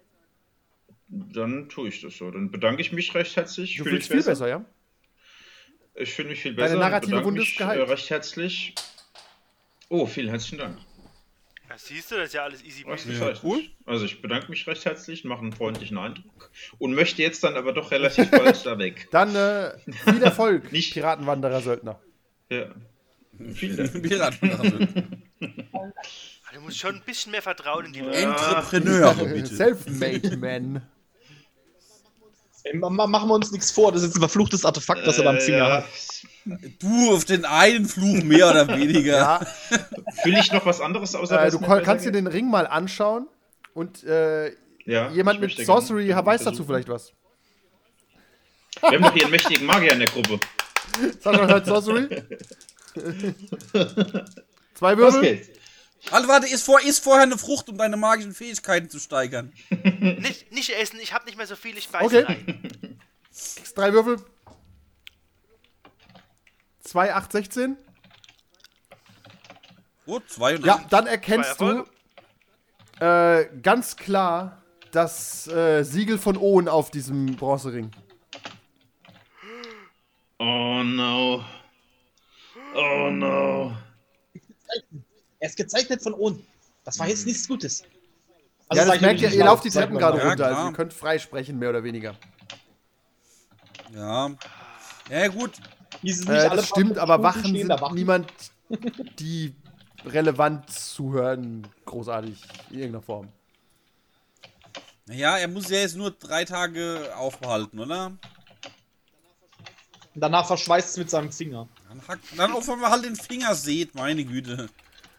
tue ich das so. Dann bedanke ich mich recht herzlich. Du Fühl fühlst mich viel besser, ja? Ich fühle mich viel Deine besser. narrative Bedanke Wunde mich, ist geheilt. recht herzlich. Oh, vielen herzlichen Dank. Ja, siehst du, das ist ja alles easy Was peasy. nicht cool. Also ich bedanke mich recht herzlich, mache einen freundlichen Eindruck und möchte jetzt dann aber doch relativ bald da weg. Dann viel Erfolg, Nicht- Piratenwanderer-Söldner. Ja. Vielen Dank. Piraten. Du musst schon ein bisschen mehr Vertrauen in die Leute. Entrepreneur, bitte. Self-made man. Ey, machen wir uns nichts vor, das ist jetzt ein verfluchtes Artefakt, das er da am Finger hat. Du auf den einen Fluch mehr oder weniger. Ja, Fühle ich noch was anderes außer dass du mir besser kannst dir geht? den Ring mal anschauen und Ja, jemand ich mit möchte Sorcery gerne weiß dazu versuchen. vielleicht was. Wir haben doch hier einen mächtigen Magier in der Gruppe. Sag mal halt Sorcery. 2 Was Würfel. geht's? Also warte, iss vorher eine Frucht, um deine magischen Fähigkeiten zu steigern. Nicht essen, ich hab nicht mehr so viel, ich beiß Okay. rein. 3 Würfel. 2, 8, 16. Gut, 2 und Ja, dann erkennst Zwei du ganz klar das Siegel von Owen auf diesem Bronzering. Oh no. Oh no. Er ist gezeichnet von unten. Das war jetzt nichts Gutes. Ja, sag das ich merkt ihr, wirklich ihr laut, lauft die sag Treppen mal gerade laut. Ja, runter, also klar. ihr könnt frei sprechen, mehr oder weniger. Ja. Ja, gut. Hieß es nicht, alle Das stimmt, paar aber Minuten Wachen stehen sind da Wachen? niemand, die relevant zuhören, großartig, in irgendeiner Form. Naja, er muss ja jetzt nur 3 Tage aufbehalten, oder? Und danach verschweißt es mit seinem Finger. Dann auch, wenn man halt den Finger seht, meine Güte.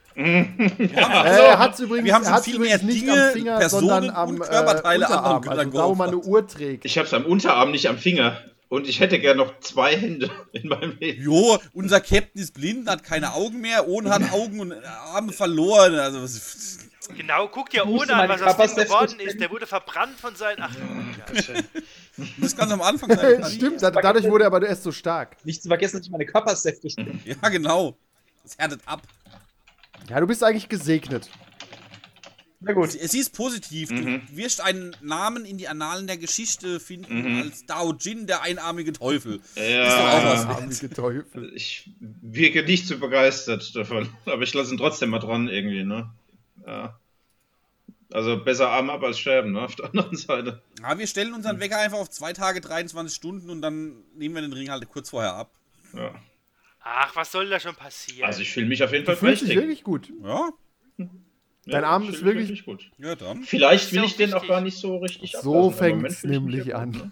Er hat übrigens, wir haben er schon hat's viel übrigens mehr nicht Dinge, am Finger, Personen sondern am und Körperteile Unterarm, anderen also da, wo man eine Uhr trägt. Ich hab's am Unterarm, nicht am Finger. Und ich hätte gern noch 2 Hände in meinem Leben. Jo, unser Captain ist blind, hat keine Augen mehr, Ohne hat Augen und Arme verloren. Also, Genau, guck dir Musst ohne du an, meine was aus dem Körpersäfte geworden spenden? ist. Der wurde verbrannt von seinen. Ach, das ganz am Anfang sein. Stimmt, dadurch wurde er aber erst so stark. Nicht zu vergessen, dass ich meine Körpersäfte spende. Ja, genau. Das härtet ab. Ja, du bist eigentlich gesegnet. Na gut. Sie ist positiv. Du wirst einen Namen in die Annalen der Geschichte finden als Dao Jin, der einarmige Teufel. Ist doch auch was wert. Armige Teufel. Ich wirke nicht so begeistert davon. Aber ich lasse ihn trotzdem mal dran irgendwie, ne? Ja. Also besser Arm ab als sterben, ne? Auf der anderen Seite. Ja, wir stellen unseren Wecker einfach auf 2 Tage, 23 Stunden und dann nehmen wir den Ring halt kurz vorher ab. Ja. ach, was soll da schon passieren? Also ich fühle mich auf jeden Du Fall fühlst dich prächtig. wirklich gut. Ja, Dein Ja, Arm ich ist fühle mich wirklich- gut. ja dann. Vielleicht will Das ich ist den auch auch gar nicht so richtig So ablassen. Aber im fängt Moment es fühle ich mich nämlich ja an. gut,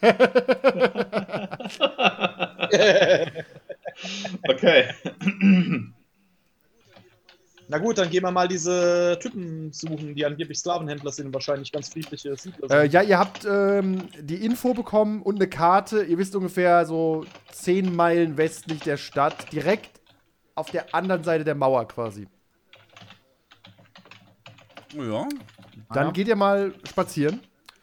ne? Okay. Na gut, dann gehen wir mal diese Typen suchen, die angeblich Sklavenhändler sind und wahrscheinlich ganz friedliche Siedler sind. Ja, ihr habt die Info bekommen und eine Karte. Ihr wisst ungefähr so 10 Meilen westlich der Stadt, direkt auf der anderen Seite der Mauer quasi. Ja. Dann Ja. geht ihr mal spazieren.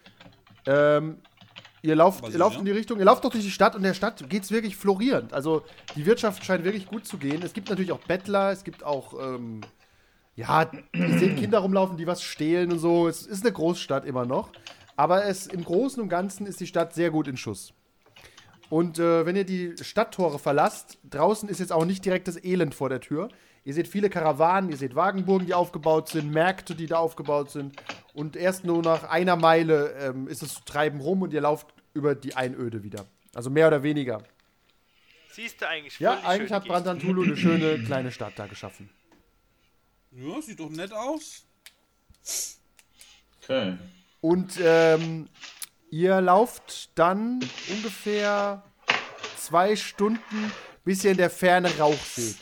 Ihr lauft in die Richtung, ihr lauft doch durch die Stadt und der Stadt geht es wirklich florierend. Also die Wirtschaft scheint wirklich gut zu gehen. Es gibt natürlich auch Bettler, es gibt auch, ja, ihr seht Kinder rumlaufen, die was stehlen und so. Es ist eine Großstadt immer noch. Aber im Großen und Ganzen ist die Stadt sehr gut in Schuss. Und wenn ihr die Stadttore verlasst, draußen ist jetzt auch nicht direkt das Elend vor der Tür. Ihr seht viele Karawanen, ihr seht Wagenburgen, die aufgebaut sind, Märkte, die da aufgebaut sind. Und erst nur nach einer Meile ist es Treiben rum und ihr lauft über die Einöde wieder. Also mehr oder weniger. Siehst du eigentlich Ja, voll die eigentlich schöne hat Gegend. Brantantulu eine schöne kleine Stadt da geschaffen. Ja, sieht doch nett aus. Okay. Und ihr lauft dann ungefähr 2 Stunden, bis ihr in der Ferne Rauch seht.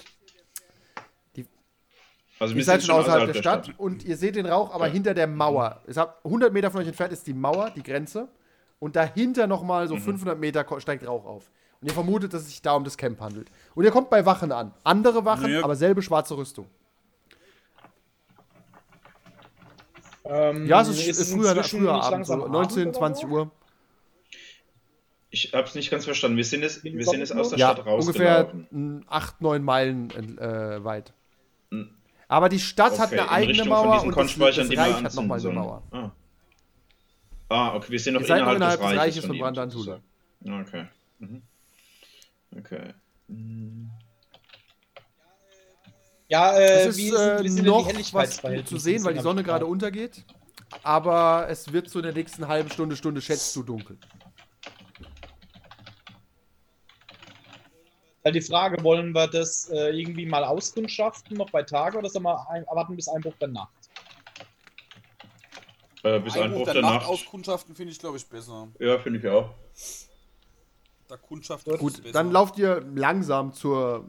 Also Ihr wir seid sind schon außerhalb der Stadt und ihr seht den Rauch, aber hinter der Mauer. 100 Meter von euch entfernt ist die Mauer, die Grenze. Und dahinter nochmal so 500 Meter steigt Rauch auf. Und ihr vermutet, dass es sich da um das Camp handelt. Und ihr kommt bei Wachen an. Andere Wachen, Ja. aber selbe schwarze Rüstung. Ja, es ist früher inzwischen Abend, nicht langsam so Abend 19, oder 20 so? Uhr. Ich hab's nicht ganz verstanden. Wir sind jetzt aus der Ja, Stadt ungefähr rausgelaufen. 8, 9 Meilen weit. Hm. Aber die Stadt hat Okay, eine in eigene Richtung von Mauer diesen und das Kornspeichern, die wir Reich hat anzünden nochmal eine sollen. Mauer. Okay, wir sind noch Ihr seid noch innerhalb innerhalb des Reiches von von ihm, Brandantula. sozusagen. Okay. Mhm. Okay. Ja, Es wie ist sind denn die noch was Helligkeitsverhältnisse? zu sehen, weil die Sonne gerade untergeht. Aber es wird so in der nächsten halben Stunde schätzt du dunkel. Halt die Frage, wollen wir das irgendwie mal auskundschaften, noch bei Tage, oder sollen wir erwarten bis Einbruch der Nacht? Bis Einbruch der Nacht. Auskundschaften finde ich, glaube ich, besser. Ja, finde ich auch. Da Kundschaft Gut, ist besser. dann lauft ihr langsam zum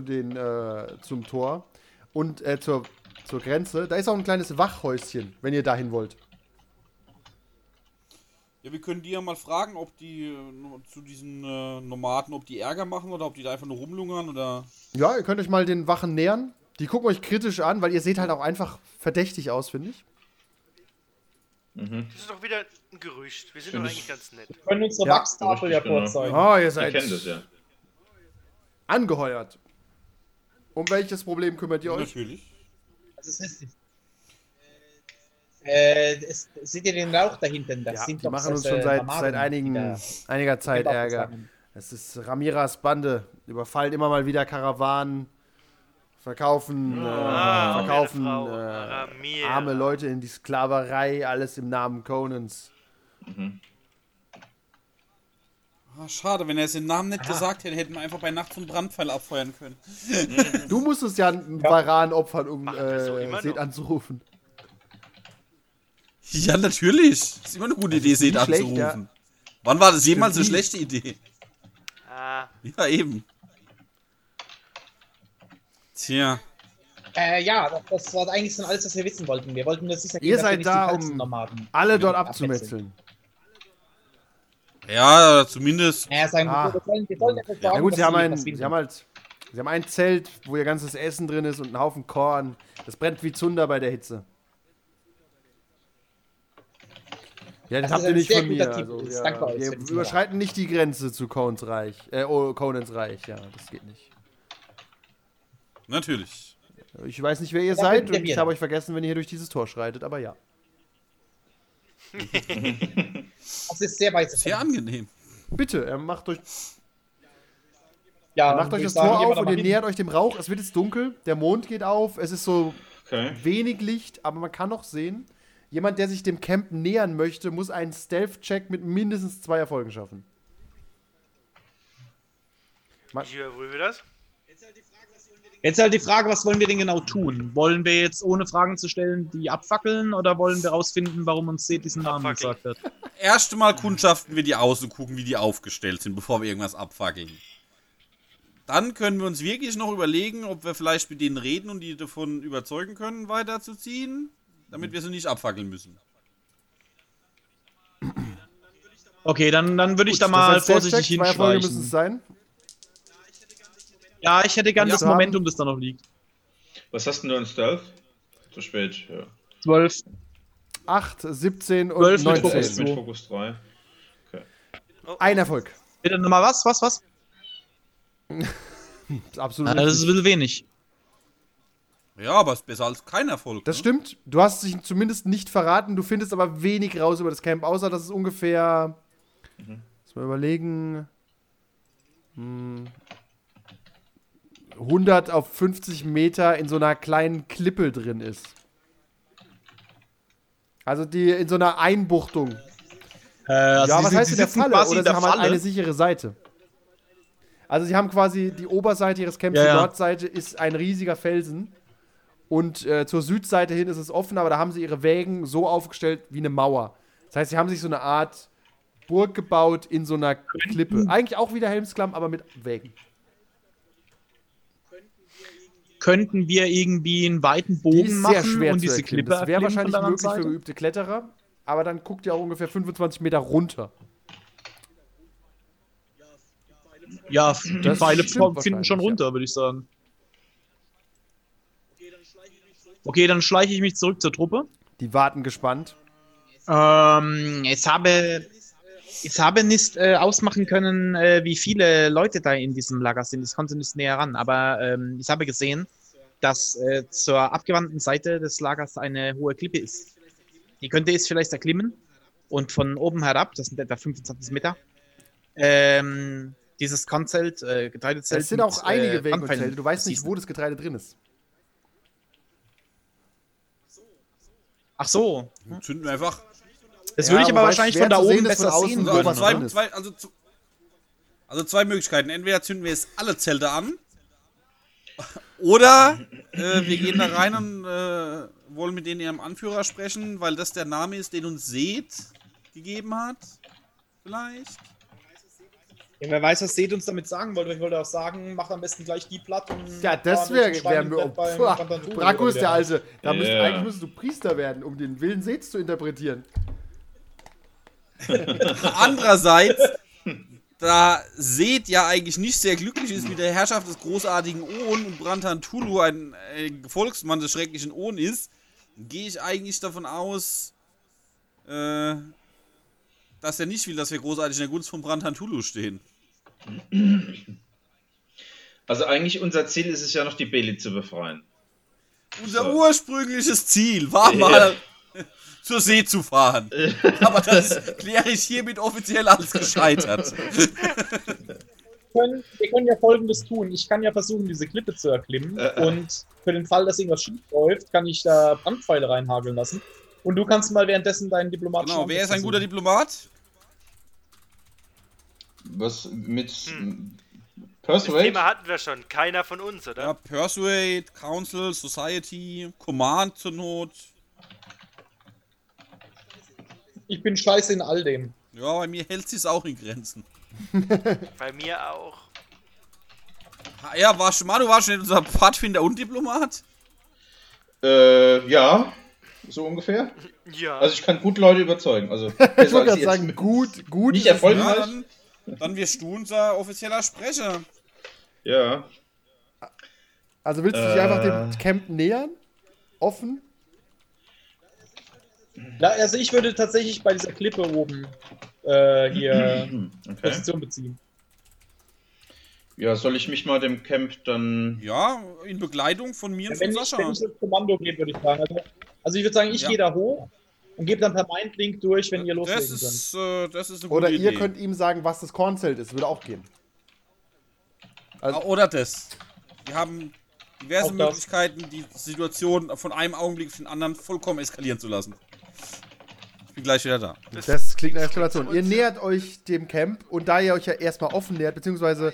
Tor und zur Grenze. Da ist auch ein kleines Wachhäuschen, wenn ihr dahin wollt. Ja, wir können die ja mal fragen, ob die zu diesen Nomaden, ob die Ärger machen oder ob die da einfach nur rumlungern oder. Ja, ihr könnt euch mal den Wachen nähern. Die gucken euch kritisch an, weil ihr seht halt auch einfach verdächtig aus, finde ich. Das ist doch wieder ein Gerücht. Wir sind doch eigentlich ganz nett. Wir können unsere Ja, Wachstafel ja richtig, genau. vorzeigen. Oh, ihr Ich seid kenne das ja. angeheuert. Um welches Problem kümmert ihr euch? Natürlich. Das ist richtig. Seht ihr den Rauch da hinten? Das Ja, sind die doch machen uns solche schon seit Nomaden, die da einiger Zeit Waffen Ärger. sammeln. Es ist Ramiras Bande. Überfallen immer mal wieder Karawanen. Verkaufen meine Frau, Ramira. arme Leute in die Sklaverei. Alles im Namen Conans. Schade, wenn er es den Namen nicht gesagt hätte, hätten wir einfach bei Nacht so einen Brandpfeil abfeuern können. Du musstest ja einen Varan opfern, um Machen wir so immer Seth noch. anzurufen. Ja, natürlich. Ist immer eine gute Idee, Seth nie schlecht, anzurufen. Wann war das jemals eine nie. schlechte Idee? Ja, eben. Tja. Ja, das war eigentlich schon alles, was wir wissen wollten. Wir wollten nur sicher gehen, Ihr dass wir seid nicht da, die falschen um Nomaden alle dort abwechseln. abzumetzeln. Ja, zumindest. Naja, sagen Ah. wir sollen dafür sorgen, Ja gut, dass sie haben etwas finden. sie haben ein Zelt, wo ihr ganzes Essen drin ist und einen Haufen Korn. Das brennt wie Zunder bei der Hitze. Ja, das Das habt ist ihr ein nicht sehr von mir. guter Tipp. Also, Danke euch, wir Seth. überschreiten nicht die Grenze zu Conans Reich. Conans Reich, ja, das geht nicht. Natürlich. Ich weiß nicht, wer ihr Da seid finden wir und ich wieder. habe euch vergessen, wenn ihr hier durch dieses Tor schreitet, aber ja. Das ist sehr weise Sehr angenehm. Bitte, macht euch Ja, Macht euch würde das ich sagen, Tor gehen wir auf da und mal ihr hin. nähert euch dem Rauch. Es wird jetzt dunkel, der Mond geht auf, es ist so Okay. wenig Licht, aber man kann noch sehen. Jemand, der sich dem Camp nähern möchte, muss einen Stealth-Check mit mindestens 2 Erfolgen schaffen. Wie überprüfen wir das? Jetzt halt die Frage, was wollen wir denn genau tun? Wollen wir jetzt, ohne Fragen zu stellen, die abfackeln oder wollen wir rausfinden, warum uns Seth diesen Namen Abfackeln. gesagt hat? Erst mal kundschaften wir die aus und gucken, wie die aufgestellt sind, bevor wir irgendwas abfackeln. Dann können wir uns wirklich noch überlegen, ob wir vielleicht mit denen reden und die davon überzeugen können, weiterzuziehen, damit wir sie nicht abfackeln müssen. Okay, dann würde ich da Gut, mal das heißt, vorsichtig Stealth-Check, 2 Erfolge müssen es hinschleichen. sein. Ja, ich hätte gern Ja. das Momentum, das da noch liegt. Was hast denn du an Stealth? Zu spät, ja. 12. 8, 17 und 12 mit 19. Fokus. Mit Fokus 3. Ein Erfolg. Bitte nochmal was? Was? Das ist absolut Das ist ein richtig. bisschen wenig. Ja, aber ist besser als kein Erfolg. Das ne? stimmt. Du hast dich zumindest nicht verraten. Du findest aber wenig raus über das Camp, außer dass es ungefähr. Lass mal überlegen. 100 auf 50 Meter in so einer kleinen Klippe drin ist. Also die in so einer Einbuchtung. Also ja, was heißt in der sitzen Falle? quasi Oder in sie der haben halt Falle. eine sichere Seite. Also sie haben quasi die Oberseite ihres Camps, Ja, die ja. Nordseite ist ein riesiger Felsen. Und zur Südseite hin ist es offen, aber da haben sie ihre Wägen so aufgestellt wie eine Mauer. Das heißt, sie haben sich so eine Art Burg gebaut in so einer Klippe. Eigentlich auch wieder Helmsklamm, aber mit Wägen. Könnten wir irgendwie einen weiten Die Bogen ist sehr machen schwer und zu diese erklimmen. Klippe Das wäre erklimmen wahrscheinlich von der möglich für anderen Seite? geübte Kletterer, aber dann guckt ihr auch ungefähr 25 Meter runter. Ja, die Das Pfeile stimmt finden schon wahrscheinlich, runter, würde ich sagen. Okay, dann schleiche ich mich zurück zur Truppe. Die warten gespannt. Ich habe Ich habe nicht ausmachen können, wie viele Leute da in diesem Lager sind. Ich konnte nicht näher ran, aber ich habe gesehen, dass zur abgewandten Seite des Lagers eine hohe Klippe ist. Die könnte es vielleicht erklimmen und von oben herab, das sind etwa 25 Meter, dieses Kornzelt, Getreidezelt. Es sind auch einige Brandpfeilen Wägenzelte. Du weißt nicht, schießen. wo das Getreide drin ist. Ach so. Zünden wir einfach. Das Ja, würde ich aber wobei wahrscheinlich schwer von da zu sehen oben ist von besser außen, sehen wo Also, was können. drin ist. zwei Möglichkeiten. Entweder zünden wir jetzt alle Zelte an. Oder wir gehen da rein und wollen mit denen ihrem Anführer sprechen, weil das der Name ist, den uns Seth gegeben hat. Vielleicht. Ja, wer weiß, was Seth uns damit sagen wollte. Ich wollte auch sagen, macht am besten gleich die platt und. Ja, das wäre mir. Brakus, der Alte. Eigentlich müsstest du Priester werden, um den Willen Seths zu interpretieren. Andererseits, da Seth ja eigentlich nicht sehr glücklich ist mit der Herrschaft des großartigen Ohn und Brantan Tulu ein Gefolgsmann des schrecklichen Ohn ist, gehe ich eigentlich davon aus, dass er nicht will, dass wir großartig in der Gunst von Brantan Tulu stehen. Also eigentlich unser Ziel ist es ja noch, die Belit zu befreien. Unser ursprüngliches Ziel war mal zur See zu fahren. Aber das kläre ich hiermit offiziell als gescheitert. Wir können ja Folgendes tun. Ich kann ja versuchen, diese Klippe zu erklimmen. Und für den Fall, dass irgendwas schief läuft, kann ich da Brandpfeile reinhageln lassen. Und du kannst mal währenddessen deinen diplomatischen. Genau, wer ist ein guter Diplomat? Was mit Das Persuade? Thema hatten wir schon. Keiner von uns, oder? Ja, Persuade, Council, Society, Command zur Not. Ich bin scheiße in all dem. Ja, bei mir hält sich's auch in Grenzen. Bei mir auch. Ja, du warst schon unser Pfadfinder und Diplomat? Ja, so ungefähr. Ja. Also ich kann gut Leute überzeugen. Also Ich besser wollte als gerade jetzt sagen, gut. nicht ist es erfolgreich. Ja, dann wirst du unser offizieller Sprecher. Ja. Also willst du dich einfach dem Camp nähern? Offen? Ja, also ich würde tatsächlich bei dieser Klippe oben hier Okay. Position beziehen. Ja, soll ich mich mal dem Camp dann... Ja, in Begleitung von mir und Wenn von ich Sascha. ins Kommando gehe, würde ich sagen. Also ich würde sagen, ich Ja. gehe da hoch und gebe dann per Mindlink durch, wenn ihr loslegen könnt. Das ist eine gute Oder Idee. ihr könnt ihm sagen, was das Kornzelt ist. Würde auch gehen. Oder das. Wir haben diverse Auch das. Möglichkeiten, die Situation von einem Augenblick auf den anderen vollkommen eskalieren zu lassen. Ich bin gleich wieder da. Das klingt nach Eskalation. Ihr nähert euch dem Camp und da ihr euch ja erstmal offen nähert, beziehungsweise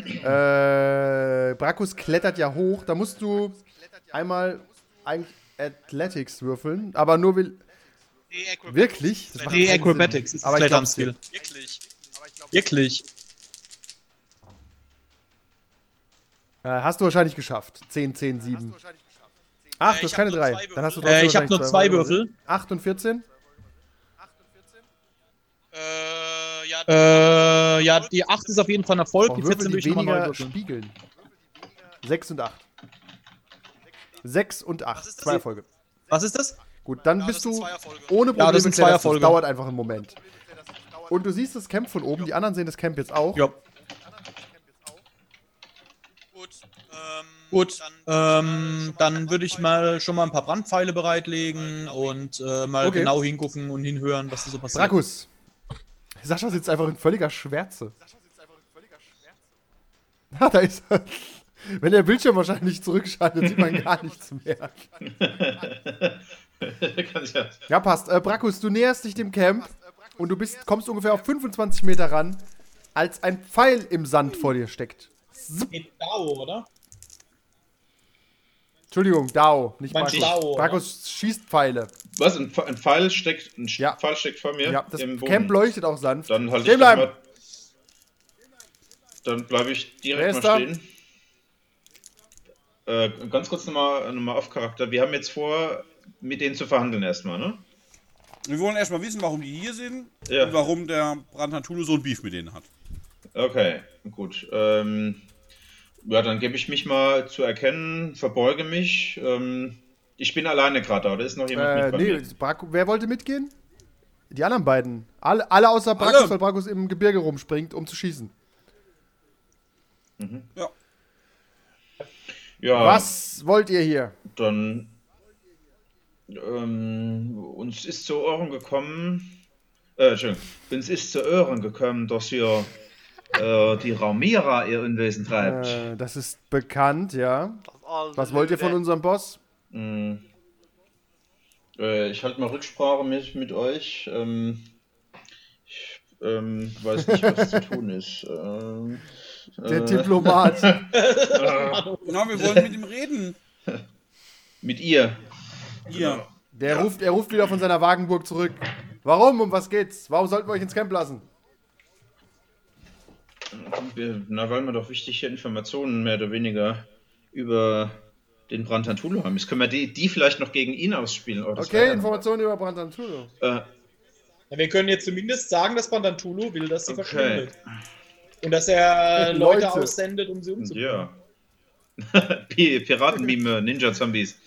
Brakus klettert ja hoch, da musst du einmal eigentlich Athletics würfeln, aber nur wirklich? Das macht keinen Sinn. Acrobatics ist Aber ich glaub's Klettern-Skill. Wirklich. Wirklich. Hast du wahrscheinlich geschafft. 10, 10, 7. Ach, du hast keine 3. Dann hast du trotzdem Ich habe nur wahrscheinlich 2 Würfel. 8 und 14? Ja, die 8 ist auf jeden Fall ein Erfolg, Oh, die Würfel, 14 würde die ich nochmal neu weniger würfeln. spiegeln. 6 und 8. 6 und 8. 2 Erfolge. Was ist das? Gut, dann bist du ohne Probleme Ja, das sind 2 kletterst du. Erfolge. Das dauert einfach einen Moment. Und du siehst das Camp von oben, die anderen sehen das Camp jetzt auch. Ja. Gut, dann würde ich mal schon mal ein paar Brandpfeile bereitlegen und mal Okay. genau hingucken und hinhören, was da so passiert. Brakus. Sascha sitzt einfach in völliger Schwärze. Ah, da ist er. Wenn der Bildschirm wahrscheinlich nicht zurückschaltet, sieht man gar nichts mehr. Kann ich ja. Ja, passt. Brakus, du näherst dich dem Camp und du kommst ungefähr auf 25 Meter ran, als ein Pfeil im Sand vor dir steckt. Geht Dao, oder? Entschuldigung, Dao, nicht Mein Brakus. Dao, oder? Brakus schießt Pfeile. Was? Ein Pfeil steckt, Ja. Pfeil steckt vor mir Ja, das im Boden. Camp leuchtet auch sanft. Dann halte Stehen ich das bleiben! mal. Dann bleibe ich Wer direkt ist mal da? stehen. Ganz kurz nochmal auf Charakter. Wir haben jetzt vor, mit denen zu verhandeln erstmal, ne? Wir wollen erstmal wissen, warum die hier sind Ja. und warum der Brantan Tulu so ein Beef mit denen hat. Okay, gut. Ja, dann gebe ich mich mal zu erkennen, verbeuge mich. Ich bin alleine gerade da, oder ist noch jemand mit bei Nee, mir? wer wollte mitgehen? Die anderen beiden. Alle außer Alle? Brakus, weil Brakus im Gebirge rumspringt, um zu schießen. Ja. Ja, Was wollt ihr hier? dann uns ist zu Ohren gekommen, Entschuldigung, uns ist zu Ohren gekommen, dass hier die Raumira ihr Unwesen treibt. Das ist bekannt, ja. Also, Was wollt ihr von unserem Boss? Ich halte mal Rücksprache mit euch. Ich weiß nicht, was zu tun ist. Der Diplomat. Na, wir wollen mit ihm reden. Mit ihr. Hier. Er ruft wieder von seiner Wagenburg zurück. Warum? Um was geht's? Warum sollten wir euch ins Camp lassen? Weil wir doch wichtige Informationen mehr oder weniger über den Brantantulo haben. Jetzt können wir die vielleicht noch gegen ihn ausspielen. Oh, das Okay, wär- Informationen über Brantantulo. Ja, wir können jetzt zumindest sagen, dass Bandantulo will, dass sie Okay. verschwindet. Und dass er Leute. Leute aussendet, um sie umzubringen. Ja. Piratenmime, Ninja-Zombies.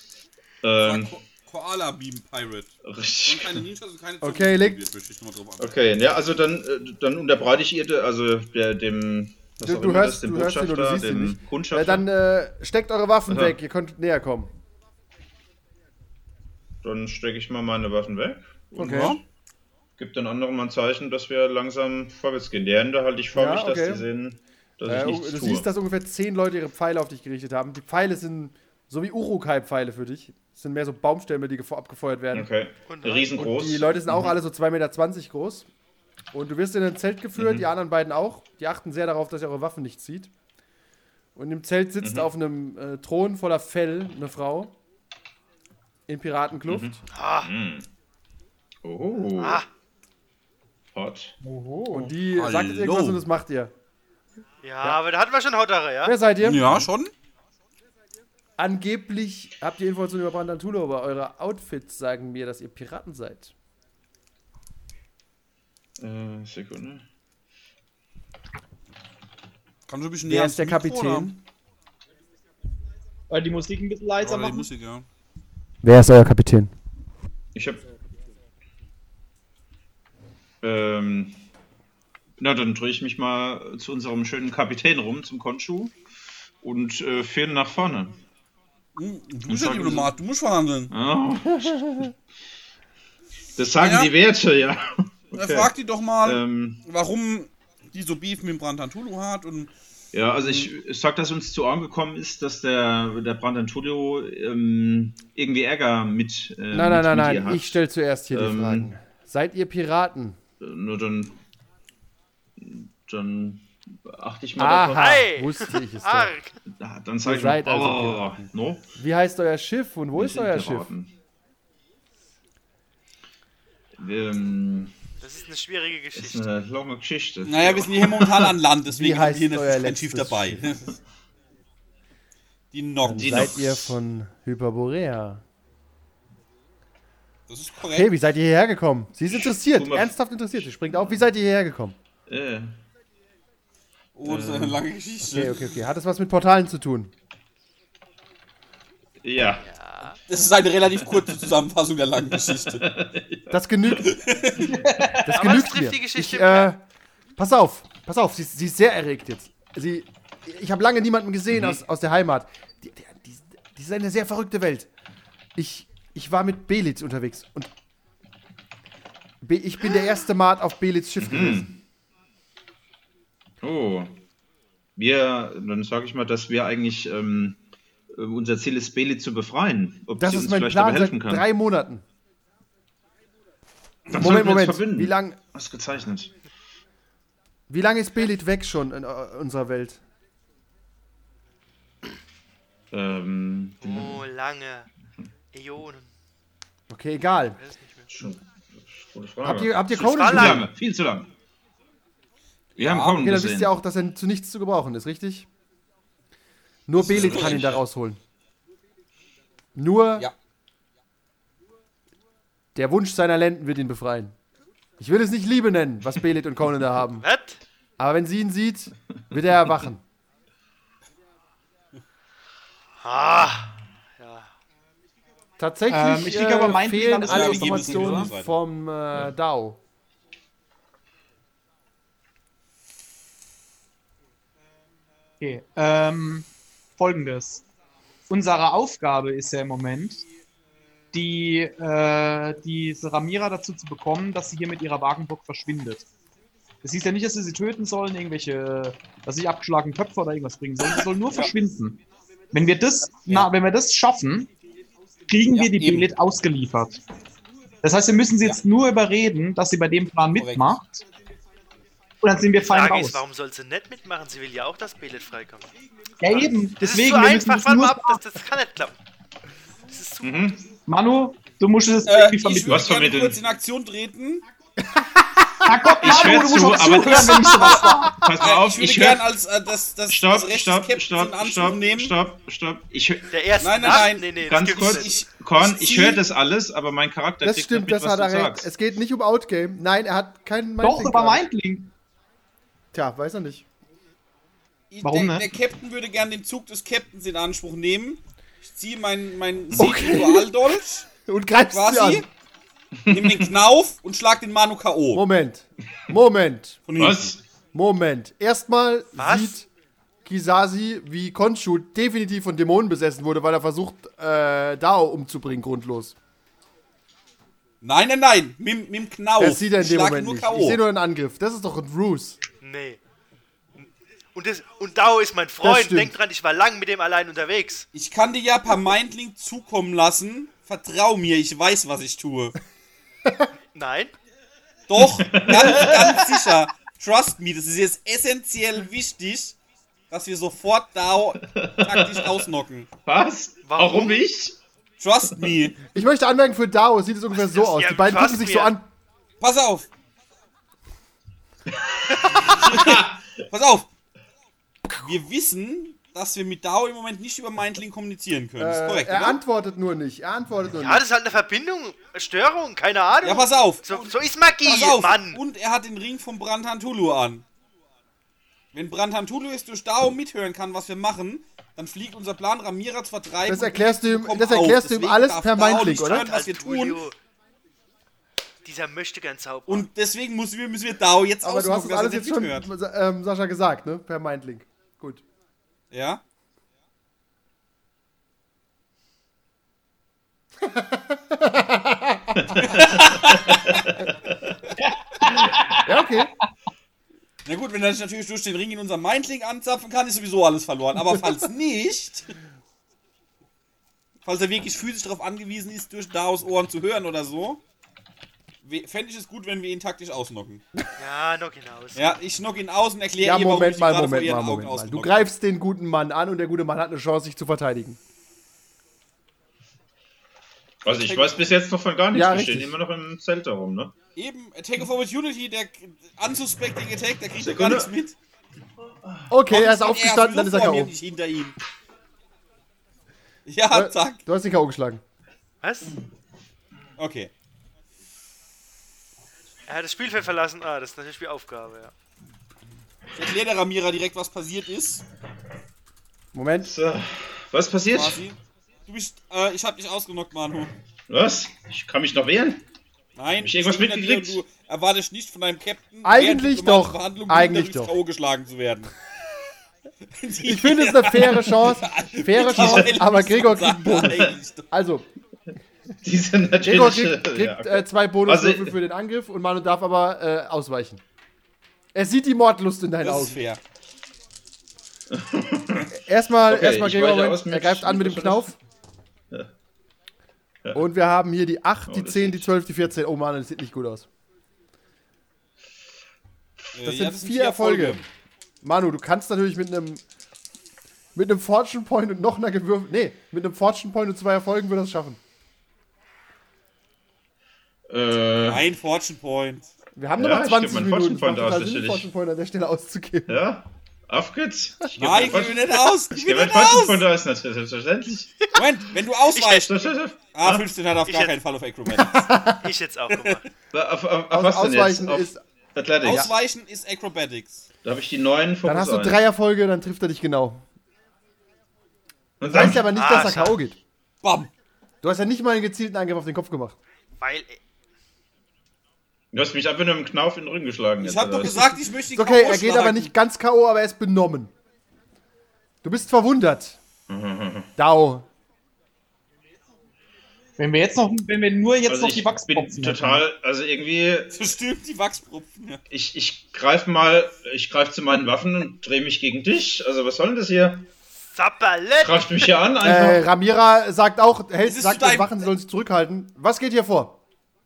Koala Beam Pirate. Richtig. Und keine Ninjas und keine Okay, leg- möchte ich noch mal drauf achten. Okay, ja, also dann unterbreite ich ihr, also dem, was auch Du immer hörst dem ihn oder du Botschafter, siehst ihn dem nicht. Kundschafter. Dann steckt eure Waffen Aha. weg, ihr könnt näher kommen. Dann stecke ich mal meine Waffen weg. Okay. Ja. Gibt den anderen mal ein Zeichen, dass wir langsam vorwärts gehen. Die Hände halte ich vor Ja, mich, dass okay. die sehen, dass ich nichts Du tue. siehst, dass ungefähr 10 Leute ihre Pfeile auf dich gerichtet haben. Die Pfeile sind so wie Urukai-Pfeile für dich. Das sind mehr so Baumstämme, die abgefeuert werden. Okay. Und Riesengroß. Und die Leute sind auch alle so 2,20 Meter groß. Und du wirst in ein Zelt geführt, die anderen beiden auch. Die achten sehr darauf, dass ihr eure Waffen nicht zieht. Und im Zelt sitzt auf einem Thron voller Fell eine Frau. In Piratenkluft. Oh. Ah. Hot. Und die Hallo. sagt jetzt irgendwas und das macht ihr. Ja, aber da hatten wir schon Hautere, ja? Wer seid ihr? Ja, schon. Angeblich habt ihr Informationen über Brandantulo, aber eure Outfits sagen mir, dass ihr Piraten seid. Sekunde. Kannst du ein bisschen Wer näher ist der ans Mikro, Kapitän? Weil die Musik ein bisschen leiser Oder? Oh, die machen. Musik, ja. Wer ist euer Kapitän? Ich hab. Na, dann drehe ich mich mal zu unserem schönen Kapitän rum, zum Konshu. Und führe ihn nach vorne. Du bist ja Diplomat, du musst verhandeln. Oh. Das sagen Ja. die Werte, ja. Er fragt die doch mal, Ähm, warum die so Beef mit dem Brantantulo hat und ja, also ich sag, dass uns zu Ohren gekommen ist, dass der Brandantulo irgendwie Ärger mit mit ihr Nein. hat. Ich stelle zuerst hier die Ähm, Fragen. Seid ihr Piraten? Nur dann achte ich mal Aha, Hey! wusste ich es doch. Arg! darauf. Dann sage Ihr ich mal, seid also Piraten. no? Wie heißt euer Schiff und wo Wir ist sind euer Schiff? Piraten. Das ist eine schwierige Das ist Geschichte. eine lange Geschichte. naja, wir sind hier momentan an Land, deswegen Wie haben wir hier heißt euer ein Schiff letztes dabei. Die Nog. Die Seid Nox. ihr von Hyperborea? Das ist korrekt. Okay, wie seid ihr hierher gekommen? Sie ist interessiert, Guck mal. ernsthaft interessiert. Sie springt auf. Wie seid ihr hierher gekommen? Oh, das ist eine lange Geschichte. Okay. Hat das was mit Portalen zu tun? Ja. Das ist eine relativ kurze Zusammenfassung der langen Geschichte. Das genügt. Das Aber es genügt trifft mir. die Geschichte Ich, im Kern. pass auf. Sie ist sehr erregt jetzt. Ich habe lange niemanden gesehen aus der Heimat. Die ist eine sehr verrückte Welt. Ich war mit Belitz unterwegs und ich bin der erste Mat auf Belitz Schiff gewesen. Oh. Dann sage ich mal, dass wir eigentlich unser Ziel ist, Beli zu befreien. Ob Das sie ist uns mein vielleicht Plan dabei seit helfen kann. 3 Monaten. Dann sollten wir uns Moment. verbünden. Wie lange Ausgezeichnet. ist Belit weg schon in unserer Welt? Oh, lange. Äonen. Okay, egal. Weiß nicht mehr. Schon, gute Frage. Habt ihr Das war Conan Zu lang. gesehen? lange, viel zu lang. Wir haben Conan Okay, dann gesehen. wisst ihr auch, dass er zu nichts zu gebrauchen ist, richtig? Nur Belit kann ihn da rausholen. Nur Ja. der Wunsch seiner Lenden wird ihn befreien. Ich will es nicht Liebe nennen, was Belit und Conan da haben. Was? Aber wenn sie ihn sieht, wird er erwachen. Ah. Ja. Tatsächlich Ich krieg aber mein fehlen Ding alle alles Informationen weiter. vom DAO. Okay, folgendes. Unsere Aufgabe ist ja im Moment, diese Ramira dazu zu bekommen, dass sie hier mit ihrer Wagenburg verschwindet. Das hieß ja nicht, dass wir sie töten sollen, irgendwelche, dass sie abgeschlagene Köpfe oder irgendwas bringen sollen. Sie soll nur verschwinden. Wenn wir das, wenn wir das schaffen, kriegen wir die eben. Belit ausgeliefert. Das heißt, wir müssen sie jetzt nur überreden, dass sie bei dem Plan Korrekt. mitmacht. Und dann sind wir Die fein Frage raus. ist, warum soll sie nicht mitmachen? Sie will ja auch, dass Belit freikommt. Ja, eben. Das Deswegen, ist wir so müssen einfach, das warte nur mal ab, das kann nicht klappen. Das ist zu gut. Manu, du musst es irgendwie Ich vermitteln. würde Was gerne vermitteln? kurz in Aktion treten. Na Gott, Ich Manu, hör du musst zu, auch aber zuhören, wenn ich sowas sage. Pass mal auf, Ich würde ich gerne höre. als das Stopp, Recht des stopp, Captains stopp, in Anspruch stopp, nehmen. stopp. Der erste Nein, Nacht? nein. Nee, Ganz das kurz. gibt's nicht. Korn, ich ich höre das alles, aber mein Charakter Das kriegt stimmt, nicht mit, das was hat du er recht. sagst. Es geht nicht um Outgame. Nein, er hat keinen Doch, Mindlink über gerade. Mindlink. Tja, weiß er nicht. Warum der, nicht? der Captain würde gerne den Zug des Captains in Anspruch nehmen. Ich ziehe mein Okay. Dualdolch Und greifst sie quasi, an. nimm den Knauf und schlag den Manu K.O. Moment. Von hinten. Was? Moment. Erstmal Was? sieht Kisasi, wie Khonshu definitiv von Dämonen besessen wurde, weil er versucht, Dao umzubringen, grundlos. Nein. Mit dem Knauf. Das sieht er in dem Schlag ihn Moment nur nicht. K.O. Ich sehe nur einen Angriff. Das ist doch ein Ruse. Nee. Und Dao ist mein Freund. stimmt. Denk dran, ich war lang mit dem allein unterwegs. Ich kann dir ja per Mindlink zukommen lassen. Vertrau mir, ich weiß, was ich tue. Nein. Doch, ganz sicher. Trust me, das ist jetzt essentiell wichtig, dass wir sofort Dao taktisch ausnocken. Was? Warum? ich? Trust me. Ich möchte anmerken, für Dao sieht es ungefähr so das? aus. Ja, Die beiden fast gucken sich so mir. an. Pass auf. Pass auf. Wir wissen, dass wir mit Dao im Moment nicht über Mindlink kommunizieren können. Das ist korrekt, Er oder? antwortet nur nicht. Ja, das ist halt eine Verbindung, Störung, keine Ahnung. Ja, pass auf. So ist Magie, Pass auf. Mann. Und er hat den Ring von Brantan Tulu an. Wenn Brantan Tulu jetzt durch Dao mithören kann, was wir machen, dann fliegt unser Plan, Ramira zu vertreiben. Das und erklärst du ihm- bekommen das erklärst du ihm Deswegen alles darf per Dao Mindlink, nicht oder? hören, was wir tun. Tulio. Dieser möchte gern Zauberer. Und deswegen müssen wir Dao jetzt Aber du hast ausnocken, das dass alles er jetzt nicht schon, mithört. Sascha, gesagt, ne? Per Mindlink. Gut. Ja? Ja, okay. Na gut, wenn er sich natürlich durch den Ring in unserem Mindlink anzapfen kann, ist sowieso alles verloren. Aber falls nicht, falls er wirklich physisch darauf angewiesen ist, durch Daos Ohren zu hören oder so, fände ich es gut, wenn wir ihn taktisch ausnocken. Ja, noch hinaus. Ja, ich knock ihn aus und erkläre Ja, ihr, warum ich Moment ihn mal, gerade vor Moment ihren mal, Augen Moment mal. Du ausgenockt greifst den guten Mann an und der gute Mann hat eine Chance, sich zu verteidigen. Also ich weiß bis jetzt noch von gar nichts. Ja, Wir stehen richtig. immer noch im Zelt herum, ne? Eben, Attack of Opportunity, der unsuspecting Attack, der kriegt doch Sekunde. gar nichts mit. Okay, er ist Kommt aufgestanden, dann ist er vor mir, K.O. nicht hinter ihm. Ja, zack. Du hast den K.O. geschlagen. Was? Okay. Er hat das Spielfeld verlassen. Ah, das ist natürlich die Aufgabe, ja. Ich erkläre der Ramira direkt, was passiert ist. Moment. So. Was passiert? Quasi. Du bist, ich hab dich ausgenockt, Manu. Was? Ich kann mich noch wehren? Nein, Hab ich irgendwas stehe hinter dir mitgekriegt? und du erwartest nicht von deinem Captain, Eigentlich während diplomatischer doch. Verhandlungen Eigentlich durchs doch. K.O. geschlagen zu werden. Ich finde es eine faire Chance. Faire Chance, aber Gregor kriegt einen Bonus. Eigentlich doch. Also, Diese Gregor natürliche... kriegt ja, okay. 2 Bonuswürfel Also- für den Angriff und Manu darf aber ausweichen. Er sieht die Mordlust in deinen Das ist Augen. fair. Erstmal Okay, Gregor, ich weiche Moment, aus mit- er greift an mit dem mit- Knauf. Ja. Und wir haben hier die 8, die das 10, die sieht- 12, die 14. Oh Mann, das sieht nicht gut aus. Das sind sind 4 Erfolge. Manu, du kannst natürlich mit einem Fortune Point und noch einer gewürfelt. Nee, mit einem Fortune Point und 2 Erfolgen würde das schaffen. Ein Fortune Point. Wir haben nur Ja, noch ich 20 geb meinen Minuten. Fortune Point Es macht total aus, Sinn, den natürlich. Fortune Point an der Stelle auszugeben. Ja? Auf geht's. Ich geb Nein, mein gib mir nicht aus. Ich Gib gebe mir mein nicht Fortune aus. Point aus, natürlich, selbstverständlich. Moment, wenn du ausweichst. Stopp, stopp, stopp. 15 hat auf Ich gar hätte- keinen Fall auf Acrobatics. Ich jetzt auch gemacht. Auf was denn Ausweichen jetzt? Auf ist. Athletics. Ausweichen ist Acrobatics. Da habe ich die 9 Fokus Dann hast du 1. 3 Erfolge, dann trifft er dich genau. Und Das heißt aber nicht, dass er schade. K.O. geht. Bam. Du hast ja nicht mal einen gezielten Angriff auf den Kopf gemacht. Weil. Du hast mich einfach nur mit dem Knauf in den Rücken geschlagen. Ich hab doch gesagt, ich möchte ihn Ist okay, K.O. er geht schlagen. aber nicht ganz K.O., aber er ist benommen. Du bist verwundert. Dau. Wenn wir nur jetzt Also noch die ich Wachspropfen bin total, also irgendwie, So stimmt die Wachspropfen. Ja. ich greif zu meinen Waffen und drehe mich gegen dich. Also was soll denn das hier? Zapperlet! Greift mich hier an einfach. Ramira sagt auch, ist sagt zu den deinem- Wachen, sie sollen sich zurückhalten. Was geht hier vor?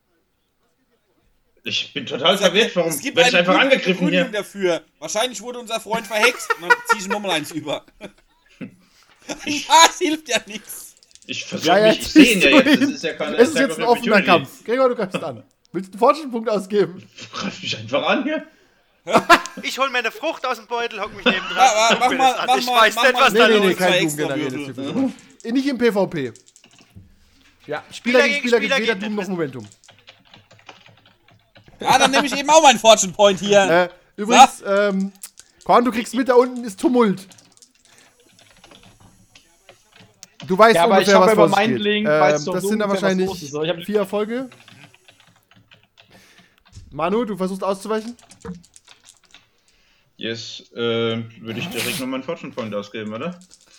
Ich bin total verwirrt, warum Es gibt werde ich eine einfach gute angegriffen Begründung hier? dafür. Wahrscheinlich wurde unser Freund verhext. Und dann zieh ich nochmal eins über. Ja, es hilft ja nichts. Ich versuche Ja, mich, ich jetzt sehe ihn siehst ja du jetzt, das ihn. ist ja keine Es ist Attack jetzt of ein offener Opportunity. Kampf. Gregor, du greifst an. Willst du einen Fortune-Punkt ausgeben? Greif mich einfach an hier. Ich hol mir eine Frucht aus dem Beutel, hock mich neben dran. Ja, guck mir das an. Ich weiß nicht, was Nee, da nee, los nee, ist. kein kein extra Boom Würfel. generiert. Nicht im PvP. Ja, Spieler gegen Spieler gibt weder geht Doom noch nicht. Momentum. Ja, dann nehme ich eben auch meinen Fortune Point hier. Übrigens, Korn, du kriegst mit, da unten ist Tumult. Du weißt Ja, aber ungefähr, ich hab was über vor sich geht. Mindlink, weißt du Das so sind dann ungefähr, was wahrscheinlich los ist. Ich hab- 4 Erfolge. Manu, du versuchst auszuweichen? Yes, würde ich direkt nochmal einen Fortune Point ausgeben, oder?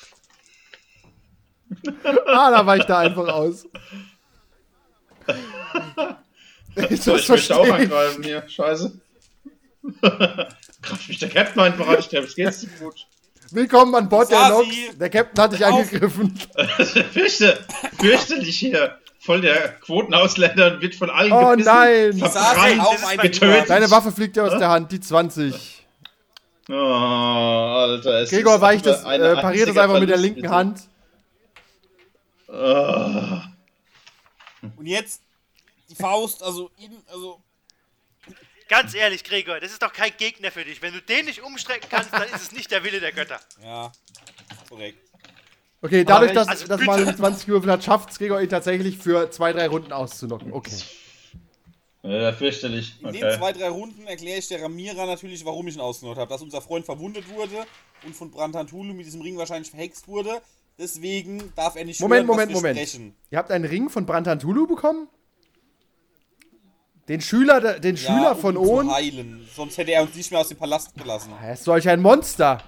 Da weicht er einfach aus. Ich möchte auch angreifen hier, scheiße. Greift mich der Captain einfach an, ich glaube, es geht nicht gut. Willkommen an Bord der Sasi. Nox. Der Captain hat dich Auf. angegriffen. Fürchte dich hier. Voll der Quotenausländer und wird von allen Oh gebissen, nein. Sasi verbrannt, auf ist ein mein getötet. Deine Waffe fliegt dir aus der Hand, die 20. Oh, Alter. Es Gregor ist weicht es, ein pariert es einziger einfach mit der Verlust, linken bitte. Hand. Oh. Und jetzt die Faust, also Ganz ehrlich, Gregor, das ist doch kein Gegner für dich. Wenn du den nicht umstrecken kannst, dann ist es nicht der Wille der Götter. ja, korrekt. Okay, dadurch, Aber dass also dass bitte. man 20 gewürfelt hat, schafft es Gregor ihn tatsächlich für 2-3 Runden auszunocken. Okay. Ja, fürchterlich. In den Okay. 2-3 Runden erkläre ich der Ramira natürlich, warum ich ihn ausgenockt habe. Dass unser Freund verwundet wurde und von Brantantulu mit diesem Ring wahrscheinlich verhext wurde. Deswegen darf er nicht Moment, hören, was Moment, wir Moment. sprechen. Ihr habt einen Ring von Brantantulu bekommen? Den Schüler Ja, von um ihn Ohn? zu heilen. Sonst hätte er uns nicht mehr aus dem Palast gelassen. Er ist solch ein Monster.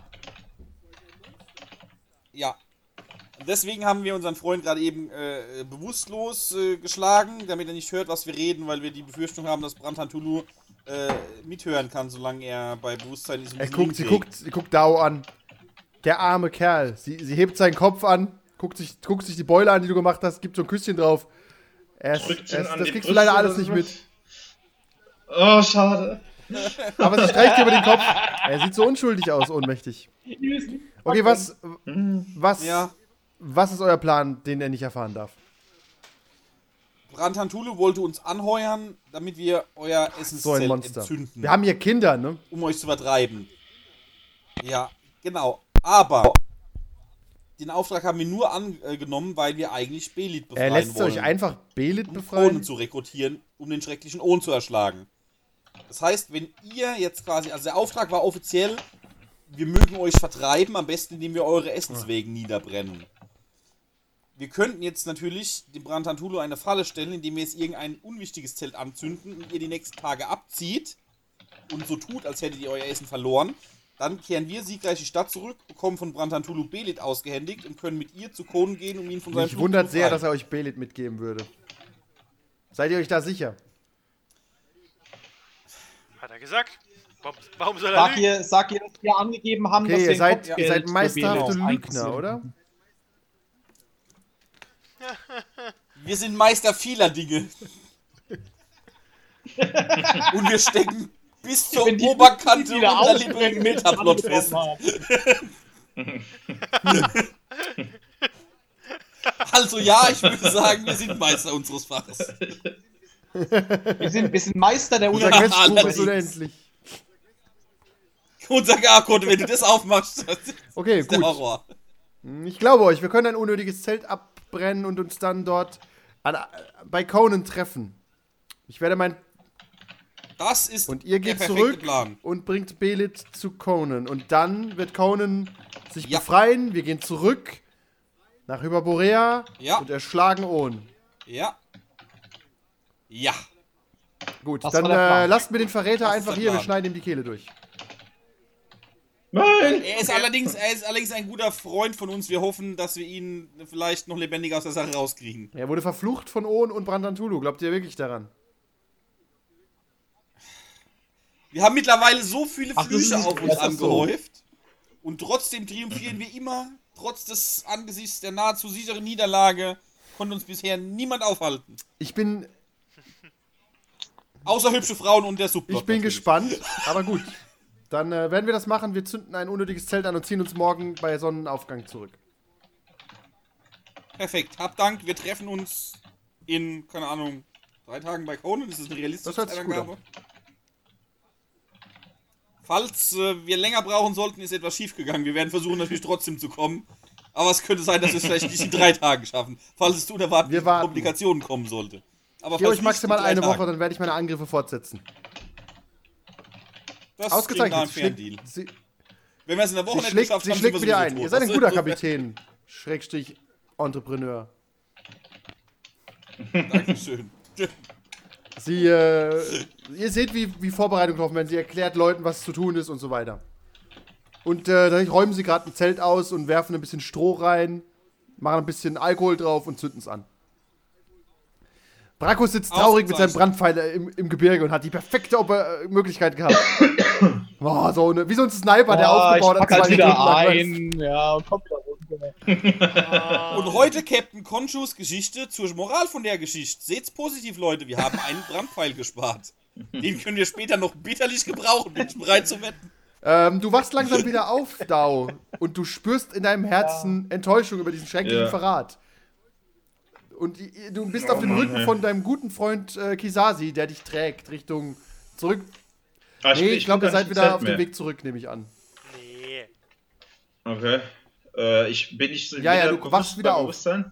Ja. Und deswegen haben wir unseren Freund gerade eben bewusstlos geschlagen, damit er nicht hört, was wir reden, weil wir die Befürchtung haben, dass Brantantulu mithören kann, solange er bei Bewusstsein ist. und diesen Ring trägt. Sie guckt Dao an. Der arme Kerl. Sie hebt seinen Kopf an, guckt sich die Beule an, die du gemacht hast, gibt so ein Küsschen drauf. Drückt ihn an Das die kriegst du Brüste leider alles oder nicht was? mit. Oh, schade. Aber sie streicht dir über den Kopf. Er sieht so unschuldig aus, ohnmächtig. Okay, was Ja. ist euer Plan, den er nicht erfahren darf? Brantantulu wollte uns anheuern, damit wir euer So ein Essenszelt Monster. entzünden, Wir haben hier Kinder, ne? um euch zu vertreiben. Ja, genau. Aber den Auftrag haben wir nur angenommen, weil wir eigentlich Belit Er befreien lässt wollen. euch einfach Belit um befreien. Kronen zu rekrutieren, um den schrecklichen Ohn zu erschlagen. Das heißt, wenn ihr jetzt quasi, also der Auftrag war offiziell, wir mögen euch vertreiben, am besten indem wir eure Essenswegen niederbrennen. Wir könnten jetzt natürlich dem Brantantulu eine Falle stellen, indem wir jetzt irgendein unwichtiges Zelt anzünden und ihr die nächsten Tage abzieht und so tut, als hättet ihr euer Essen verloren. Dann kehren wir siegreich die Stadt zurück, bekommen von Brantantulu Belit ausgehändigt und können mit ihr zu Konen gehen, um ihn von seinem Mich Fluch wundert zu sehr, dass befreien. er euch Belit mitgeben würde. Seid ihr euch da sicher? Hat er gesagt? Warum soll er lügen? Sag ihr, dass wir angegeben haben, dass Okay, wir ihr seid Kopfgeld für meisterhafte Belit Lügner, einkassieren. oder? Wir sind Meister vieler Dinge. Und wir stecken bis zur Wenn die Oberkante wieder unter ausgerechnet dem Metaplot fest. haben. Also ja, ich würde sagen, wir sind Meister unseres Faches. Wir sind Meister der Unser Unabhängigkeit. Questbuch ist allerdings. unendlich. Unser Garcode, wenn du das aufmachst, das ist Okay, der gut. Horror. Ich glaube euch, wir können ein unnötiges Zelt abbrennen und uns dann dort bei Conan treffen. Ich werde Das ist Und ihr der geht perfekte zurück Plan. und bringt Belit zu Conan. Und dann wird Conan sich Ja. befreien. Wir gehen zurück Nach Hyperborea Ja. und erschlagen Ohn. Ja. Ja. Gut, Das dann war der Plan. lasst mir den Verräter Das ist einfach der hier, wir Plan. schneiden ihm die Kehle durch. Nein! Er ist allerdings ein guter Freund von uns. Wir hoffen, dass wir ihn vielleicht noch lebendig aus der Sache rauskriegen. Er wurde verflucht von Ohn und Brandantulu. Glaubt ihr wirklich daran? Wir haben mittlerweile so viele Ach, das Flüche ist- auf uns das ist so. angehäuft. Und trotzdem triumphieren wir immer. Trotz des angesichts der nahezu sicheren Niederlage konnte uns bisher niemand aufhalten. Ich bin Außer hübsche Frauen und der Subplot. natürlich. gespannt, aber gut. Dann werden wir das machen. Wir zünden ein unnötiges Zelt an und ziehen uns morgen bei Sonnenaufgang zurück. Perfekt. Habt Dank. Wir treffen uns in, keine Ahnung, 3 Tagen bei Conan. Ist das eine realistische Das hört sich gut Zeitangabe? Falls wir länger brauchen sollten, ist etwas schiefgegangen. Wir werden versuchen, natürlich trotzdem zu kommen. Aber es könnte sein, dass wir es vielleicht nicht in 3 Tagen schaffen. Falls es zu unerwarteten Wir warten. Komplikationen kommen sollte. Aber Ich gebe falls euch maximal nicht, in 3 eine Woche, Tagen. dann werde ich meine Angriffe fortsetzen. Das Ausgezeichnet. klingt nach einem fairen Deal. Sie Wenn wir es in der Woche nicht schlägt, geschafft sie haben, schlägt sind wir wieder sowieso ein. tot. Ihr seid ein Also guter insofern- Kapitän. Schrägstrich Entrepreneur. Dankeschön. Sie, ihr seht, wie Vorbereitungen laufen, wenn sie erklärt Leuten, was zu tun ist und so weiter. Und dann räumen sie gerade ein Zelt aus und werfen ein bisschen Stroh rein, machen ein bisschen Alkohol drauf und zünden es an. Bracco sitzt traurig mit seinem Brandpfeil im Gebirge und hat die perfekte Möglichkeit gehabt. Boah, wie so ein Sniper, der aufgebaut ich hat. pack halt 2 wieder Stunden lang. ein. Ja, und komm wieder runter. Und heute Captain Conchus Geschichte zur Moral von der Geschichte. Seht's positiv, Leute. Wir haben einen Brandpfeil gespart. Den können wir später noch bitterlich gebrauchen. Bin ich bereit zu wetten? Du wachst langsam wieder auf, Dao. Und du spürst in deinem Herzen Enttäuschung über diesen schrecklichen Ja. Verrat. Und du bist auf dem Rücken von deinem guten Freund Kisasi, der dich trägt Richtung zurück. Nee, ich glaube, ihr seid wieder auf dem Weg zurück, nehme ich an. Nee. Okay. Bin ich so Ja, du wachst wieder auf. Bewusstsein?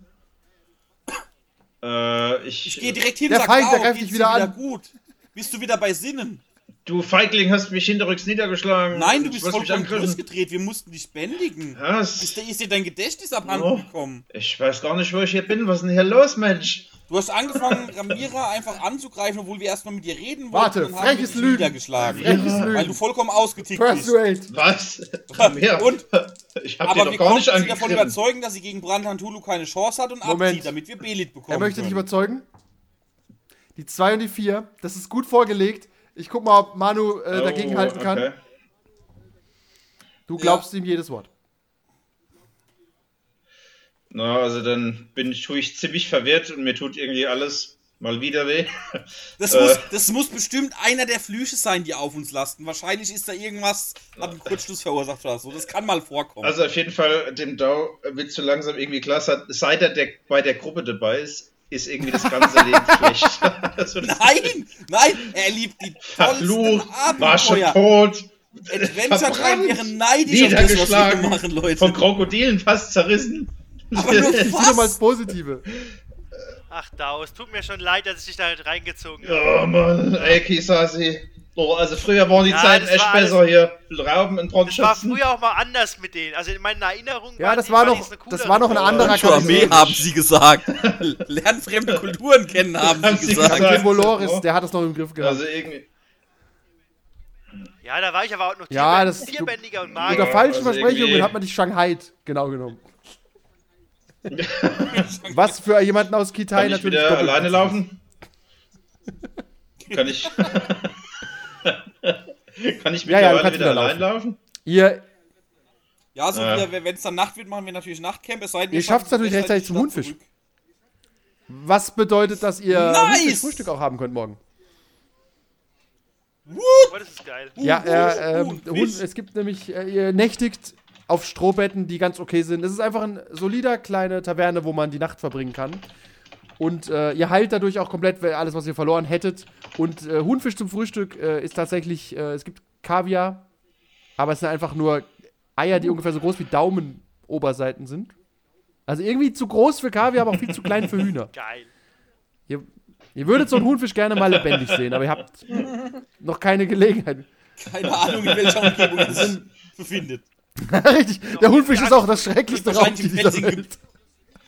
Ich gehe direkt hin Der und sag, Feind, der "Au, greift geht's dich wieder dir an." gut? Bist du wieder bei Sinnen? Du Feigling hast mich hinterrücks niedergeschlagen. Nein, du bist hast mich vollkommen angegriffen. durchgedreht. Wir mussten dich bändigen. Was? Ist dir dein Gedächtnis abhanden Oh. gekommen? Ich weiß gar nicht, wo ich hier bin. Was ist denn hier los, Mensch? Du hast angefangen, Ramira einfach anzugreifen, obwohl wir erstmal mit dir reden wollten. Warte, und haben wir freches dich Lügen. niedergeschlagen. Freches Weil Lügen. du vollkommen ausgetickt bist. Persuade. Was? Mehr? Und? Ich hab Aber dir wir doch gar nicht konnten sie davon angegriffen. überzeugen, dass sie gegen Brandantulu keine Chance hat und Moment. abzieht, damit wir Belit bekommen Er möchte dich können. überzeugen. Die 2 und die 4, das ist gut vorgelegt. Ich guck mal, ob Manu dagegen halten kann. Okay. Du glaubst ihm jedes Wort. Na, also dann tue ich ziemlich verwirrt und mir tut irgendwie alles mal wieder weh. Das muss bestimmt einer der Flüche sein, die auf uns lasten. Wahrscheinlich ist da irgendwas, hat einen Kurzschluss verursacht oder so. Das kann mal vorkommen. Also auf jeden Fall, dem Dau wird so langsam irgendwie klar, seit er bei der Gruppe dabei ist irgendwie das ganze Leben schlecht. Also das Nein, er liebt die tollsten Verflucht, war schon Abenteuer. tot, Adventure Time verbrannt, wäre neidisch auf das, was wir niedergeschlagen, machen, Leute. von Krokodilen fast zerrissen. Aber nur Ich sehe doch mal das Positive. Ach, Dao, es tut mir schon leid, dass ich dich da halt reingezogen habe. Oh Mann, ey Kisasi. Oh, also früher waren die Ja, Zeiten das echt war besser hier. Rauben und Das war Brandschützen. früher auch mal anders mit denen. Also in meinen Erinnerungen Ja, das war noch ein anderer Zur Armee Kapitän. haben sie gesagt. Lernen fremde Kulturen kennen, haben Haben sie sie gesagt. gesagt. Kapitän Voloris, der hat das noch im Griff gehabt. Also irgendwie. Ja, da war ich aber auch noch Ja, das- Vierbändiger und Unter Magier. falschen also Versprechungen irgendwie- hat man dich Shanghai genau genommen. Was für jemanden aus Kitai Kann ich natürlich wieder doppelt alleine ist. laufen? Kann ich. Kann ich Ja, ja, du mittlerweile kannst wieder wieder allein laufen? Ihr Ja, also Ja. wenn es dann Nacht wird, machen wir natürlich Nachtcamp. Es sei denn, Ihr schafft's schaffen natürlich rechtzeitig zum rechtzeitig Huhnfisch. zurück. Was bedeutet, dass ihr Nice! Huhnfischfrühstück auch haben könnt morgen? Oh, das ist geil. Ja, Huhnfisch. es gibt nämlich, ihr nächtigt auf Strohbetten, die ganz okay sind. Es ist einfach eine solider kleine Taverne, wo man die Nacht verbringen kann. Und ihr heilt dadurch auch komplett alles, was ihr verloren hättet. Und Huhnfisch zum Frühstück ist tatsächlich, es gibt Kaviar, aber es sind einfach nur Eier, die ungefähr so groß wie Daumenoberseiten sind. Also irgendwie zu groß für Kaviar, aber auch viel zu klein für Hühner. Geil. Ihr würdet so einen Huhnfisch gerne mal lebendig sehen, aber ihr habt noch keine Gelegenheit. Keine Ahnung, in welcher Umgebung es sich befindet. Richtig, der Huhnfisch ist auch das schrecklichste Wahrscheinlich Raubtier im dieser felsigen Welt.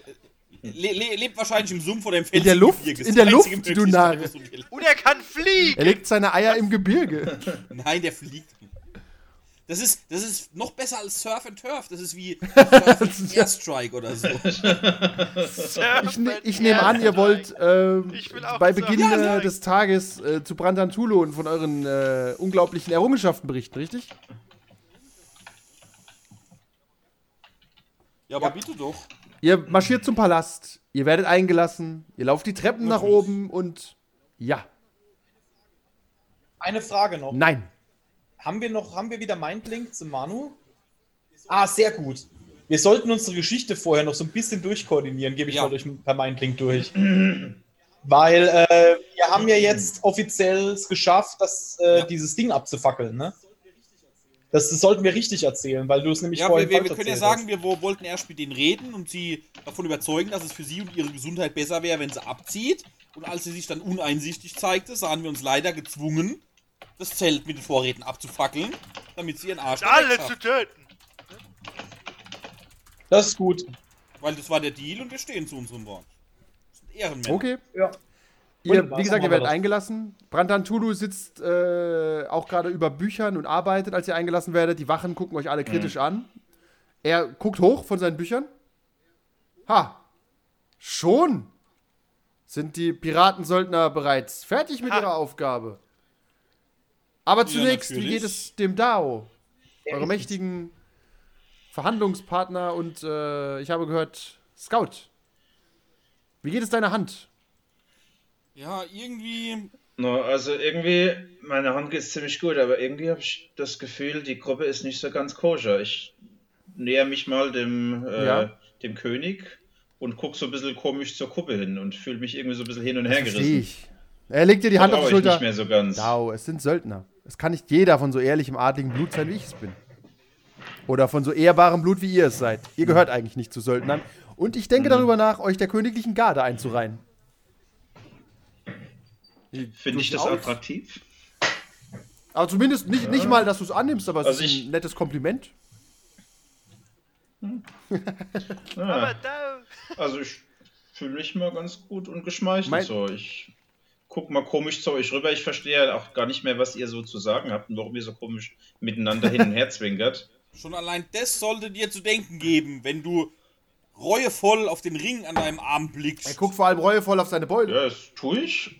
lebt wahrscheinlich im Sumpf oder im In der Luft? Gebirge. Das In der ist die einzige Luft, du Möglichkeit, Narr. was uns hilft. Und er kann fliegen! Er legt seine Eier im Gebirge. Nein, der fliegt. Das ist noch besser als Surf and Turf. Das ist wie Surf and Airstrike oder so. Ich nehme an, ihr wollt Ich will auch bei surfen. Beginn Ja, des Tages zu Brandantulu und von euren unglaublichen Errungenschaften berichten, richtig? Ja, aber bitte doch. Ihr marschiert zum Palast, ihr werdet eingelassen, ihr lauft die Treppen nach Natürlich. oben und ja, Eine Frage noch. nein. Haben wir wieder Mindlink zum Manu? Ah, sehr gut. Wir sollten unsere Geschichte vorher noch so ein bisschen durchkoordinieren, gebe ich Ja. mal durch per Mindlink durch. Weil wir haben ja jetzt offiziell es geschafft, dieses Ding abzufackeln, ne? Das sollten wir richtig erzählen, weil du es nämlich Ja, vorhin wir falsch können ja erzählt sagen, wir wollten erst mit denen reden und sie davon überzeugen, dass es für sie und ihre Gesundheit besser wäre, wenn sie abzieht. Und als sie sich dann uneinsichtig zeigte, sahen wir uns leider gezwungen, das Zelt mit den Vorräten abzufackeln, damit sie ihren Arsch da Alle weg zu schafft. töten! hast. Das ist gut. Weil das war der Deal und wir stehen zu unserem Wort. Das sind Ehrenmänner. Okay. Ja. Ihr, Wunderbar, wie gesagt, so ihr machen wir werdet das. eingelassen. Brandantulu sitzt auch gerade über Büchern und arbeitet, als ihr eingelassen werdet. Die Wachen gucken euch alle kritisch an. Er guckt hoch von seinen Büchern. Ha! Schon? Sind die Piratensöldner bereits fertig mit Ha. ihrer Aufgabe? Aber zunächst, wie natürlich. geht es dem Dao? Eure mächtigen Verhandlungspartner und ich habe gehört, Scout. Wie geht es deiner Hand? Ja, irgendwie. No, also irgendwie, meine Hand geht ziemlich gut, aber irgendwie habe ich das Gefühl, die Gruppe ist nicht so ganz koscher. Ich näher mich mal Ja. dem König und guck so ein bisschen komisch zur Gruppe hin und fühle mich irgendwie so ein bisschen hin und her Verstehe gerissen. ich. Er legt dir die Hand auf die Vertraue ich Schulter. nicht mehr so ganz. Dao, es sind Söldner. Es kann nicht jeder von so ehrlichem, adligem Blut sein, wie ich es bin. Oder von so ehrbarem Blut, wie ihr es seid. Ihr gehört eigentlich nicht zu Söldnern. Und ich denke darüber nach, euch der königlichen Garde einzureihen. Finde ich das Durchaus. attraktiv? Aber zumindest nicht mal, dass du es annimmst, aber es Also ist ich- ein nettes Kompliment. Ja, Aber da. also ich fühle mich mal ganz gut und geschmeichelt Mein- so. Ich guck mal komisch zu euch rüber. Ich verstehe ja auch gar nicht mehr, was ihr so zu sagen habt und warum ihr so komisch miteinander hin und her zwinkert. Schon allein das sollte dir zu denken geben, wenn du reuevoll auf den Ring an deinem Arm blickst. Er guckt vor allem reuevoll auf seine Beule. Ja, das tue ich.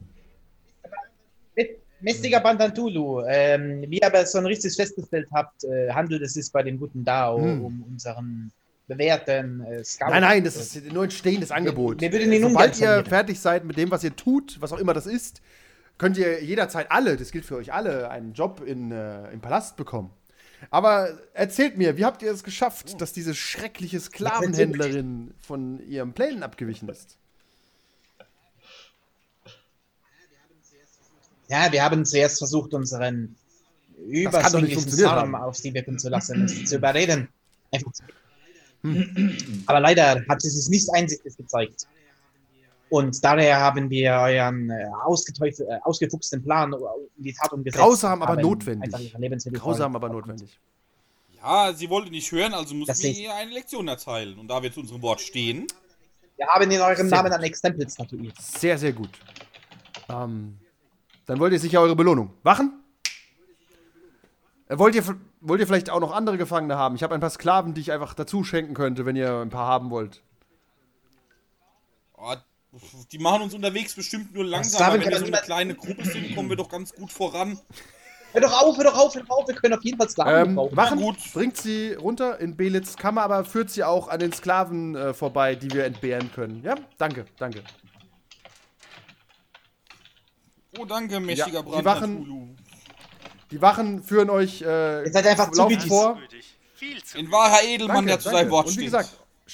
Mächtiger Bandantulu, wie ihr aber schon richtig festgestellt habt, handelt es sich bei dem guten Dao um unseren bewährten Scout. Nein, das ist nur ein stehendes Angebot. wir würden ihn Sobald ungern ihr verlieren. fertig seid mit dem, was ihr tut, was auch immer das ist, könnt ihr jederzeit alle, das gilt für euch alle, einen Job im Palast bekommen. Aber erzählt mir, wie habt ihr es geschafft, dass diese schreckliche Sklavenhändlerin von ihren Plänen abgewichen ist? Ja, wir haben zuerst versucht, unseren kann doch nicht überschwänglichen funktioniert Charme haben. auf sie wirken zu lassen, uns zu überreden. Einfach zu Aber leider hat sie sich nicht einsichtig gezeigt. Und daher haben wir euren ausgefuchsten Plan in die Tat umgesetzt. Grausam, aber Haben notwendig. einfach ihre Lebensmittel Grausam, voll- aber notwendig. Ja, sie wollte nicht hören, also mussten Das wir ist- ihr eine Lektion erteilen. Und da wir zu unserem Wort stehen, Wir haben in eurem Sehr Namen gut. ein Exempel statuiert. Sehr, sehr gut. Dann wollt ihr sicher eure Belohnung. Wachen? Wollt ihr vielleicht auch noch andere Gefangene haben? Ich habe ein paar Sklaven, die ich einfach dazu schenken könnte, wenn ihr ein paar haben wollt. oh, die machen uns unterwegs bestimmt nur langsam, Sklaven aber wenn wir kann so eine niemand- kleine Gruppe sind, kommen wir doch ganz gut voran. Hör doch auf, wir können auf jeden Fall Sklaven brauchen. Wachen, gut. bringt sie runter in Belitz Kammer, aber führt sie auch an den Sklaven vorbei, die wir entbehren können. Ja, danke. Oh, danke, mächtiger Ja, die Brandantulu. Die Wachen führen euch Ihr seid einfach zu laufen gütig. vor. Gütig. Viel zu. Ein wahrer Edelmann, der zu seinem Wort Und wie steht. gesagt,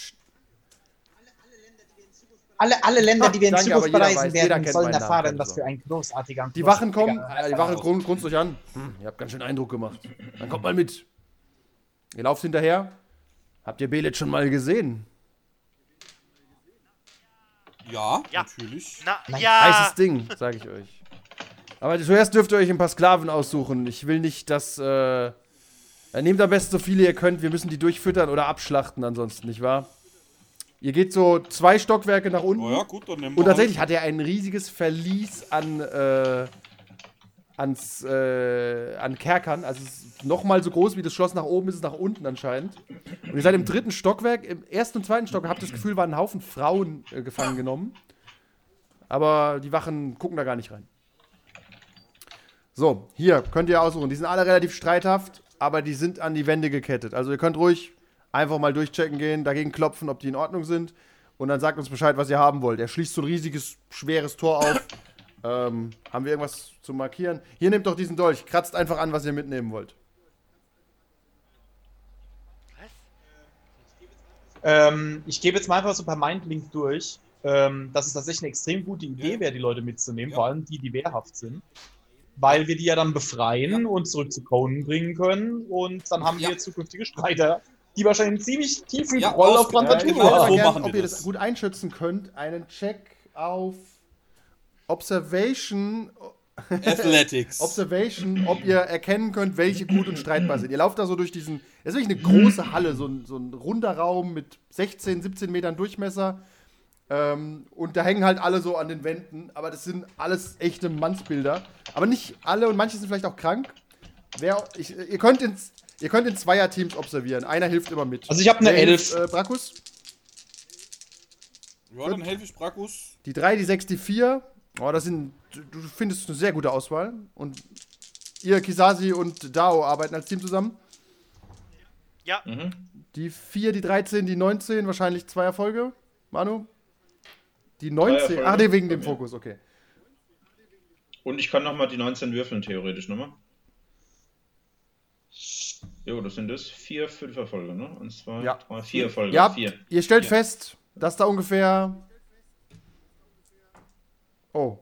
Alle Länder, die wir in Danke, Zukunft aber jeder bereisen weiß, jeder werden, kennt sollen meinen Namen, erfahren, keine was Sorge. für ein großartiger... die Wachen kommen, großartiger- die Wachen grunzt euch an. Ihr habt ganz schön Eindruck gemacht. Dann kommt mal mit. Ihr lauft hinterher. Habt ihr Belitz schon mal gesehen? Ja, Ja. natürlich. Na, Nein. ja. Heißes Ding, sage ich euch. Aber zuerst dürft ihr euch ein paar Sklaven aussuchen. Ich will nicht, dass. Nehmt am besten so viele ihr könnt. Wir müssen die durchfüttern oder abschlachten, ansonsten, nicht wahr? Ihr geht so 2 Stockwerke nach unten. Oh ja, gut, dann nehmen wir Und tatsächlich halt. hat er ein riesiges Verlies an Kerkern. Also es ist nochmal so groß wie das Schloss nach oben, ist es nach unten anscheinend. Und ihr seid im 3. Stockwerk. Im 1. und 2. Stockwerk habt ihr das Gefühl, waren ein Haufen Frauen gefangen genommen. Aber die Wachen gucken da gar nicht rein. So, hier könnt ihr aussuchen. Die sind alle relativ streithaft, aber die sind an die Wände gekettet. Also ihr könnt ruhig einfach mal durchchecken gehen, dagegen klopfen, ob die in Ordnung sind. Und dann sagt uns Bescheid, was ihr haben wollt. Er schließt so ein riesiges, schweres Tor auf. Haben wir irgendwas zu markieren? Hier, nehmt doch diesen Dolch. Kratzt einfach an, was ihr mitnehmen wollt. Ich gebe jetzt mal einfach so per Mindlink durch, dass es tatsächlich eine extrem gute Idee wäre, die Leute mitzunehmen, vor allem die, die wehrhaft sind. Weil wir die ja dann befreien und zurück zu Conan bringen können und dann haben wir zukünftige Streiter, die wahrscheinlich einen ziemlich tiefen Groll auf Ich Brandatur würde aber haben. So gerne, machen wir ob ihr das. das gut einschätzen könnt, einen Check auf Observation, Athletics. ob ihr erkennen könnt, welche gut und streitbar sind. Ihr lauft da so durch diesen, das ist wirklich eine große Halle, so ein runder Raum mit 16, 17 Metern Durchmesser. Und da hängen halt alle so an den Wänden, aber das sind alles echte Mannsbilder. Aber nicht alle und manche sind vielleicht auch krank. Ihr könnt in Zweierteams observieren. Einer hilft immer mit. Also ich habe eine Wer 11. hilft, Brakus? Ja, dann helfe ich Brakus. Die 3, die 6, die 4. Oh, du findest eine sehr gute Auswahl. Und ihr, Kisasi und Dao, arbeiten als Team zusammen. Ja. Die 4, die 13, die 19, wahrscheinlich 2 Erfolge. Manu? Die 19. Erfolge. Ach nee, wegen dem Okay. Fokus, okay. Und ich kann nochmal die 19 würfeln, theoretisch nochmal. Jo, das sind es. 4, 5 Erfolge, ne? 1, 2, Ja. 3, 4 Erfolge. Ja, 4. ihr stellt Ja. fest, dass da ungefähr. Oh.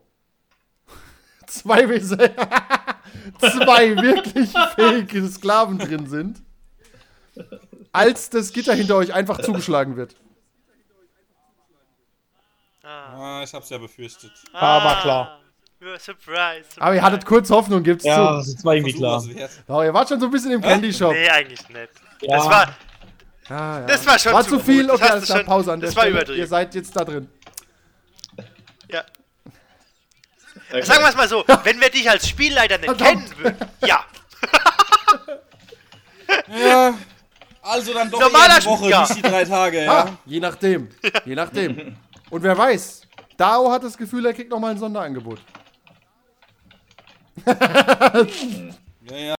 2 zwei wirklich fähige Sklaven drin sind. Als das Gitter hinter euch einfach zugeschlagen wird. Ah. Ah, ich hab's ja befürchtet. war klar. Surprise. Aber ihr hattet kurz Hoffnung, gibt's Ja, zu. das war irgendwie Versuch klar. was wert. Oh, ihr wart schon so ein bisschen im Candy Shop. Nee, eigentlich nicht. Ja. Das war, Ja, ja. das war schon War zu gut. viel? Das Okay, hast alles du klar, schon- Pause an der das war Stelle. übertrieben. Ihr seid jetzt da drin. ja. Okay. Sagen wir es mal so, wenn wir dich als Spielleiter nicht Verdammt. kennen würden, ja. Ja. Also dann doch Normaler eher die Woche, Spiel, ja. nicht die 3 Tage, ja. Ah, je nachdem. Je nachdem. Und wer weiß, Dao hat das Gefühl, er kriegt nochmal ein Sonderangebot. Ja, ja.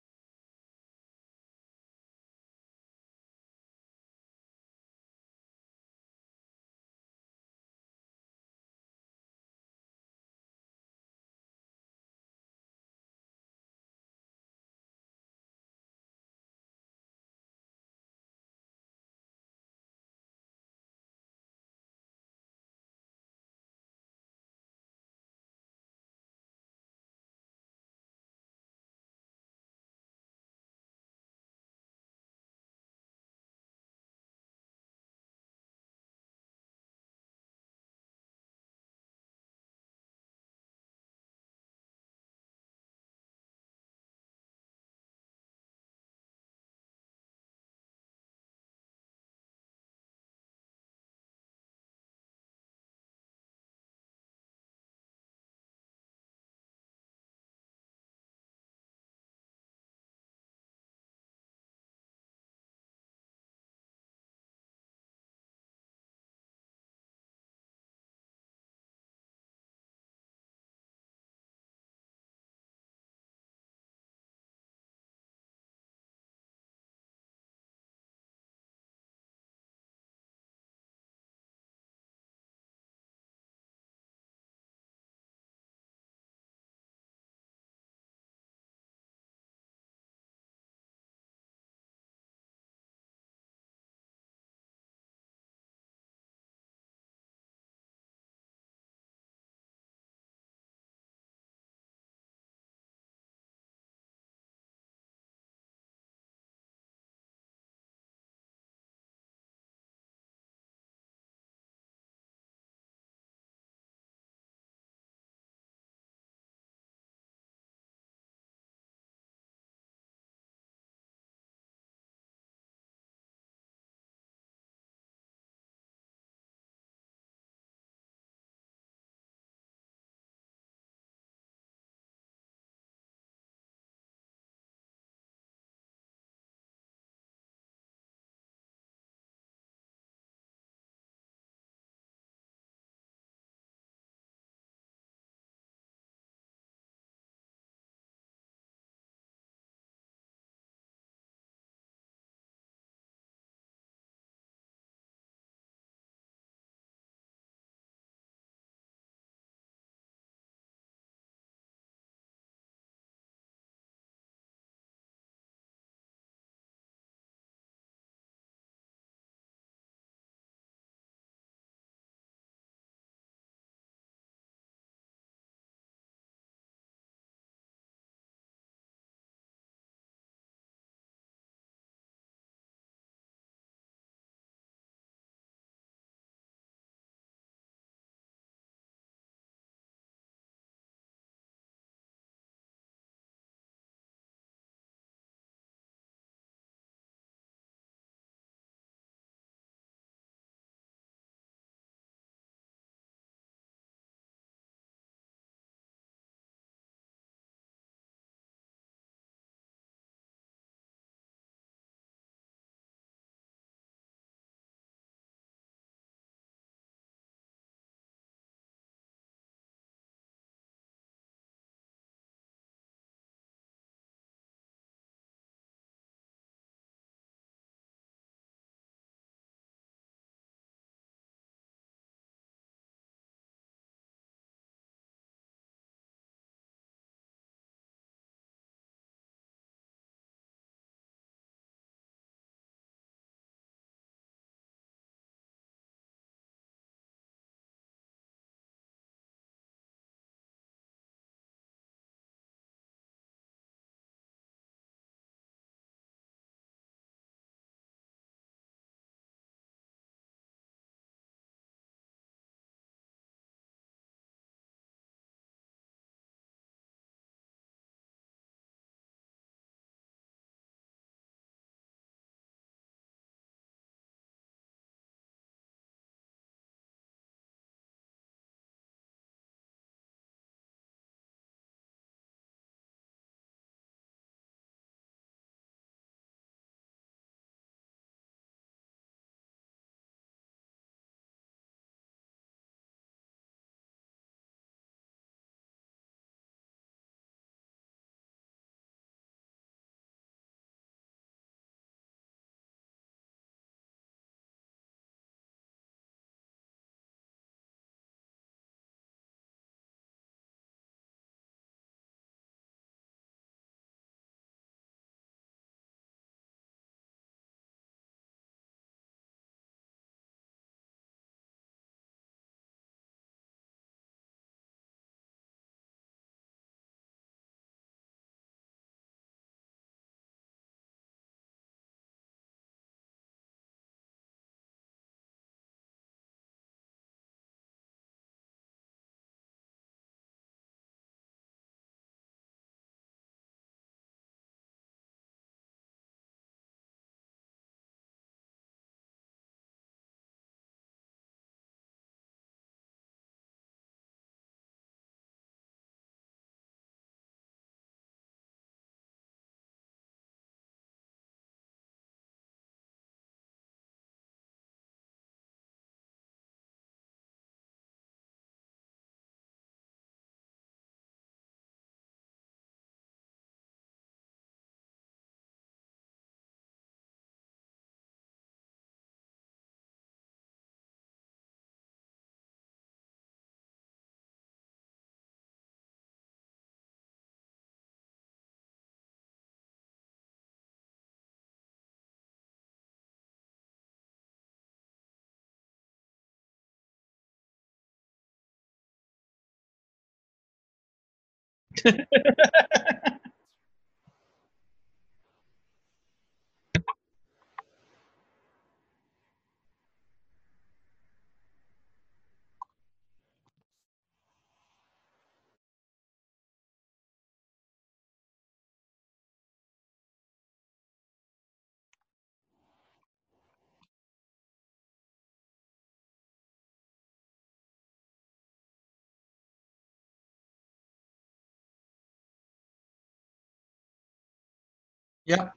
Ja.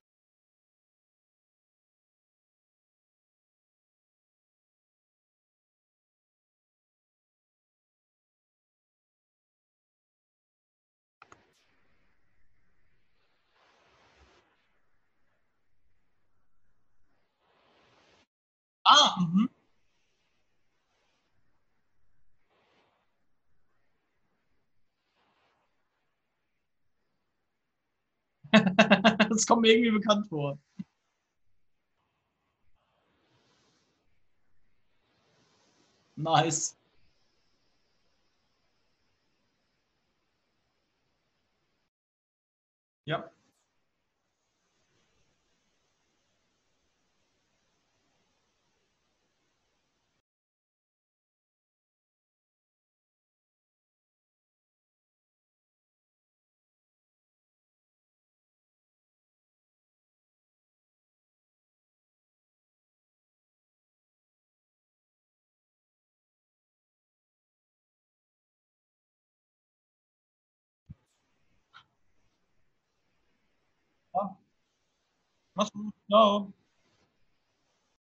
Ah, mhm. Das kommt mir irgendwie bekannt vor. Nice. Ja. Ja. Mach's gut. Ciao.